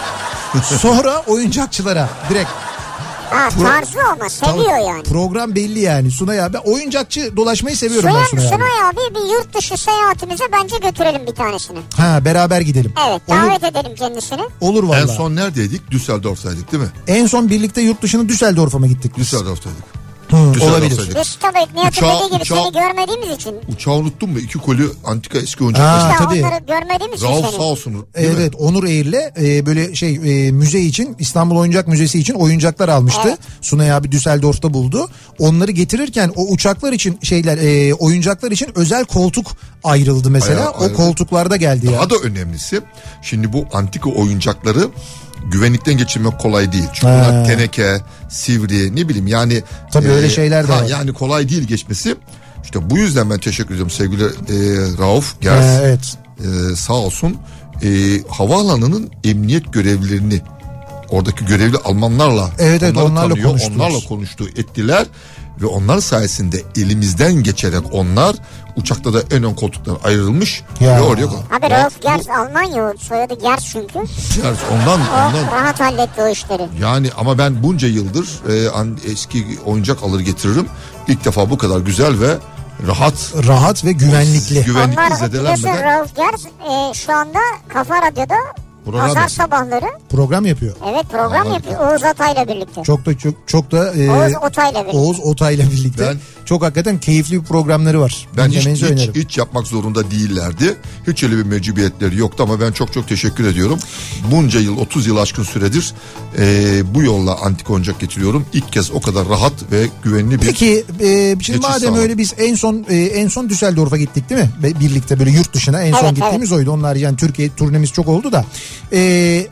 sonra oyuncakçılara direkt. Ha tarzı ama seviyor Tamam, yani. program belli yani. Sunay abi oyuncakçı dolaşmayı seviyorum ben Sunay, Sunay abi. Sunay abi bir yurt dışı seyahatimize bence götürelim bir tanesini. Ha, beraber gidelim. Evet, Olur, davet edelim kendisini. olur vallahi. En son neredeydik? Düsseldorf'taydık değil mi? En son birlikte yurt dışına Düsseldorf'a mı gittik biz? Düsseldorf'taydık. Hı, olabilir. Düsseldorf'taydık. Biz tabii Nihat'ın Uçağı- dediği gibi uçağı- seni görmediğimiz için. Uçağı unuttun mu? İki koli antika eski oyuncaklar. Ha, İşte tabii. onları görmediğimiz için Rauf seni. sağ olsun. değil mi? Evet, Onur Eğir'le e, böyle şey e, müze için, İstanbul Oyuncak Müzesi için oyuncaklar almıştı. Evet. Sunay abi Düsseldorf'ta buldu. Onları getirirken o uçaklar için şeyler e, oyuncaklar için özel koltuk ayrıldı mesela. Ayağı o ayrıldı. koltuklarda geldi ya. Daha da önemlisi, şimdi bu antika oyuncakları güvenlikten geçirmek kolay değil. Çünkü He. bunlar teneke, sivri, ne bileyim yani. Tabii öyle şeyler de ha, var. Yani kolay değil geçmesi. İşte bu yüzden ben teşekkür ediyorum sevgili e, Rauf Gers. Ha, evet. E, sağ olsun e, havaalanının emniyet görevlilerini, oradaki görevli Almanlarla Evet, evet, onları onlarla tanıyor, konuştunuz. onlarla konuştu ettiler ve onlar sayesinde elimizden geçerek onlar uçakta da en ön koltuklar ayrılmış Ya. ve oraya Abi Rauf Gers Almanya, soyadı Gers çünkü. Gers ondan O ondan rahat halletti o işleri. yani ama ben bunca yıldır e, an, eski oyuncak alır getiririm. İlk defa bu kadar güzel ve rahat, Rahat ve güvenlikli. güvenlikli Onlar biliyorsun zedelenmeden Rauf Gers e, şu anda Kafa Radyo'da Program pazar yapıyor. sabahları Program yapıyor. evet program Harika. yapıyor Oğuz Atay'la birlikte. Çok da çok çok da e, Oğuz Otay'la birlikte. Oğuz Otay'la birlikte. Ben- çok hakikaten keyifli bir programları var. ben hiç, Dinlemenizi hiç, öneririm. hiç yapmak zorunda değillerdi. Hiç öyle bir mecburiyetleri yoktu ama ben çok çok teşekkür ediyorum. Bunca yıl, otuz yıl aşkın süredir e, bu yolla antik oyuncak getiriyorum. İlk kez o kadar rahat ve güvenli bir... Peki e, şimdi Geçiş madem sağlam. öyle biz en son e, en son Düsseldorf'a gittik değil mi? Be- Birlikte böyle yurt dışına en son Evet, gittiğimiz oydu. Onlar yani Türkiye turnemiz çok oldu da. E,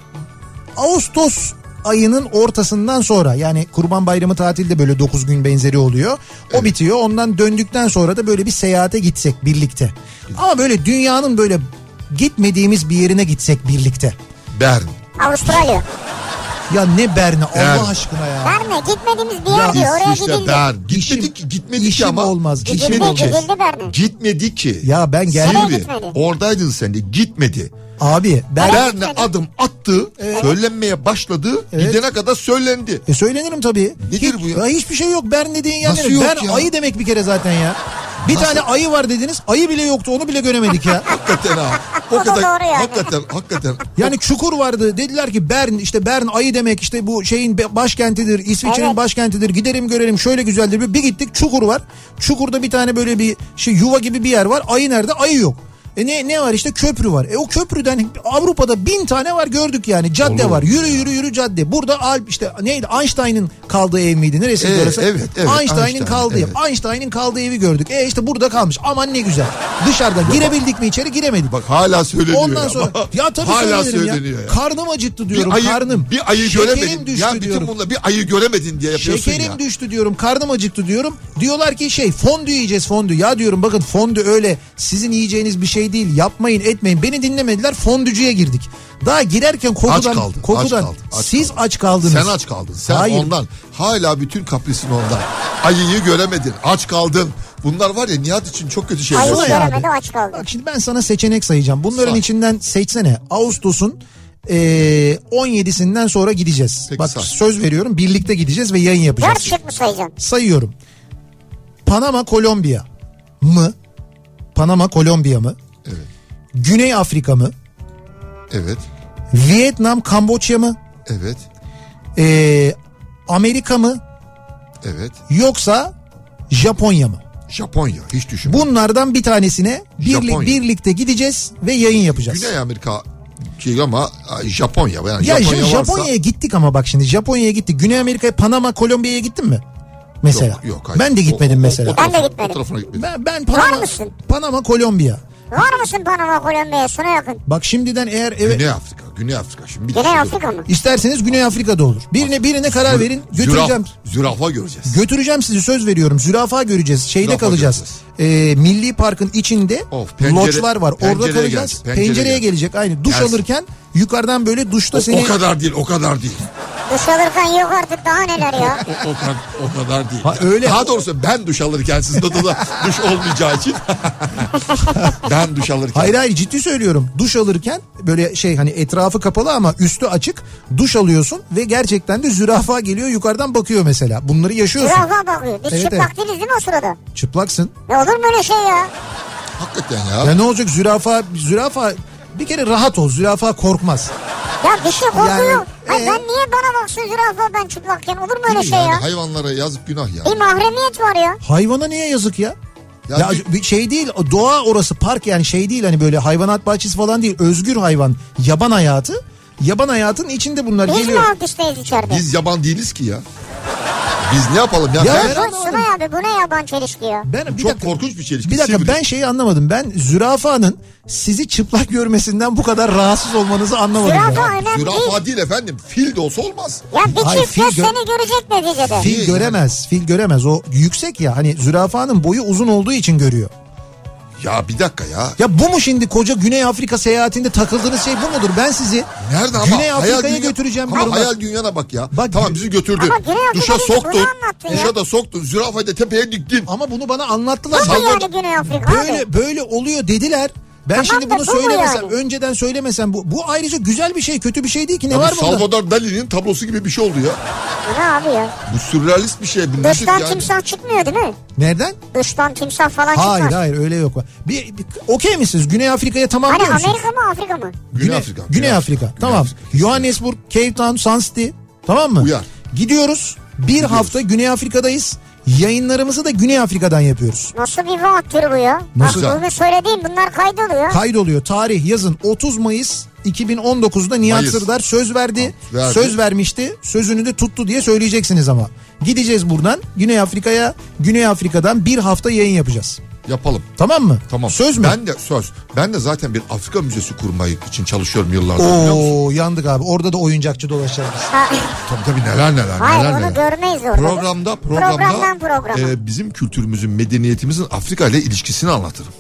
Ağustos ayının ortasından sonra, yani Kurban Bayramı tatilde böyle dokuz gün benzeri oluyor. O Evet. bitiyor. Ondan döndükten sonra da böyle bir seyahate gitsek birlikte. Ama böyle dünyanın böyle gitmediğimiz bir yerine gitsek birlikte. Bern. Avustralya. Ya ne Bern'i Allah Bern. aşkına ya. Berne gitmediğimiz bir yer Ya diyor. Oraya İsviçre, gidildi. Bern. İşim- Gitmedik, gitmedik işim ama. olmaz, işim Gidildi, olmaz. gidildi Berne. Gitmedi ki. Ya ben gel Nereye Sivri, gitmedi? oradaydın sen de, gitmedi. abi ben Nereye Berne gitmedi? adım attı, söylenmeye başladı, Evet. gidene kadar söylendi. E söylenirim tabii. Nedir Hiç- bu ya? Hiçbir şey yok Bern dediğin yer. Nasıl nedir? yok Bern ya? ayı demek bir kere zaten ya. Bir Nasıl? tane ayı var dediniz. Ayı bile yoktu, onu bile göremedik ya. Hakikaten ha. O O da kadar, doğru yani. hakikaten hakikaten. Yani çukur vardı. Dediler ki Bern, işte Bern ayı demek, işte bu şeyin başkentidir. İsviçre'nin Evet. başkentidir. Giderim görelim, şöyle güzeldir. Bir gittik, çukur var. Çukurda bir tane böyle bir şey, yuva gibi bir yer var. Ayı nerede? Ayı yok. E ne ne var işte, köprü var. E o köprüden Avrupa'da bin tane var, gördük yani. Cadde Olur. var. Yürü yürü yürü cadde. Burada Alp işte neydi? Einstein'ın kaldığı ev miydi? Neresiydi Evet, orası? evet, evet, Einstein'ın Einstein, kaldığı evet. ev. Einstein'ın kaldığı evi gördük. E işte burada kalmış. Aman ne güzel. Dışarıda girebildik mi içeri? Giremedik. Bak hala söyleniyor. Ondan ya. sonra ya tabii hala söylerim ya. söyleniyor ya. Karnım acıktı diyorum. Bir ayı, karnım. bir ayı Şekerim göremedin. düştü Ya bütün diyorum. bunlar bir ayı göremedin diye yapıyorsun Şekerim ya. düştü diyorum. Karnım acıktı diyorum. Diyorlar ki şey, fondü yiyeceğiz, fondü. Ya diyorum bakın, fondü öyle sizin yiyeceğiniz bir şey değil. Yapmayın etmeyin. Beni dinlemediler, fondücüye girdik. Daha girerken kokudan, Aç kaldın, kokudan aç kaldın, aç siz kaldın. aç kaldınız. Sen aç kaldın. Sen Hayır. ondan. Hala bütün kaprisin ondan. Ayıyı göremedin. Aç kaldın. Bunlar var ya, Nihat için çok kötü şeyler. Ayıyı Olay abi. göremedi, aç kaldı. Bak şimdi ben sana seçenek sayacağım. Bunların Say. içinden seçsene. Ağustos'un e, on yedisinden sonra gideceğiz. Peki, Bak say. söz veriyorum, birlikte gideceğiz ve yayın yapacağız. Dört şık mı sayacaksın? Sayıyorum. Panama, Kolombiya mı? Panama, Kolombiya mı? Evet. Güney Afrika mı? Evet. Vietnam, Kamboçya mı? Evet. Ee, Amerika mı? Evet. Yoksa Japonya mı? Japonya. Hiç düşünme. Bunlardan bir tanesine birlik, Japonya. birlikte gideceğiz ve yayın yapacağız. Güney Amerika şey ama Japonya. Yani Ya Japonya J- varsa... Japonya'ya gittik ama bak şimdi Japonya'ya gittik. Güney Amerika'ya, Panama, Kolombiya'ya gittin mi? Mesela. Yok, yok, hayır. Ben de gitmedim O- o- mesela. o Ben de tarafına- gitmedim. O tarafına gitmedim. Ben, ben Panama, Var mısın? Panama, Kolombiya. Var mısın Panama, Kolombiya'ya? Sana yakın. Bak şimdiden eğer eve, Güney Afrika. Güney Afrika. Şimdi bir Güney dakika. Afrika mı? isterseniz Güney Afrika'da olur. Birine birine karar verin, götüreceğim. Züraf, zürafa göreceğiz. Götüreceğim sizi, söz veriyorum. Zürafa göreceğiz. Şeyde Zürafa kalacağız. Ee, Milli Parkın içinde Of, pencere- loçlar var. Orada pencereye kalacağız. gelecek, Pencereye, pencereye gelecek. Aynı. Duş Gelsin. alırken yukarıdan böyle duşta O, seni... o kadar değil. O kadar değil. Duş alırken yok artık, daha neler ya. O, o, kadar, o kadar değil. Ha, öyle. Daha doğrusu ben duş alırken, sizde de da duş olmayacağı için. Ben duş alırken. Hayır hayır, ciddi söylüyorum. Duş alırken böyle şey, hani etrafı kapalı ama üstü açık. Duş alıyorsun ve gerçekten de zürafa geliyor, yukarıdan bakıyor mesela. Bunları yaşıyorsun. Zürafa bakıyor. Biz Evet, çıplak evet. değiliz değil mi o sırada? Çıplaksın. Ne olur mu öyle şey ya? Hakikaten ya. Ya ne olacak, zürafa zürafa bir kere rahat ol. Zürafa korkmaz. Ya bir şey korkuyor. Yani, Hayır, e- ben niye bana baksın zürafa ben çıplakken? Olur mu öyle Değil mi şey yani? ya? Hayvanlara yazık, günah ya. Bir mahremiyet var ya. Hayvana niye yazık ya? Ya Ya bir- bir şey değil, doğa orası, park yani, şey değil hani böyle hayvanat bahçesi falan değil. Özgür hayvan, yaban hayatı. Yaban hayatının içinde bunlar Biz mi geliyor. altıştayız içeride? Biz yaban değiliz ki ya. Biz ne yapalım ya? Ya ben, ben- Bu anlamadım. Sunay abi, bu ne yaban çelişki ya? Ben bir çok dakika, korkunç bir çelişki. bir dakika Sivri. ben şeyi anlamadım. Ben zürafanın sizi çıplak görmesinden bu kadar rahatsız olmanızı anlamadım. Zürafa ya. önemli değil. Zürafa değil efendim. Fil de olsa olmaz. Ya bir Hayır, çift fil göz gö- seni görecek neticede. Fil Yani. göremez, fil göremez. O yüksek ya, hani zürafanın boyu uzun olduğu için görüyor. Ya bir dakika ya. Ya bu mu şimdi koca Güney Afrika seyahatinde takıldığınız şey bu mudur? Ben sizi Nerede ama? Güney hayal Afrika'ya dünya- götüreceğim. Ama diyorum. hayal dünyana bak ya. Bak- tamam bizi götürdün. Ama Güney Afrika Duşa değil, bunu soktun. anlattın ya. Duşa da soktun. Zürafayı da tepeye diktin. Ama bunu bana anlattılar. Bu mu Salvador- yani Güney Afrika Böyle abi? böyle oluyor dediler. Ben Tamam şimdi da bunu bu mu söylemesem, yani? önceden söylemesem, bu bu ayrıca güzel bir şey, kötü bir şey değil ki. Ne Ya bu var bunda? Salvador Dali'nin tablosu gibi bir şey oldu ya. Bu ne abi ya? Bu sürrealist bir şey. Bu nedir Dıştan yani? timsah çıkmıyor değil mi? Nereden? Dıştan timsah falan Hayır çıkmaz. hayır, öyle yok. Bir, bir okey misiniz? Güney Afrika'ya tamam Hani diyor musunuz? Amerika mı Afrika mı? Güney Afrika. Güney Afrika. Tamam. Afrika. Johannesburg, Cape Town, Sun City. Tamam mı? Uyar. Gidiyoruz. Bir hafta Güney Afrika'dayız. Yayınlarımızı da Güney Afrika'dan yapıyoruz. Nasıl bir vaattir bu ya? Nasıl? Bak bunu söylediğim bunlar kaydoluyor. Kaydoluyor. Tarih yazın otuz Mayıs iki bin on dokuzda Nihat Mayıs. Sırdar söz verdi. Verdi. Söz vermişti. Sözünü de tuttu diye söyleyeceksiniz ama. Gideceğiz buradan Güney Afrika'ya. Güney Afrika'dan bir hafta yayın yapacağız. Yapalım. Tamam mı? Tamam. Söz mü? Ben de söz. Ben de zaten bir Afrika müzesi kurmayı için çalışıyorum yıllardır, biliyor musun? Oo yandık abi. Orada da oyuncakçı dolaşacağız biz. Ha, Tabii tabii, neler neler hayır neler onu neler. görmeyiz orada. Programda programda Programdan programa. e, bizim kültürümüzün, medeniyetimizin Afrika ile ilişkisini anlatırım.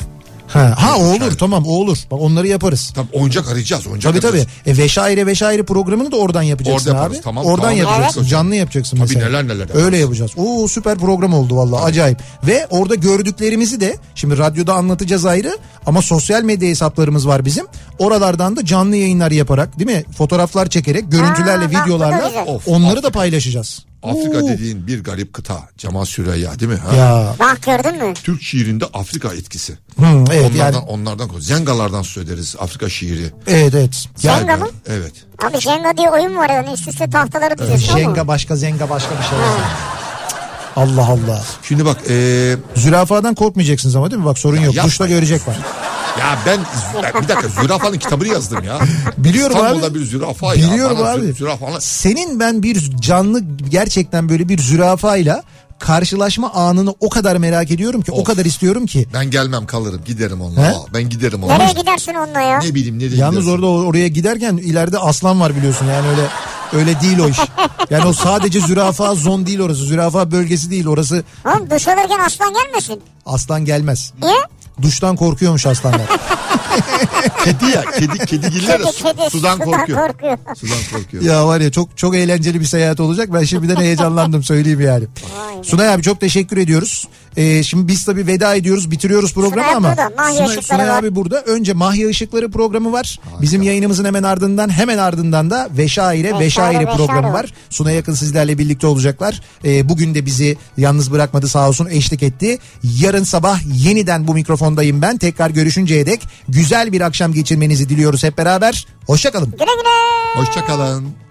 Ha, ha o olur, tamam o olur. Bak onları yaparız. Tabii oyuncak arayacağız. Oyuncak Tabii tabii. arayacağız. E, Veşaire Veşaire programını da oradan yapacaksın Orada yaparız, abi. tamam, oradan tamam. yapacaksın. Evet. Canlı yapacaksın Tabii, mesela. neler neler yaparız. Öyle yapacağız. Oo süper program oldu vallahi, acayip. Ve orada gördüklerimizi de şimdi radyoda anlatacağız ayrı, ama sosyal medya hesaplarımız var bizim. Oralardan da canlı yayınlar yaparak, değil mi? Fotoğraflar çekerek, görüntülerle, Aa, bak bu da videolarla güzel. Of, onları da Afrika. paylaşacağız. Afrika Oo. dediğin bir garip kıta. Cemal Süreyya değil mi? Ha? Ya. Bak gördün mü? Türk şiirinde Afrika etkisi. Hı, evet onlardan, yani. onlardan Zengalardan söyleriz Afrika şiiri. Evet evet. Ya, Zenga mı? Evet. Abi Jenga diye oyun var yani üst üste tahtaları diziyorsun ama. Jenga başka, Zenga başka bir şey. Allah Allah. Şimdi bak. E, Zürafadan korkmayacaksınız ama değil mi? Bak sorun Ya yok. yapma Duşta ya. görecek var. ya ben bir dakika zürafanın kitabını yazdım ya. Biliyorum İstanbul'da abi. bir zürafa ya. Biliyorum Bana abi. zü- Zürafa... Senin ben bir canlı gerçekten böyle bir zürafayla karşılaşma anını o kadar merak ediyorum ki, Of. o kadar istiyorum ki. Ben gelmem kalırım giderim onunla. He? Aa, ben giderim onunla. Nereye gidersin onunla ya? Ne bileyim nereye Yalnız gidersin? orada oraya giderken ileride aslan var biliyorsun, yani öyle öyle değil o iş. Yani o sadece zürafa zon değil orası. Zürafa bölgesi değil orası. Oğlum duş alırken aslan gelmesin. Aslan gelmez. Niye? Duştan korkuyormuş aslanlar. Kedi ya kedi kedigiller Kedi, kedi, sudan korkuyor. korkuyor. Sudan korkuyor. Ya var ya, çok çok eğlenceli bir seyahat olacak. Ben şimdiden heyecanlandım, söyleyeyim yani. Vay be. Sunay abi çok teşekkür ediyoruz. Ee, şimdi biz tabii veda ediyoruz, bitiriyoruz programı Sunay ama burada, Mahya Sunay, Işıkları Sunay var. abi burada. Önce Mahya Işıkları programı var. Bizim yayınımızın hemen ardından hemen ardından da Veşaire Veşaire, Veşaire programı Veşaire var. var. Sunay Yakın sizlerle birlikte olacaklar. Ee, bugün de bizi yalnız bırakmadı, sağ olsun, eşlik etti. Yarın sabah yeniden bu mikrofondayım ben. Tekrar görüşünceye dek güzel bir akşam geçirmenizi diliyoruz hep beraber. Hoşça kalın. Güle güle. Hoşça kalın.